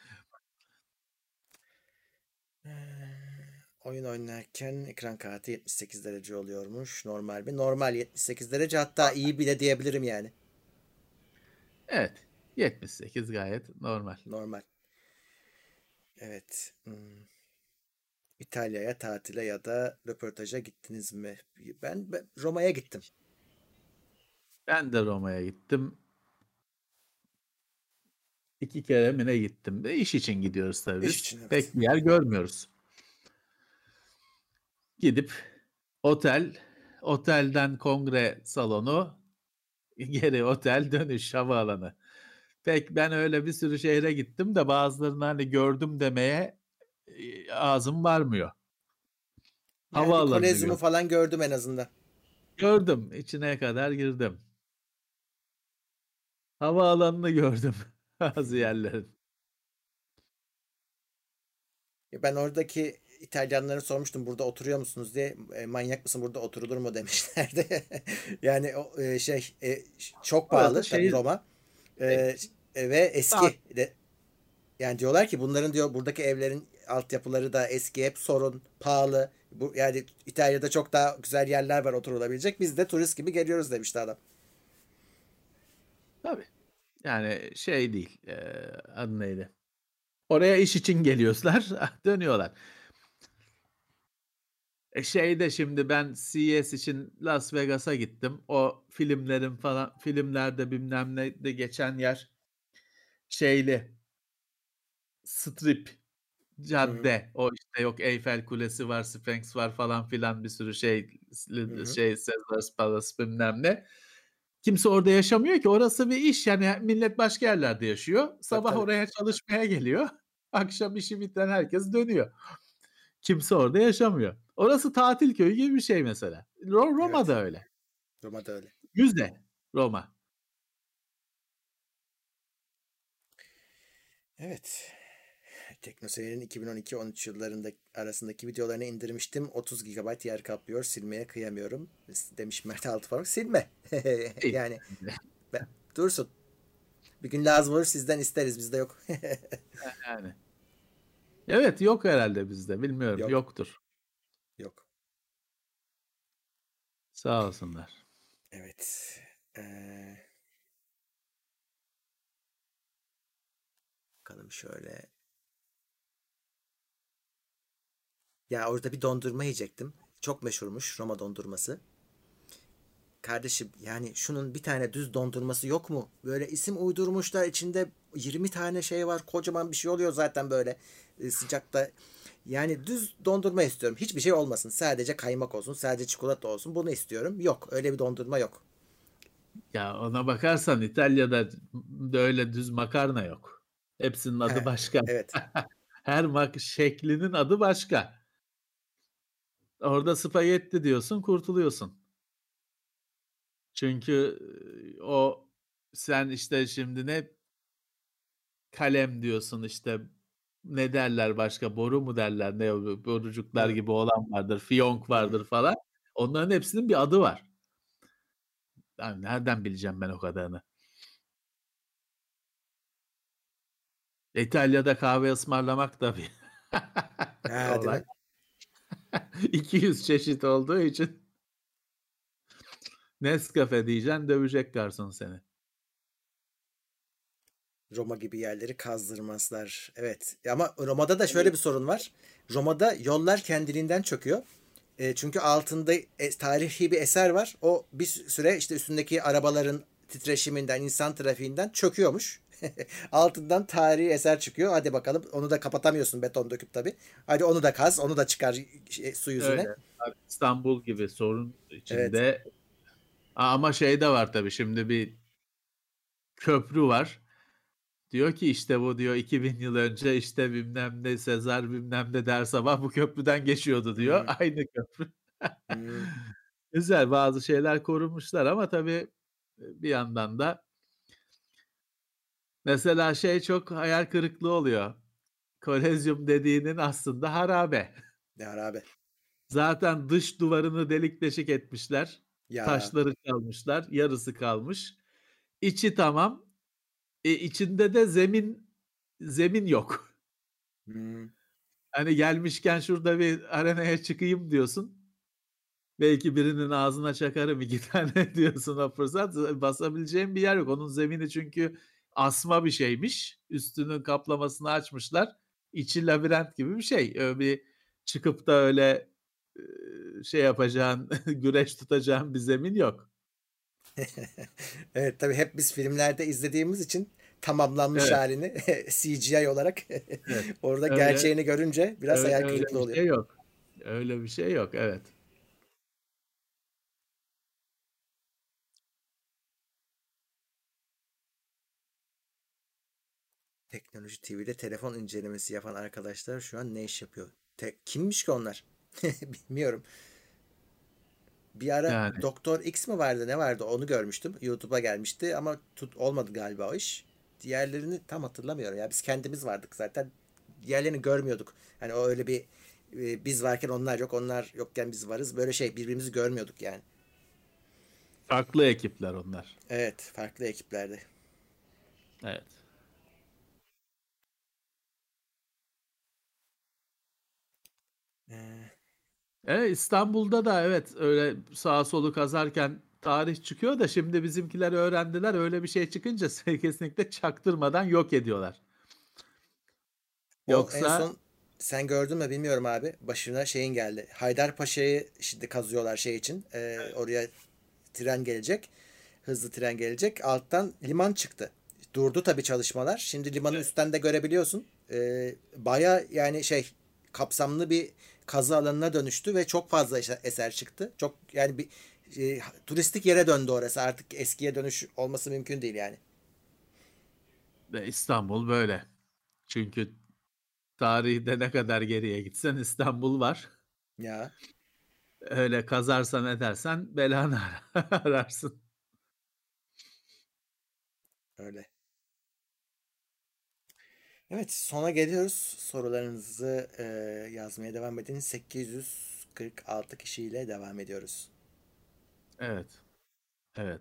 Ee, oyun oynarken ekran kartı yetmiş sekiz derece oluyormuş. Normal mi? Normal yetmiş sekiz derece hatta iyi bile diyebilirim yani. Evet. yetmiş sekiz gayet normal. Normal. Evet. Hmm. İtalya'ya tatile ya da röportaja gittiniz mi? Ben, ben Roma'ya gittim. Ben de Roma'ya gittim. iki kere mi ne gittim de iş için gidiyoruz tabii İş biz. için evet. Pek bir yer görmüyoruz. Gidip otel, otelden kongre salonu, geri otel, dönüş havaalanı. Pek ben öyle bir sürü şehre gittim de bazılarını hani gördüm demeye e, ağzım varmıyor. Yani bir Havaalanını Kolezyumu gördüm. falan gördüm en azından. Gördüm, içine kadar girdim. Havaalanını gördüm bazı Hmm. yerlerin. Ben oradaki İtalyanlara sormuştum burada oturuyor musunuz diye. E, manyak mısın burada oturulur mu demişlerdi. Yani o e, şey e, çok Orası pahalı tabii şehir Roma. şey, E, e, ve saat eski de yani diyorlar ki bunların diyor buradaki evlerin altyapıları da eski hep sorun pahalı. Bu yani İtalya'da çok daha güzel yerler var oturulabilecek. Biz de turist gibi geliyoruz demişti adam. tabii. Yani şey değil. E, adı neydi? Oraya iş için geliyorlar, dönüyorlar. E şeyde şimdi ben C E S için Las Vegas'a gittim. O filmlerin falan filmlerde bilmem ne de geçen yer şeyli strip Hı hı. cadde. O işte yok Eyfel Kulesi var, Sphinx var falan filan bir sürü şey Hı hı. şey Caesar's Palace bilmem ne. Kimse orada yaşamıyor ki. Orası bir iş yani millet başka yerlerde yaşıyor. Tabii Sabah tabii. oraya çalışmaya geliyor. Akşam işi biten herkes dönüyor. Kimse orada yaşamıyor. Orası tatil köyü gibi bir şey mesela. Ro Evet. Roma'da öyle. Roma'da öyle. Müze Roma. Evet. TeknoSeyir'in iki bin on iki on üç yıllarında arasındaki videolarını indirmiştim. otuz gigabayt yer kaplıyor. Silmeye kıyamıyorum. Demiş Mert Altıparmak. Silme. Değil. Yani be- dursun. Bir gün lazım olur sizden isteriz. Bizde yok. Yani. Evet, yok herhalde bizde. Bilmiyorum. Yok. Yoktur. Yok. Sağ olsunlar. Evet. Ee, bakalım şöyle. Ya orada bir dondurma yiyecektim. Çok meşhurmuş Roma dondurması. kardeşim yani şunun bir tane düz dondurması yok mu? Böyle isim uydurmuşlar, içinde yirmi tane şey var, kocaman bir şey oluyor zaten böyle e, sıcakta. Yani düz dondurma istiyorum. Hiçbir şey olmasın. Sadece kaymak olsun, sadece çikolata olsun. Bunu istiyorum. Yok, öyle bir dondurma yok. Ya ona bakarsan İtalya'da da öyle düz makarna yok. Hepsinin He, adı başka. evet. Her mak şeklinin adı başka. Orada spagetti diyorsun, kurtuluyorsun. Çünkü e, o sen işte şimdi ne kalem diyorsun işte ne derler başka boru mu derler ne o borucuklar Hı, gibi olan vardır, fiyonk hı. vardır falan. Onların hepsinin bir adı var. Yani nereden bileceğim ben o kadarını? İtalya'da kahve ısmarlamak da bir Ha, değil olay. mi? iki yüz çeşit olduğu için Nescafe diyeceksin dövecek garson seni. Roma gibi yerleri kazdırmazlar. Evet. Ama Roma'da da şöyle Evet. bir sorun var. Roma'da yollar kendiliğinden çöküyor. E, çünkü altında e, tarihi bir eser var. O bir süre işte üstündeki arabaların titreşiminden, insan trafiğinden çöküyormuş. Altından tarihi eser çıkıyor. Hadi bakalım. Onu da kapatamıyorsun beton döküp tabii. Hadi onu da kaz, onu da çıkar şey, su yüzüne. Öyle. İstanbul gibi sorun Evet. içinde. Ama şey de var tabii şimdi bir köprü var. Diyor ki işte bu diyor iki bin yıl önce işte bilmem ne Sezar bilmem ne der sabah bu köprüden geçiyordu diyor. Hmm, Aynı köprü. hmm. Güzel bazı şeyler korunmuşlar ama tabii e, bir yandan da mesela şey çok hayal kırıklığı oluyor. Kolezyum dediğinin aslında harabe. Ne harabe. Zaten dış duvarını delik deşik etmişler. Ya. Taşları kalmışlar. Yarısı kalmış. İçi tamam. E, içinde de zemin zemin yok. Hmm. Hani gelmişken şurada bir arenaya çıkayım diyorsun. Belki birinin ağzına çakarım iki tane diyorsun o fırsat. Basabileceğim bir yer yok. Onun zemini çünkü asma bir şeymiş. Üstünün kaplamasını açmışlar. İçi labirent gibi bir şey. Öyle bir çıkıp da öyle e, şey yapacağın, güreş tutacağın bir zemin yok. Evet, tabii hep biz filmlerde izlediğimiz için tamamlanmış Evet, halini C G I olarak evet. orada Öyle gerçeğini görünce biraz öyle, hayal öyle kırıklığı bir oluyor. şey yok. Öyle bir şey yok. Evet. Teknoloji T V'de telefon incelemesi yapan arkadaşlar şu an ne iş yapıyor? Te- Kimmiş ki onlar? Bilmiyorum. Bir ara Yani Doktor X mi vardı, ne vardı, onu görmüştüm. YouTube'a gelmişti ama tut olmadı galiba o iş. Diğerlerini tam hatırlamıyorum ya. Biz kendimiz vardık zaten. Diğerlerini görmüyorduk. Hani o öyle bir e, biz varken onlar yok, onlar yokken biz varız. Böyle şey, birbirimizi görmüyorduk yani. farklı ekipler onlar. Evet, farklı ekiplerde. Evet. Ee, Evet, İstanbul'da da evet öyle sağa solu kazarken tarih çıkıyor da şimdi bizimkiler öğrendiler öyle bir şey çıkınca kesinlikle çaktırmadan yok ediyorlar. O en Yoksa son sen gördün mü bilmiyorum abi. Başına şeyin geldi. Haydarpaşa'yı şimdi kazıyorlar şey için. Ee, oraya tren gelecek. Hızlı tren gelecek. Alttan liman çıktı. Durdu tabii çalışmalar. Şimdi limanın üstten de görebiliyorsun. Ee, baya yani şey, kapsamlı bir kazı alanına dönüştü ve çok fazla işte eser çıktı. Çok yani bir e, turistik yere döndü orası. Artık eskiye dönüş olması mümkün değil yani. e, İstanbul böyle. Çünkü tarihte ne kadar geriye gitsen İstanbul var. Ya Öyle kazarsan edersen belanı ararsın. öyle. Evet, sona geliyoruz. Sorularınızı e, yazmaya devam edin. sekiz yüz kırk altı kişiyle devam ediyoruz. Evet. Evet.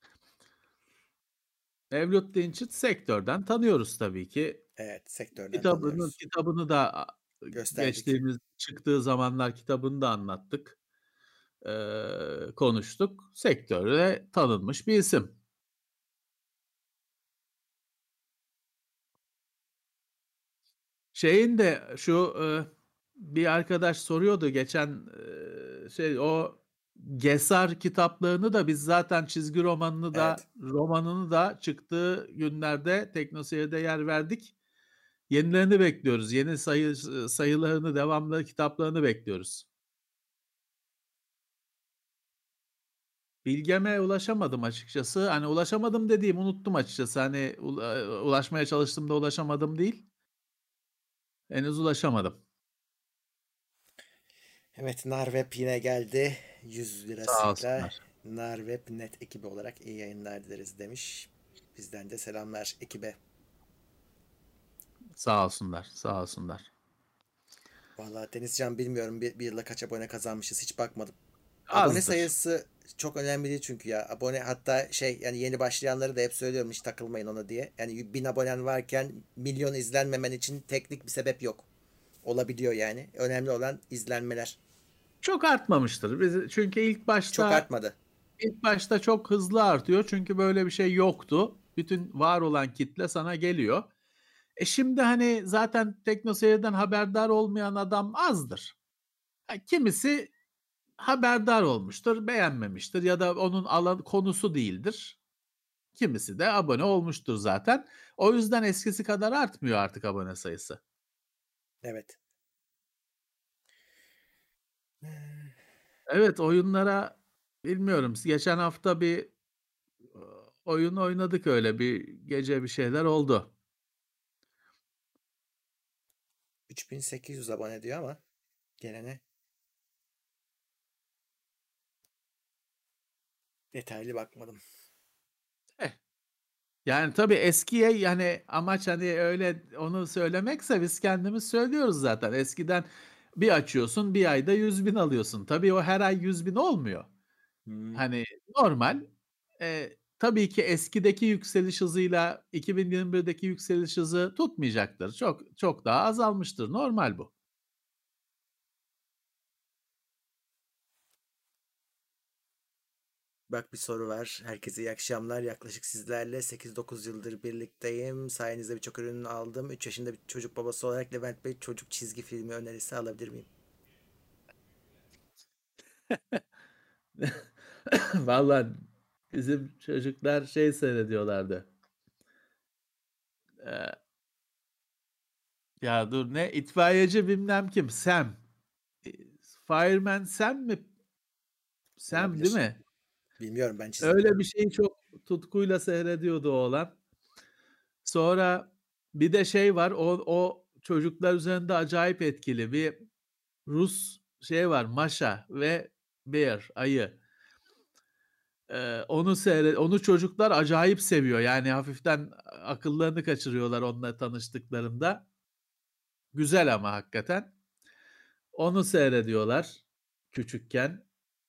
Mevlüt Dinç'i sektörden tanıyoruz tabii ki. Evet, sektörden Kitabını tanıyoruz. kitabını da Gösterdik. geçtiğimiz çıktığı zamanlar kitabını da anlattık. Eee, konuştuk. Sektörde tanınmış bir isim. Şeyin de şu, eee, bir arkadaş soruyordu geçen, eee, şey o Gesar kitaplarını da biz zaten çizgi romanını Evet. da romanını da çıktığı günlerde TeknoSeyir'de yer verdik. Yenilerini bekliyoruz. Yeni sayı sayılarını, devamlı kitaplarını bekliyoruz. Bilgeme ulaşamadım açıkçası. Hani ulaşamadım dediğim, unuttum açıkçası. Hani ula ulaşmaya çalıştım da ulaşamadım değil. Henüz ulaşamadım. Evet, Narweb yine geldi yüz Sağ lirasıyla. olsunlar. Narweb Net ekibi olarak iyi yayınlar dileriz demiş. Bizden de selamlar ekibe. Sağ olsunlar. Sağ olsunlar. Vallahi Denizcan bilmiyorum bir, bir yılda kaç abone kazanmışız hiç bakmadım. Abone Azdır. sayısı çok önemli değil çünkü ya. Abone hatta şey yani yeni başlayanları da hep söylüyorum hiç takılmayın ona diye. Yani bin abonen varken milyon izlenmemen için teknik bir sebep yok. Olabiliyor yani. Önemli olan izlenmeler. Çok artmamıştır. Biz çünkü ilk Çok başta artmadı. ilk başta çok hızlı artıyor. Çünkü böyle bir şey yoktu. Bütün var olan kitle sana geliyor. E şimdi hani zaten TeknoSeyir'den haberdar olmayan adam azdır. Ha, kimisi haberdar olmuştur, beğenmemiştir ya da onun alan konusu değildir. Kimisi de abone olmuştur zaten. O yüzden eskisi kadar artmıyor artık abone sayısı. Evet. Evet, oyunlara bilmiyorum. Geçen hafta bir e, oyun oynadık, öyle bir gece bir şeyler oldu. üç bin sekiz yüz abone diyor ama gelene detaylı bakmadım. Eh, yani tabii eskiye, yani amaç hani öyle onu söylemekse biz kendimiz söylüyoruz zaten. Eskiden bir açıyorsun, bir ayda yüz bin alıyorsun. Tabii o her ay yüz bin olmuyor. Hmm. Hani normal. Eee, tabii ki eskideki yükseliş hızıyla iki bin yirmi birdeki yükseliş hızı tutmayacaktır. Çok çok daha azalmıştır. Normal bu. Bak bir soru var. Herkese iyi akşamlar. Yaklaşık sizlerle sekiz dokuz yıldır birlikteyim. Sayenizde birçok ürünü aldım. üç yaşında bir çocuk babası olarak Levent Bey çocuk çizgi filmi önerisi alabilir miyim? Vallahi bizim çocuklar şey seyrediyorlardı. Eee, ya dur, ne itfaiyeci bilmem kim, Sam. Eee, Fireman Sam mi? Sam değil Olabilir. mi? Bilmiyorum ben çizmedim. Öyle bir şeyi çok tutkuyla seyrediyordu oğlan. Sonra bir de şey var, o o çocuklar üzerinde acayip etkili bir Rus şey var, Masha ve Bear, ayı. Eee, onu seyre onu çocuklar acayip seviyor. Yani hafiften akıllarını kaçırıyorlar onunla tanıştıklarında. Güzel ama hakikaten. Onu seyrediyorlar küçükken.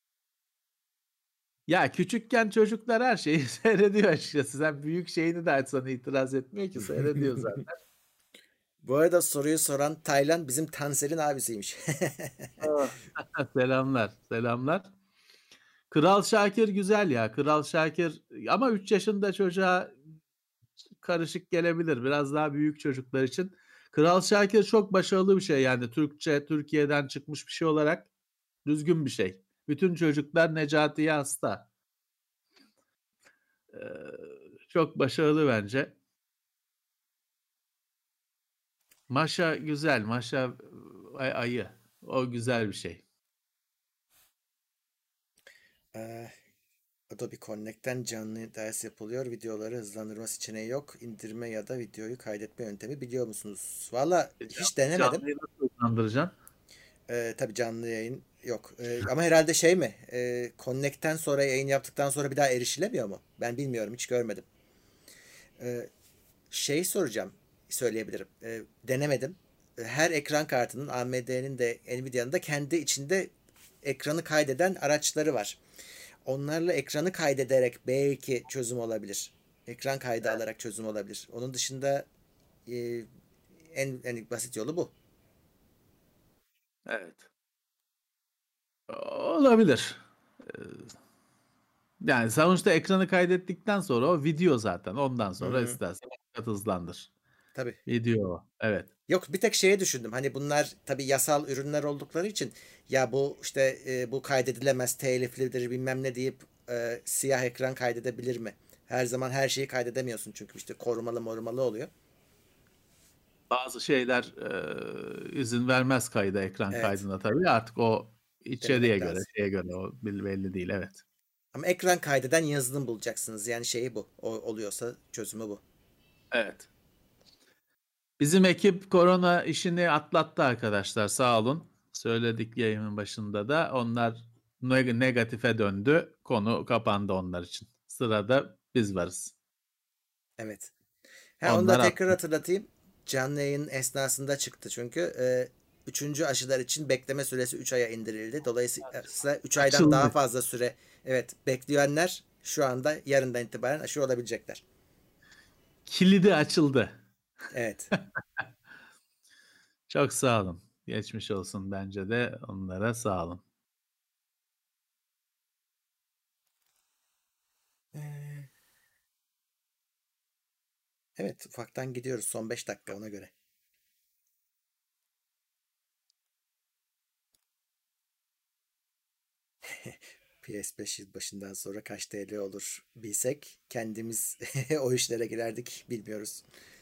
Ya küçükken çocuklar her şeyi seyrediyor açıkçası. Sen büyük şeyini de açsan itiraz etmiyor ki, seyrediyor zaten. Bu arada soruyu soran Taylan bizim Tansel'in abisiymiş. Ah. Selamlar, selamlar. Kral Şakir güzel ya. Kral Şakir ama üç yaşında çocuğa karışık gelebilir. Biraz daha büyük çocuklar için. Kral Şakir çok başarılı bir şey, yani Türkçe, Türkiye'den çıkmış bir şey olarak düzgün bir şey. Bütün çocuklar Necati'ye hasta. Ee, çok başarılı bence. Maşa güzel. Maşa ay- ayı. O güzel bir şey. Ee, Adobe Connect'ten canlı ders yapılıyor. Videoları hızlandırma seçeneği yok. İndirme ya da videoyu kaydetme yöntemi biliyor musunuz? Valla E, can- hiç denemedim. Canlıyı nasıl hızlandıracaksın? Ee, tabii canlı yayın yok. Ee, ama herhalde şey mi? Ee, Connect'ten sonra yayın yaptıktan sonra bir daha erişilemiyor mu? Ben bilmiyorum, hiç görmedim. Ee, Şey soracağım, söyleyebilirim. Ee, denemedim. Ee, Her ekran kartının A M D'nin de Nvidia'nın da kendi içinde ekranı kaydeden araçları var. Onlarla ekranı kaydederek belki çözüm olabilir. Ekran kaydı alarak çözüm olabilir. Onun dışında e, en, en basit yolu bu. Evet. Olabilir. Ee, Yani sonuçta ekranı kaydettikten sonra o video zaten. Ondan Hı sonra hı. istersen hızlandır. Tabii. Video. Evet. Yok, bir tek şeye düşündüm. Hani bunlar tabii yasal ürünler oldukları için ya bu işte e, bu kaydedilemez, teliflidir bilmem ne deyip e, siyah ekran kaydedebilir mi? Her zaman her şeyi kaydedemiyorsun çünkü işte korumalı morumalı oluyor. Bazı şeyler e, izin vermez kayda, ekran Evet. kaydına tabii. Artık o içeriğe Denemek göre, lazım. şeye göre o bil- belli değil. Evet. Ama ekran kaydeden yazılım bulacaksınız. Yani şeyi bu. O oluyorsa çözümü bu. Evet. Bizim ekip korona işini atlattı arkadaşlar, sağ olun. Söyledik yayının başında da. Onlar neg- negatife döndü. Konu kapandı onlar için. Sırada biz varız. Evet. Ha, onu da Onlar tekrar atlattı. hatırlatayım. Canlı yayın esnasında çıktı çünkü. E, üçüncü aşılar için bekleme süresi üç aya indirildi. Dolayısıyla üç aydan daha Açıldı. fazla süre, evet, bekleyenler şu anda yarından itibaren aşı olabilecekler. Kilidi açıldı. Evet. Çok sağ olun. Geçmiş olsun bence de onlara, sağ olun. Ee, evet, ufaktan gidiyoruz, son beş dakika ona göre. P S beş yılbaşından sonra kaç T L olur bilsek kendimiz o işlere girerdik, bilmiyoruz.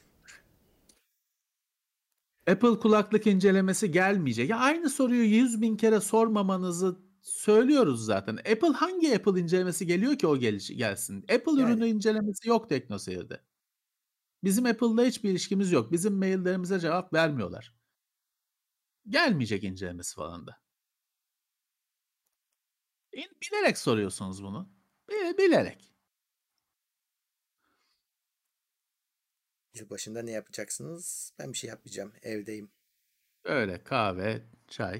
Apple kulaklık incelemesi gelmeyecek. Ya aynı soruyu yüz bin kere sormamanızı söylüyoruz zaten. Apple hangi Apple incelemesi geliyor ki o gel gelsin? Apple ürünü Yani incelemesi yok TeknoSeyir'de. Bizim Apple'la hiçbir ilişkimiz yok. Bizim maillerimize cevap vermiyorlar. Gelmeyecek incelemesi falan da. İn- Bilerek soruyorsunuz bunu. Bil- Bilerek. yılbaşında ne yapacaksınız? Ben bir şey yapmayacağım. Evdeyim. Öyle kahve, çay.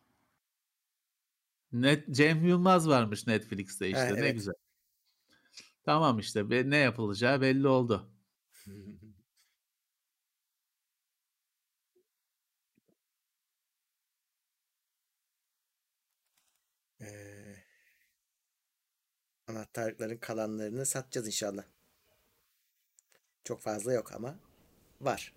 Net, Cem Yılmaz varmış Netflix'te Ha, işte, ne evet. güzel. Tamam işte, be- ne yapılacağı belli oldu. Ee, anahtarlıkların kalanlarını satacağız inşallah. Çok fazla yok ama var.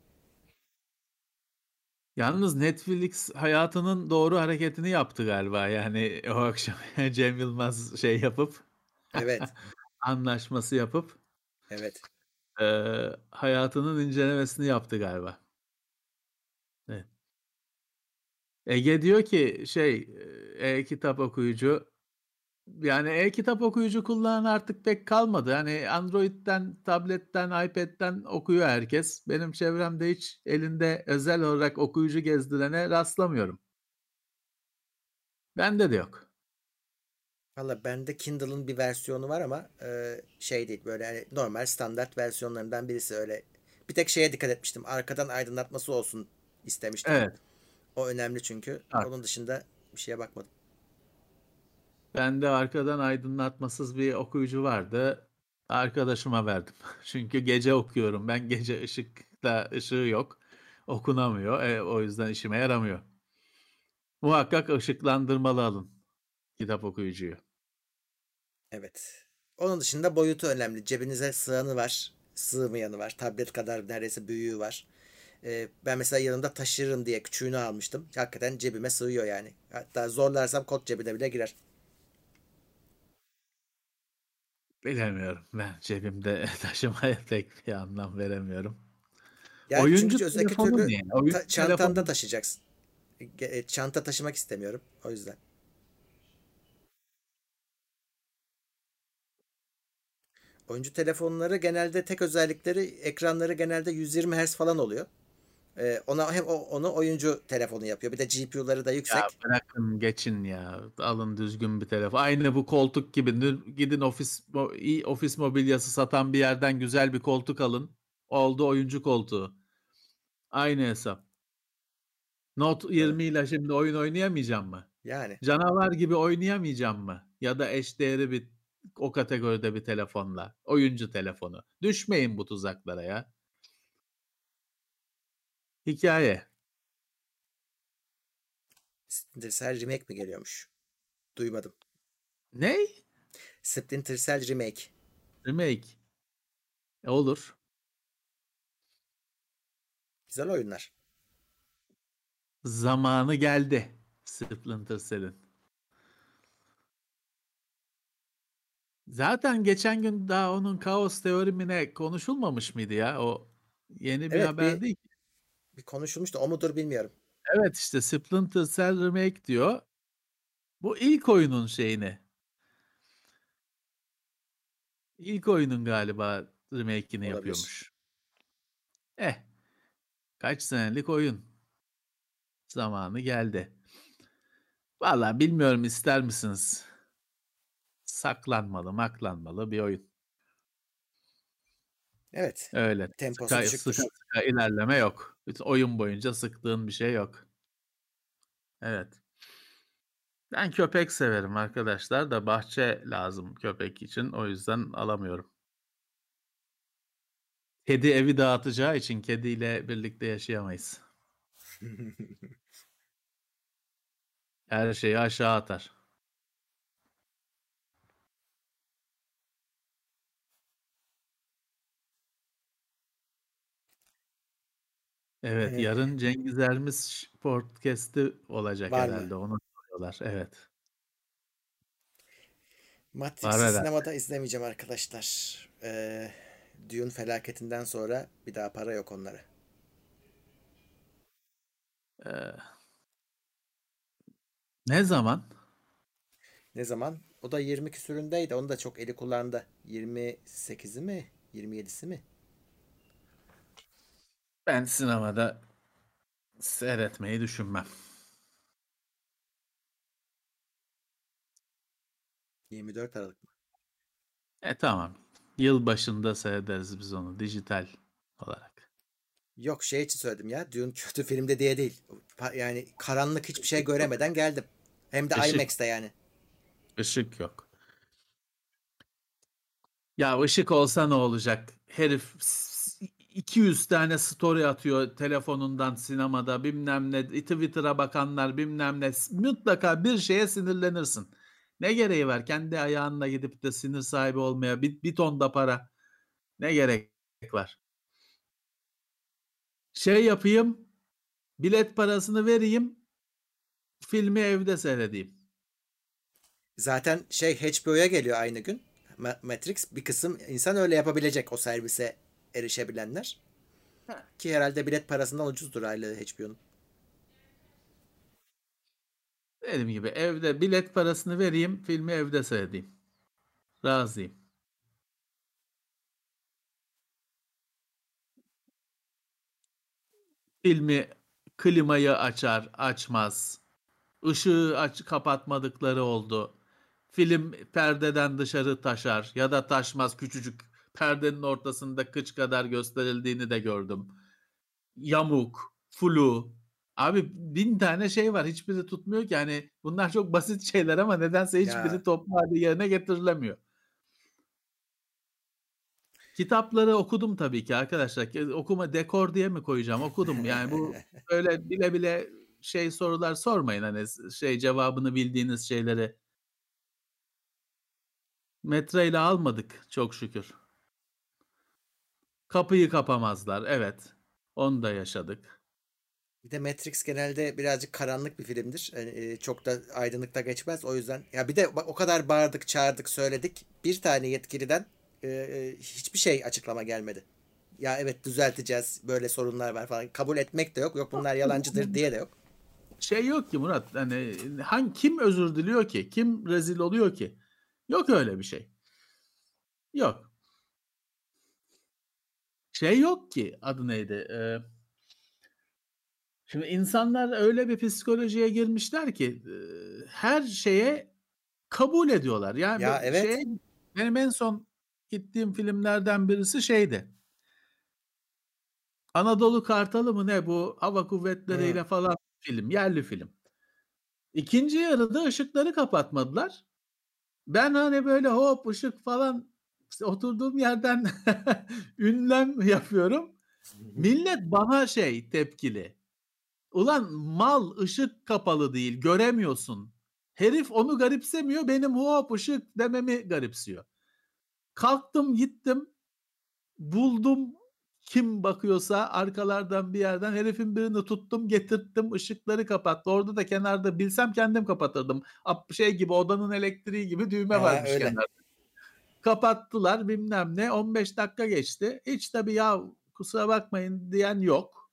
Yalnız Netflix hayatının doğru hareketini yaptı galiba. Yani o akşam Cem Yılmaz şey yapıp Evet. anlaşması yapıp Evet. eee, hayatının incelemesini yaptı galiba. Evet. Ege diyor ki şey, eee, e-kitap okuyucu, yani e-kitap okuyucu kullanan artık pek kalmadı. Hani Android'den, tabletten, iPad'den okuyor herkes. Benim çevremde hiç elinde özel olarak okuyucu gezdirene rastlamıyorum. Bende de yok. Valla bende Kindle'ın bir versiyonu var ama e, şey değil, böyle hani normal standart versiyonlarından birisi öyle. Bir tek şeye dikkat etmiştim. Arkadan aydınlatması olsun istemiştim. Evet. O önemli çünkü. Bak. Onun dışında bir şeye bakmadım. Ben de arkadan aydınlatmasız bir okuyucu vardı. Arkadaşıma verdim. Çünkü gece okuyorum. Ben gece ışıkta ışığı yok. Okunamıyor. E, o yüzden işime yaramıyor. Muhakkak ışıklandırmalı alın kitap okuyucuyu. Evet. Onun dışında boyutu önemli. Cebinize sığanı var, sığmayanı var. Tablet kadar neredeyse büyüğü var. E, ben mesela yanımda taşırım diye küçüğünü almıştım. Hakikaten cebime sığıyor yani. Hatta zorlarsam kot cebine bile girer. Bilemiyorum. Ben cebimde taşımaya pek bir anlam veremiyorum. Ya çünkü Oyuncu öteki telefonu türlü ne? Oyuncu ta- çantanda telefonu taşıyacaksın. E, çanta taşımak istemiyorum. O yüzden. Oyuncu telefonları genelde tek özellikleri, ekranları genelde yüz yirmi Hz falan oluyor. Ee, ona hem o, onu oyuncu telefonu yapıyor. Bir de G P U'ları da ya, yüksek. bırakın geçin ya. Alın düzgün bir telefon. Aynı bu koltuk gibi. Nür- Gidin ofis mo- iyi ofis mobilyası satan bir yerden güzel bir koltuk alın. Oldu oyuncu koltuğu. Aynı hesap. Note Doğru. yirmi ile şimdi oyun oynayamayacağım mı? Yani Canavar gibi oynayamayacağım mı? Ya da eşdeğeri bir o kategoride bir telefonla. Oyuncu telefonu. Düşmeyin bu tuzaklara ya. Hikaye. Splinter Cell remake mi geliyormuş? Duymadım. Ne? Splinter Cell remake. Remake. E, olur. Güzel oyunlar. Zamanı geldi Splinter Cell'in. Zaten geçen gün daha onun kaos teorimine konuşulmamış mıydı ya? O yeni bir Evet, haber bir değil ki. bir konuşulmuştu. O mudur bilmiyorum. Evet işte Splinter Cell Remake diyor. Bu ilk oyunun şeyini. İlk oyunun galiba remake'ini Olabilir. yapıyormuş. Eh, kaç senelik oyun. Zamanı geldi. Vallahi bilmiyorum ister misiniz? Saklanmalı, maklanmalı bir oyun. Evet. Öyle Temposu sıka sıka düşüktür. sıka ilerleme yok. Bütün oyun boyunca sıktığın bir şey yok. Evet. Ben köpek severim arkadaşlar da bahçe lazım köpek için. O yüzden alamıyorum. Kedi evi dağıtacağı için kediyle birlikte yaşayamayız. Her şeyi aşağı atar. Evet, Eh, yarın Cengiz Ermiş podcast'i olacak var mı? herhalde. Onu soruyorlar. Evet. Var Matrix'i herhalde. sinemada izlemeyeceğim arkadaşlar. Ee, Dune felaketinden sonra bir daha para yok onlara. Ee, ne zaman? Ne zaman? O da yirmi küsüründeydi. Onu da çok eli kullandı. yirmi sekizi mi? yirmi yedisi mi? Ben sinemada seyretmeyi düşünmem. yirmi dört Aralık mı? E tamam. Yıl başında seyrederiz biz onu dijital olarak. Yok, şey için söyledim ya. Dune kötü filmde diye değil. Pa- Yani karanlık hiçbir şey göremeden geldim. Hem de Işık, IMAX'te yani. ışık yok. Ya ışık olsa ne olacak? Herif s- iki yüz tane story atıyor telefonundan sinemada bilmem ne Twitter'a bakanlar bilmem ne mutlaka bir şeye sinirlenirsin. Ne gereği var kendi ayağınla gidip de sinir sahibi olmaya bir, bir ton da para ne gerek var? Şey yapayım bilet parasını vereyim filmi evde seyredeyim. Zaten şey H B O'ya geliyor aynı gün. Ma- Matrix, bir kısım insan öyle yapabilecek, o servise erişebilenler. Ki herhalde bilet parasından ucuzdur aylığı H B O'nun. Dediğim gibi evde bilet parasını vereyim filmi evde seyredeyim. Razıyım. Filmi klimayı açar, açmaz. Işığı aç kapatmadıkları oldu. Film perdeden dışarı taşar ya da taşmaz küçücük perdenin ortasında kıç kadar gösterildiğini de gördüm. Yamuk, flu. Abi bin tane şey var hiçbiri tutmuyor ki hani bunlar çok basit şeyler ama nedense hiçbiri Ya toplu halde yerine getirilemiyor. Kitapları okudum tabii ki arkadaşlar. Okuma dekor diye mi koyacağım? Okudum. Yani bu öyle bile bile şey sorular sormayın hani şey cevabını bildiğiniz şeyleri. Metreyle almadık çok şükür. Kapıyı kapamazlar. Evet. Onu da yaşadık. bir de Matrix genelde birazcık karanlık bir filmdir. Yani, e, çok da aydınlıkta geçmez. O yüzden ya bir de bak, o kadar bağırdık, çağırdık, söyledik. Bir tane yetkiliden e, e, hiçbir şey açıklama gelmedi. Ya evet, düzelteceğiz. Böyle sorunlar var falan. Kabul etmek de yok. Yok, bunlar yalancıdır diye de yok. Şey yok ki Murat. Hani hangi kim özür diliyor ki? Kim rezil oluyor ki? Yok öyle bir şey. Yok. Şey yok ki. Adı neydi? Ee, şimdi insanlar öyle bir psikolojiye girmişler ki e, her şeye kabul ediyorlar. Yani Ya be- şey evet. benim en son gittiğim filmlerden birisi şeydi. Anadolu Kartalı mı ne bu hava Hı. kuvvetleriyle falan film, yerli film. İkinci yarıda ışıkları kapatmadılar. Ben hani böyle hop ışık falan işte oturduğum yerden ünlem yapıyorum. Millet bana şey tepkili. Ulan mal ışık kapalı değil göremiyorsun. Herif onu garipsemiyor benim hop ışık dememi garipsiyor. Kalktım gittim buldum kim bakıyorsa arkalardan bir yerden herifin birini tuttum getirttim, ışıkları kapattı. Orada da kenarda bilsem kendim kapatırdım. Ap- Şey gibi, odanın elektriği gibi düğme Ha, varmış öyle. kenarda. Kapattılar bilmem ne. on beş dakika geçti. Hiç tabii ya kusura bakmayın diyen yok.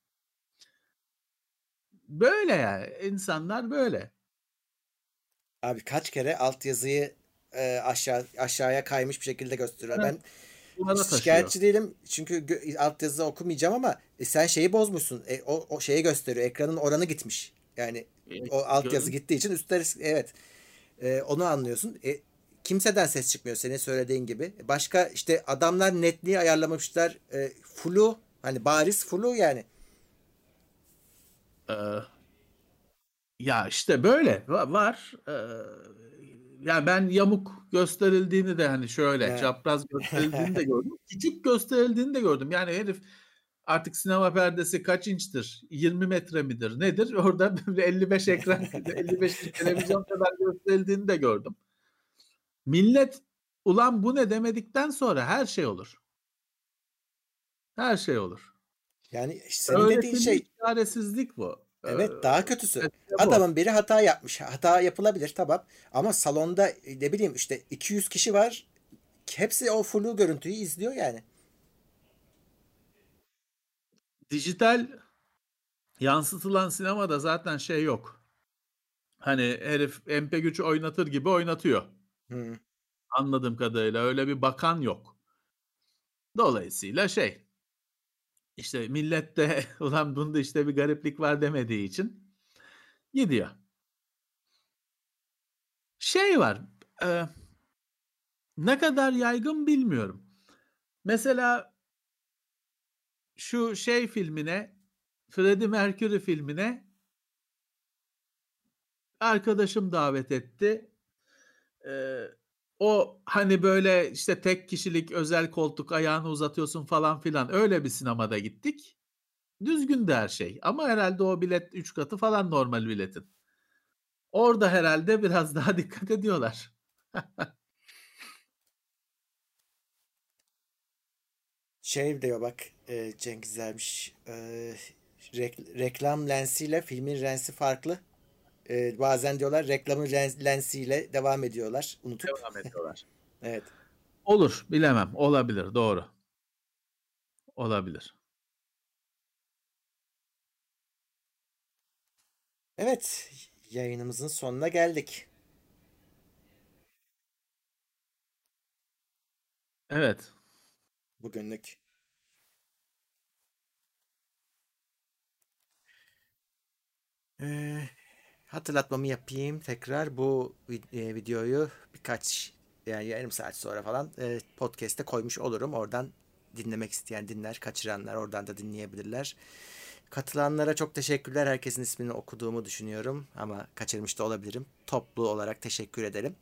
Böyle yani. İnsanlar böyle. Abi kaç kere altyazıyı e, aşağı aşağıya kaymış bir şekilde gösteriyor. Evet, Ben duvara taşıyor. şikayetçi değilim çünkü gö- altyazı okumayacağım ama e, sen şeyi bozmuşsun. E, o, o şeyi gösteriyor. Ekranın oranı gitmiş. Yani E, o altyazı gö- gittiği için üstler, evet. E, onu anlıyorsun. E, kimseden ses çıkmıyor senin söylediğin gibi. Başka işte adamlar netliği ayarlamamışlar. E, flu, hani bariz flu yani. e, Ya işte böyle va- var. Ee, yani ben yamuk gösterildiğini de hani şöyle Ha. çapraz gösterildiğini de gördüm. Küçük gösterildiğini de gördüm. Yani herif artık sinema perdesi kaç inçtir? yirmi metre midir? Nedir? Orada böyle elli beş ekran, elli beş inç televizyon kadar gösterildiğini de gördüm. Millet ulan bu ne demedikten sonra her şey olur. Her şey olur. Yani senin dediğin Öğretilmiş şey, çaresizlik bu. Ee, evet, daha kötüsü. mesele bu. Adamın biri hata yapmış. Hata yapılabilir, tamam. Ama salonda e, ne bileyim işte iki yüz kişi var. Hepsi o flu görüntüyü izliyor yani. Dijital yansıtılan sinemada zaten şey yok. Hani herif M P üç oynatır gibi oynatıyor. Hı. Anladığım kadarıyla öyle bir bakan yok. Dolayısıyla şey işte millet de ulan bunda işte bir gariplik var demediği için gidiyor. Şey var, e, ne kadar yaygın bilmiyorum. Mesela şu şey filmine, Freddie Mercury filmine arkadaşım davet etti. Ee, O hani böyle işte tek kişilik özel koltuk, ayağını uzatıyorsun falan filan, öyle bir sinemada gittik. Düzgündü her şey ama herhalde o bilet üç katı falan normal biletin. Orada herhalde biraz daha dikkat ediyorlar. Şey diyor bak, e, Cengiz Ermiş, e, rek- reklam lensiyle filmin lensi farklı. E, bazen diyorlar reklamın lens- lensiyle devam ediyorlar unutup. Devam ediyorlar. Evet. Olur, bilemem. Olabilir, doğru. Olabilir. Evet, yayınımızın sonuna geldik Evet. bugünlük. Ee, hatırlatmamı yapayım tekrar. Bu vid- e, videoyu birkaç, yani yarım saat sonra falan e, podcast'te koymuş olurum. Oradan dinlemek isteyen dinler, kaçıranlar oradan da dinleyebilirler. Katılanlara çok teşekkürler. Herkesin ismini okuduğumu düşünüyorum ama kaçırmış da olabilirim. Toplu olarak teşekkür ederim.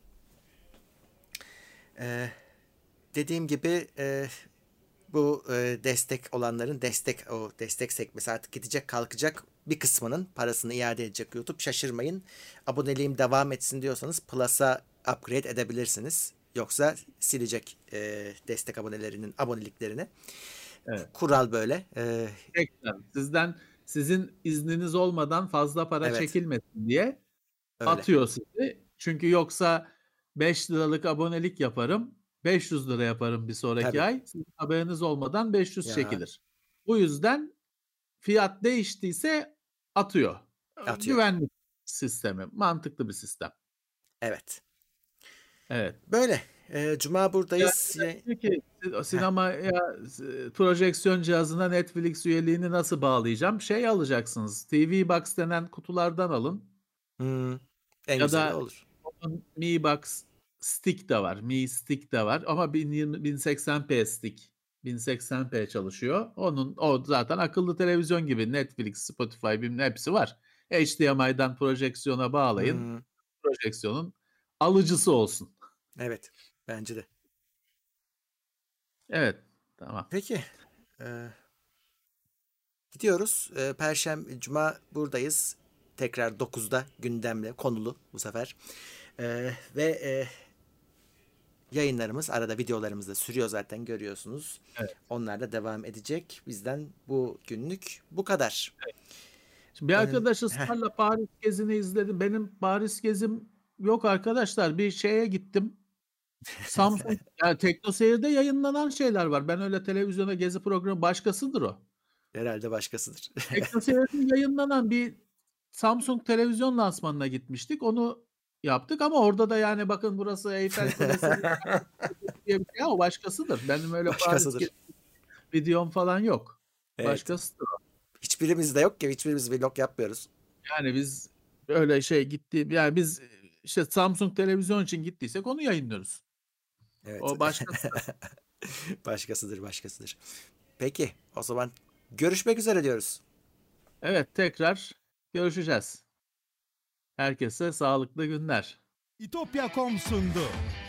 Ee, dediğim gibi e, bu e, destek olanların destek o destek sekmesi artık gidecek, kalkacak, bir kısmının parasını iade edecek YouTube. Şaşırmayın. Aboneliğim devam etsin diyorsanız Plus'a upgrade edebilirsiniz. Yoksa silecek e, destek abonelerinin aboneliklerini. Evet. Kural böyle. E, Tekrar sizden, sizin izniniz olmadan fazla para evet, çekilmesin diye öyle. atıyor sizi. Çünkü yoksa beş liralık abonelik yaparım, beş yüz lira yaparım bir sonraki Tabii. ay. Sizin haberiniz olmadan beş yüz Ya, çekilir. Bu yüzden fiyat değiştiyse atıyor. atıyor. Güvenlik sistemi, mantıklı bir sistem. Evet. Evet. Böyle. E, Cuma Ya buradayız. Ye- peki Heh. sinemaya e, projeksiyon cihazına Netflix üyeliğini nasıl bağlayacağım? Şey alacaksınız. T V Box denen kutulardan alın. Hmm, en Ya güzeli da olur. onun Mi Box Stick de var. Mi Stick de var ama bin yirmi bin seksen p stick. bin seksen p çalışıyor. Onun o zaten akıllı televizyon gibi, Netflix, Spotify bilmem hepsi var. H D M I'dan projeksiyona bağlayın. Hmm, Projeksiyonun alıcısı olsun. evet. Bence de. Evet. Tamam. Peki. E, gidiyoruz. E, Perşembe, Cuma buradayız. Tekrar dokuzda gündemle konulu bu sefer. E, ve e, yayınlarımız, arada videolarımız da sürüyor zaten, görüyorsunuz. Evet. Onlar da devam edecek. Bizden bu günlük bu kadar. Şimdi bir Ben, arkadaş heh, ısrarla Paris gezini izledim. Benim Paris gezim yok arkadaşlar. Bir şeye gittim. Samsung, yani TeknoSeyir'de yayınlanan şeyler var. Ben öyle televizyona gezi programı başkasıdır o. herhalde başkasıdır. TeknoSeyir'de yayınlanan bir Samsung televizyon lansmanına gitmiştik. Onu yaptık ama orada da yani bakın burası Eyfel Kulesi diye bir şey ama başkasıdır. Benim öyle Paris Başkasıdır. gezi videom falan yok. Evet. Başkasıdır o. Hiçbirimiz de yok ki. Hiçbirimiz vlog yapmıyoruz. Yani biz öyle şey gittiğim, yani biz işte Samsung televizyon için gittiysek onu yayınlıyoruz. Evet. O başkası. Başkasıdır, başkasıdır. Peki, o zaman görüşmek üzere diyoruz. Evet, tekrar görüşeceğiz. Herkese sağlıklı günler. İtopya nokta com sundu.